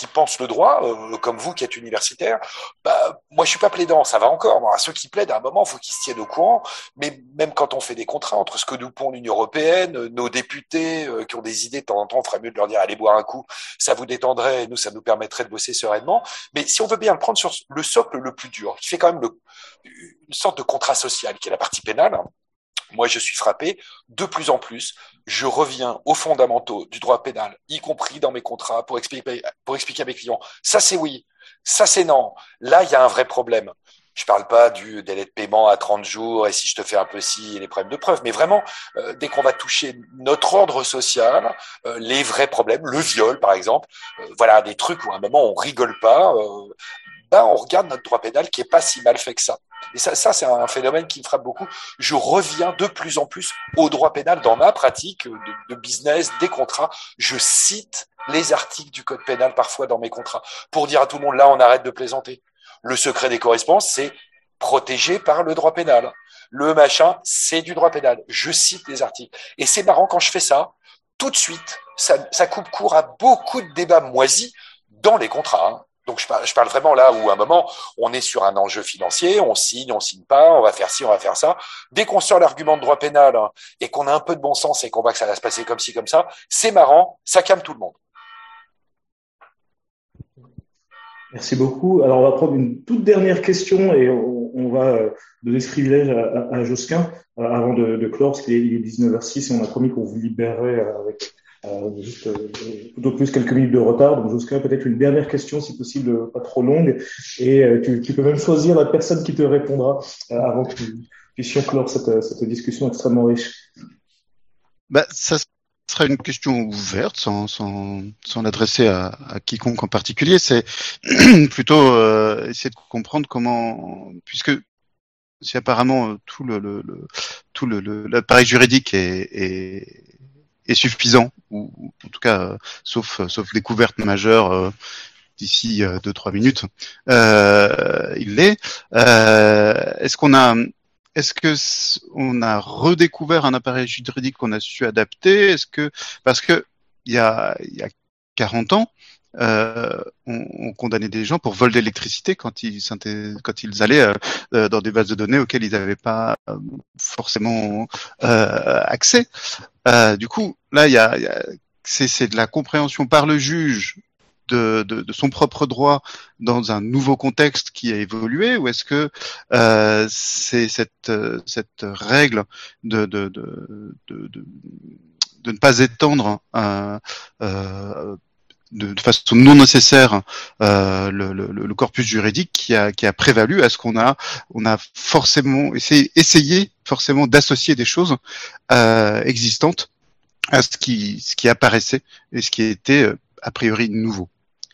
qui pensent le droit, comme vous qui êtes universitaire, moi je suis pas plaidant, ça va encore. Bon, à ceux qui plaident, à un moment, il faut qu'ils se tiennent au courant. Mais même quand on fait des contrats entre ce que nous pond l'Union européenne, nos députés qui ont des idées de temps en temps, on ferait mieux de leur dire allez boire un coup, ça vous détendrait, nous ça nous permettrait de bosser sereinement. Mais si on veut bien le prendre sur le socle le plus dur, qui fait quand même une sorte de contrat social, qui est la partie pénale. Moi, je suis frappé, de plus en plus, je reviens aux fondamentaux du droit pénal, y compris dans mes contrats, pour expliquer à mes clients, ça c'est oui, ça c'est non. Là, il y a un vrai problème. Je parle pas du délai de paiement à 30 jours et si je te fais un peu ci et les problèmes de preuve, mais vraiment, dès qu'on va toucher notre ordre social, les vrais problèmes, le viol par exemple, voilà, des trucs où à un moment on rigole pas, on regarde notre droit pénal qui est pas si mal fait que ça. Et ça c'est un phénomène qui me frappe beaucoup. Je reviens de plus en plus au droit pénal dans ma pratique de business, des contrats. Je cite les articles du code pénal parfois dans mes contrats pour dire à tout le monde, là, on arrête de plaisanter. Le secret des correspondances, c'est protégé par le droit pénal. Le machin, c'est du droit pénal. Je cite les articles. Et c'est marrant quand je fais ça, tout de suite, ça coupe court à beaucoup de débats moisis dans les contrats, hein. Donc, je parle vraiment là où, à un moment, on est sur un enjeu financier, on signe pas, on va faire ci, on va faire ça. Dès qu'on sort l'argument de droit pénal et qu'on a un peu de bon sens et qu'on voit que ça va se passer comme ci, comme ça, c'est marrant, ça calme tout le monde. Merci beaucoup. Alors, on va prendre une toute dernière question et on va donner ce privilège à Josquin avant de clore, parce qu'il est 19h06 et on a promis qu'on vous libérerait avec juste tout au plus quelques minutes de retard. Donc, Josquin, peut-être une dernière question, si possible, pas trop longue. Et tu peux même choisir la personne qui te répondra avant que nous puissions clore cette discussion extrêmement riche. Ça serait une question ouverte, sans l'adresser à quiconque en particulier. C'est plutôt essayer de comprendre comment, puisque si apparemment tout l'appareil juridique est suffisant, ou en tout cas sauf découverte majeure d'ici 2-3 minutes, il l'est. Est-ce que on a redécouvert un appareil juridique qu'on a su adapter? Parce que il y a 40 ans, on condamnait des gens pour vol d'électricité quand ils allaient dans des bases de données auxquelles ils n'avaient pas forcément accès. Du coup, là, c'est de la compréhension par le juge de son propre droit dans un nouveau contexte qui a évolué, ou est-ce que c'est cette règle de ne pas étendre de façon non nécessaire le corpus juridique qui a prévalu? Est-ce qu'on a forcément essayé forcément d'associer des choses existantes à ce qui apparaissait et ce qui était a priori nouveau?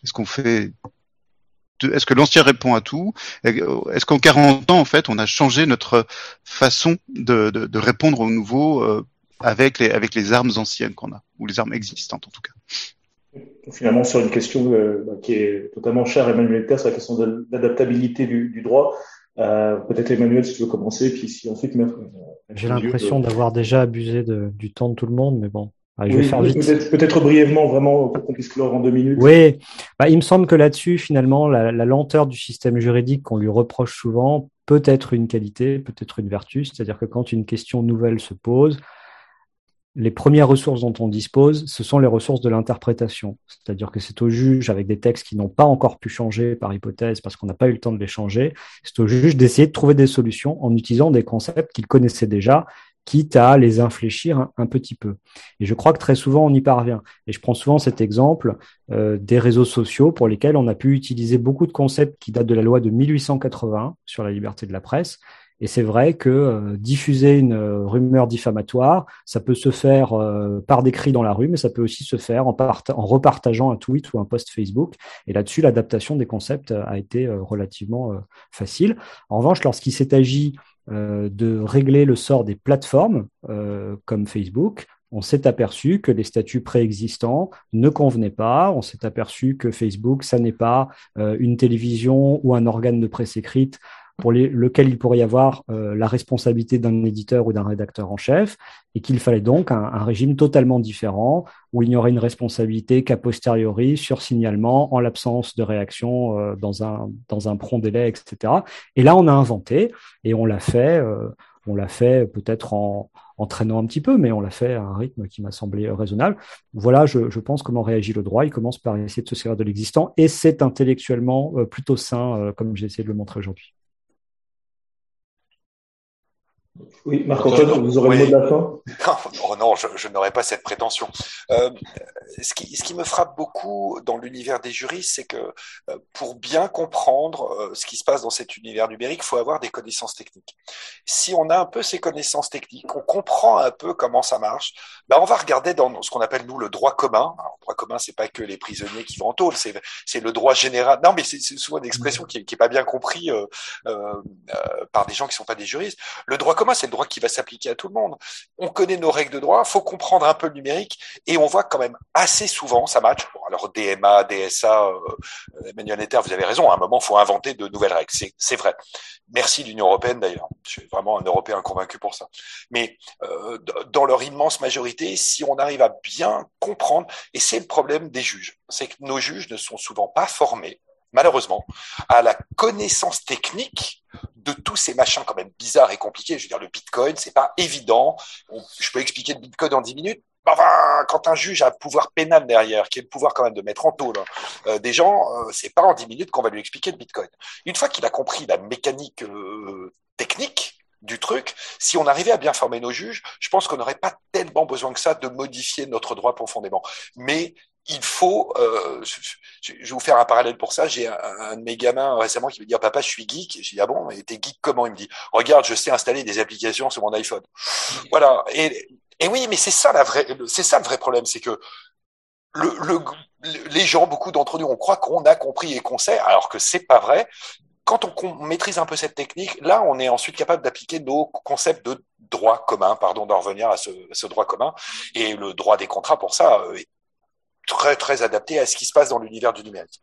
Est-ce que l'ancien répond à tout? Est-ce qu'en 40 ans, en fait, on a changé notre façon de répondre au nouveau avec les armes anciennes qu'on a, ou les armes existantes en tout cas? Finalement, sur une question qui est totalement chère à Emmanuel Terre, c'est la question de l'adaptabilité du droit. Peut-être Emmanuel, si tu veux commencer, puis si ensuite... J'ai l'impression d'avoir déjà abusé du temps de tout le monde, mais bon. Je vais oui, faire vite. Peut-être brièvement, vraiment, pour qu'on puisse clore en 2 minutes. Oui, il me semble que là-dessus, finalement, la lenteur du système juridique qu'on lui reproche souvent peut être une qualité, peut être une vertu. C'est-à-dire que quand une question nouvelle se pose, les premières ressources dont on dispose, ce sont les ressources de l'interprétation. C'est-à-dire que c'est au juge, avec des textes qui n'ont pas encore pu changer par hypothèse, parce qu'on n'a pas eu le temps de les changer, c'est au juge d'essayer de trouver des solutions en utilisant des concepts qu'il connaissait déjà, quitte à les infléchir un petit peu. Et je crois que très souvent, on y parvient. Et je prends souvent cet exemple des réseaux sociaux pour lesquels on a pu utiliser beaucoup de concepts qui datent de la loi de 1881 sur la liberté de la presse. Et c'est vrai que diffuser une rumeur diffamatoire, ça peut se faire par des cris dans la rue, mais ça peut aussi se faire en repartageant un tweet ou un post Facebook. Et là-dessus, l'adaptation des concepts a été relativement facile. En revanche, lorsqu'il s'est agi de régler le sort des plateformes comme Facebook, on s'est aperçu que les statuts préexistants ne convenaient pas. On s'est aperçu que Facebook, ça n'est pas une télévision ou un organe de presse écrite pour lequel il pourrait y avoir la responsabilité d'un éditeur ou d'un rédacteur en chef, et qu'il fallait donc un régime totalement différent, où il n'y aurait une responsabilité qu'a posteriori sur signalement en l'absence de réaction dans un prompt délai, etc. Et là, on a inventé, et on l'a fait peut-être en traînant un petit peu, mais on l'a fait à un rythme qui m'a semblé raisonnable. Voilà, je pense comment réagit le droit. Il commence par essayer de se servir de l'existant, et c'est intellectuellement plutôt sain, comme j'ai essayé de le montrer aujourd'hui. Oui, Marc-Antoine, vous aurez le mot de la fin? Non, je n'aurais pas cette prétention. Ce qui me frappe beaucoup dans l'univers des juristes, c'est que pour bien comprendre ce qui se passe dans cet univers numérique, il faut avoir des connaissances techniques. Si on a un peu ces connaissances techniques, on comprend un peu comment ça marche, on va regarder dans ce qu'on appelle, nous, le droit commun. Alors, le droit commun, c'est pas que les prisonniers qui vont en tôle, c'est le droit général. Non, mais c'est souvent une expression qui est pas bien compris par des gens qui sont pas des juristes. Le droit commun, c'est le droit qui va s'appliquer à tout le monde. On connaît nos règles de droit, faut comprendre un peu le numérique, et on voit quand même assez souvent ça match. Bon, alors DMA, DSA, Emmanuel Netter, vous avez raison, à un moment, faut inventer de nouvelles règles. C'est vrai. Merci l'Union européenne d'ailleurs. Je suis vraiment un Européen convaincu pour ça. Mais dans leur immense majorité, si on arrive à bien comprendre, et c'est le problème des juges, c'est que nos juges ne sont souvent pas formés, malheureusement, à la connaissance technique de tous ces machins quand même bizarres et compliqués. Je veux dire, le Bitcoin, c'est pas évident. Je peux expliquer le Bitcoin en 10 minutes. Enfin, quand un juge a un pouvoir pénal derrière, qui est le pouvoir quand même de mettre en tôle des gens, c'est pas en 10 minutes qu'on va lui expliquer le Bitcoin. Une fois qu'il a compris la mécanique technique du truc, si on arrivait à bien former nos juges, je pense qu'on n'aurait pas tellement besoin que ça de modifier notre droit profondément. Mais il faut, je vais vous faire un parallèle pour ça. J'ai un de mes gamins récemment qui me dit « Papa, je suis geek ». J'ai dit « Ah bon, mais t'es geek comment ?» Il me dit « Regarde, je sais installer des applications sur mon iPhone. » Voilà. Et oui, mais c'est ça le vrai problème, c'est que les gens, beaucoup d'entre nous, on croit qu'on a compris et qu'on sait, alors que c'est pas vrai. Quand on maîtrise un peu cette technique, là, on est ensuite capable d'appliquer nos concepts de droit commun, d'en revenir à ce droit commun. Et le droit des contrats, pour ça, est très, très adapté à ce qui se passe dans l'univers du numérique.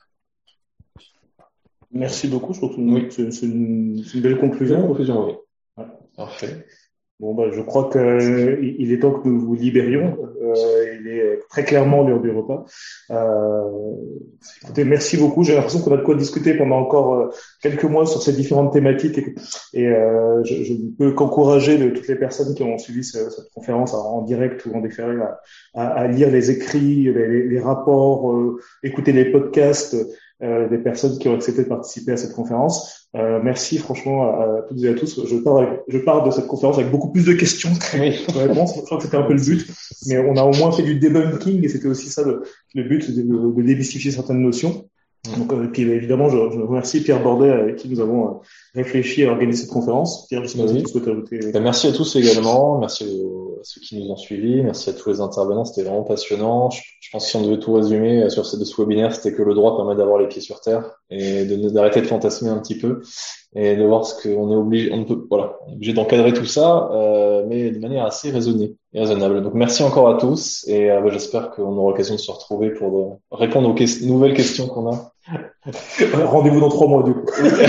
Merci beaucoup. Je trouve que c'est une belle conclusion. Oui. Ouais. Parfait. Bon, je crois qu'il est temps que nous vous libérions. Il est très clairement l'heure du repas. Écoutez, merci beaucoup. J'ai l'impression qu'on a de quoi discuter pendant encore quelques mois sur ces différentes thématiques, et je ne peux qu'encourager toutes les personnes qui ont suivi cette conférence en direct ou en différé à lire les écrits, les rapports, écouter les podcasts des personnes qui ont accepté de participer à cette conférence. Merci franchement à toutes et à tous. Je pars de cette conférence avec beaucoup plus de questions que de réponses. Je crois que c'était un peu le but, mais on a au moins fait du debunking, et c'était aussi ça le but, de démystifier certaines notions. Donc, puis évidemment, je remercie Pierre Bordet avec qui nous avons réfléchi à organiser cette conférence. Pierre, je sais pas si tu souhaites ajouter. Merci à tous également. Merci à ceux qui nous ont suivis. Merci à tous les intervenants. C'était vraiment passionnant. Je pense que si on devait tout résumer sur ce webinaire, c'était que le droit permet d'avoir les pieds sur terre et d'arrêter de fantasmer un petit peu et de voir ce qu'on est obligé, on est obligé d'encadrer tout ça, mais de manière assez raisonnée et raisonnable. Donc merci encore à tous, et j'espère qu'on aura l'occasion de se retrouver pour répondre aux nouvelles questions qu'on a. Rendez-vous dans 3 mois, du coup.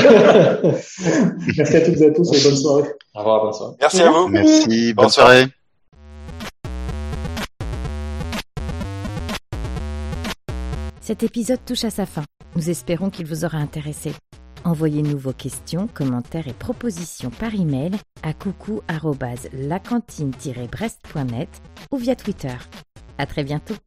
Merci à toutes et à tous, et bonne soirée. Au revoir, bonne soirée. Merci à vous. Merci, bonne soirée. Cet épisode touche à sa fin. Nous espérons qu'il vous aura intéressé. Envoyez-nous vos questions, commentaires et propositions par email à coucou@lacantine-brest.net ou via Twitter. À très bientôt.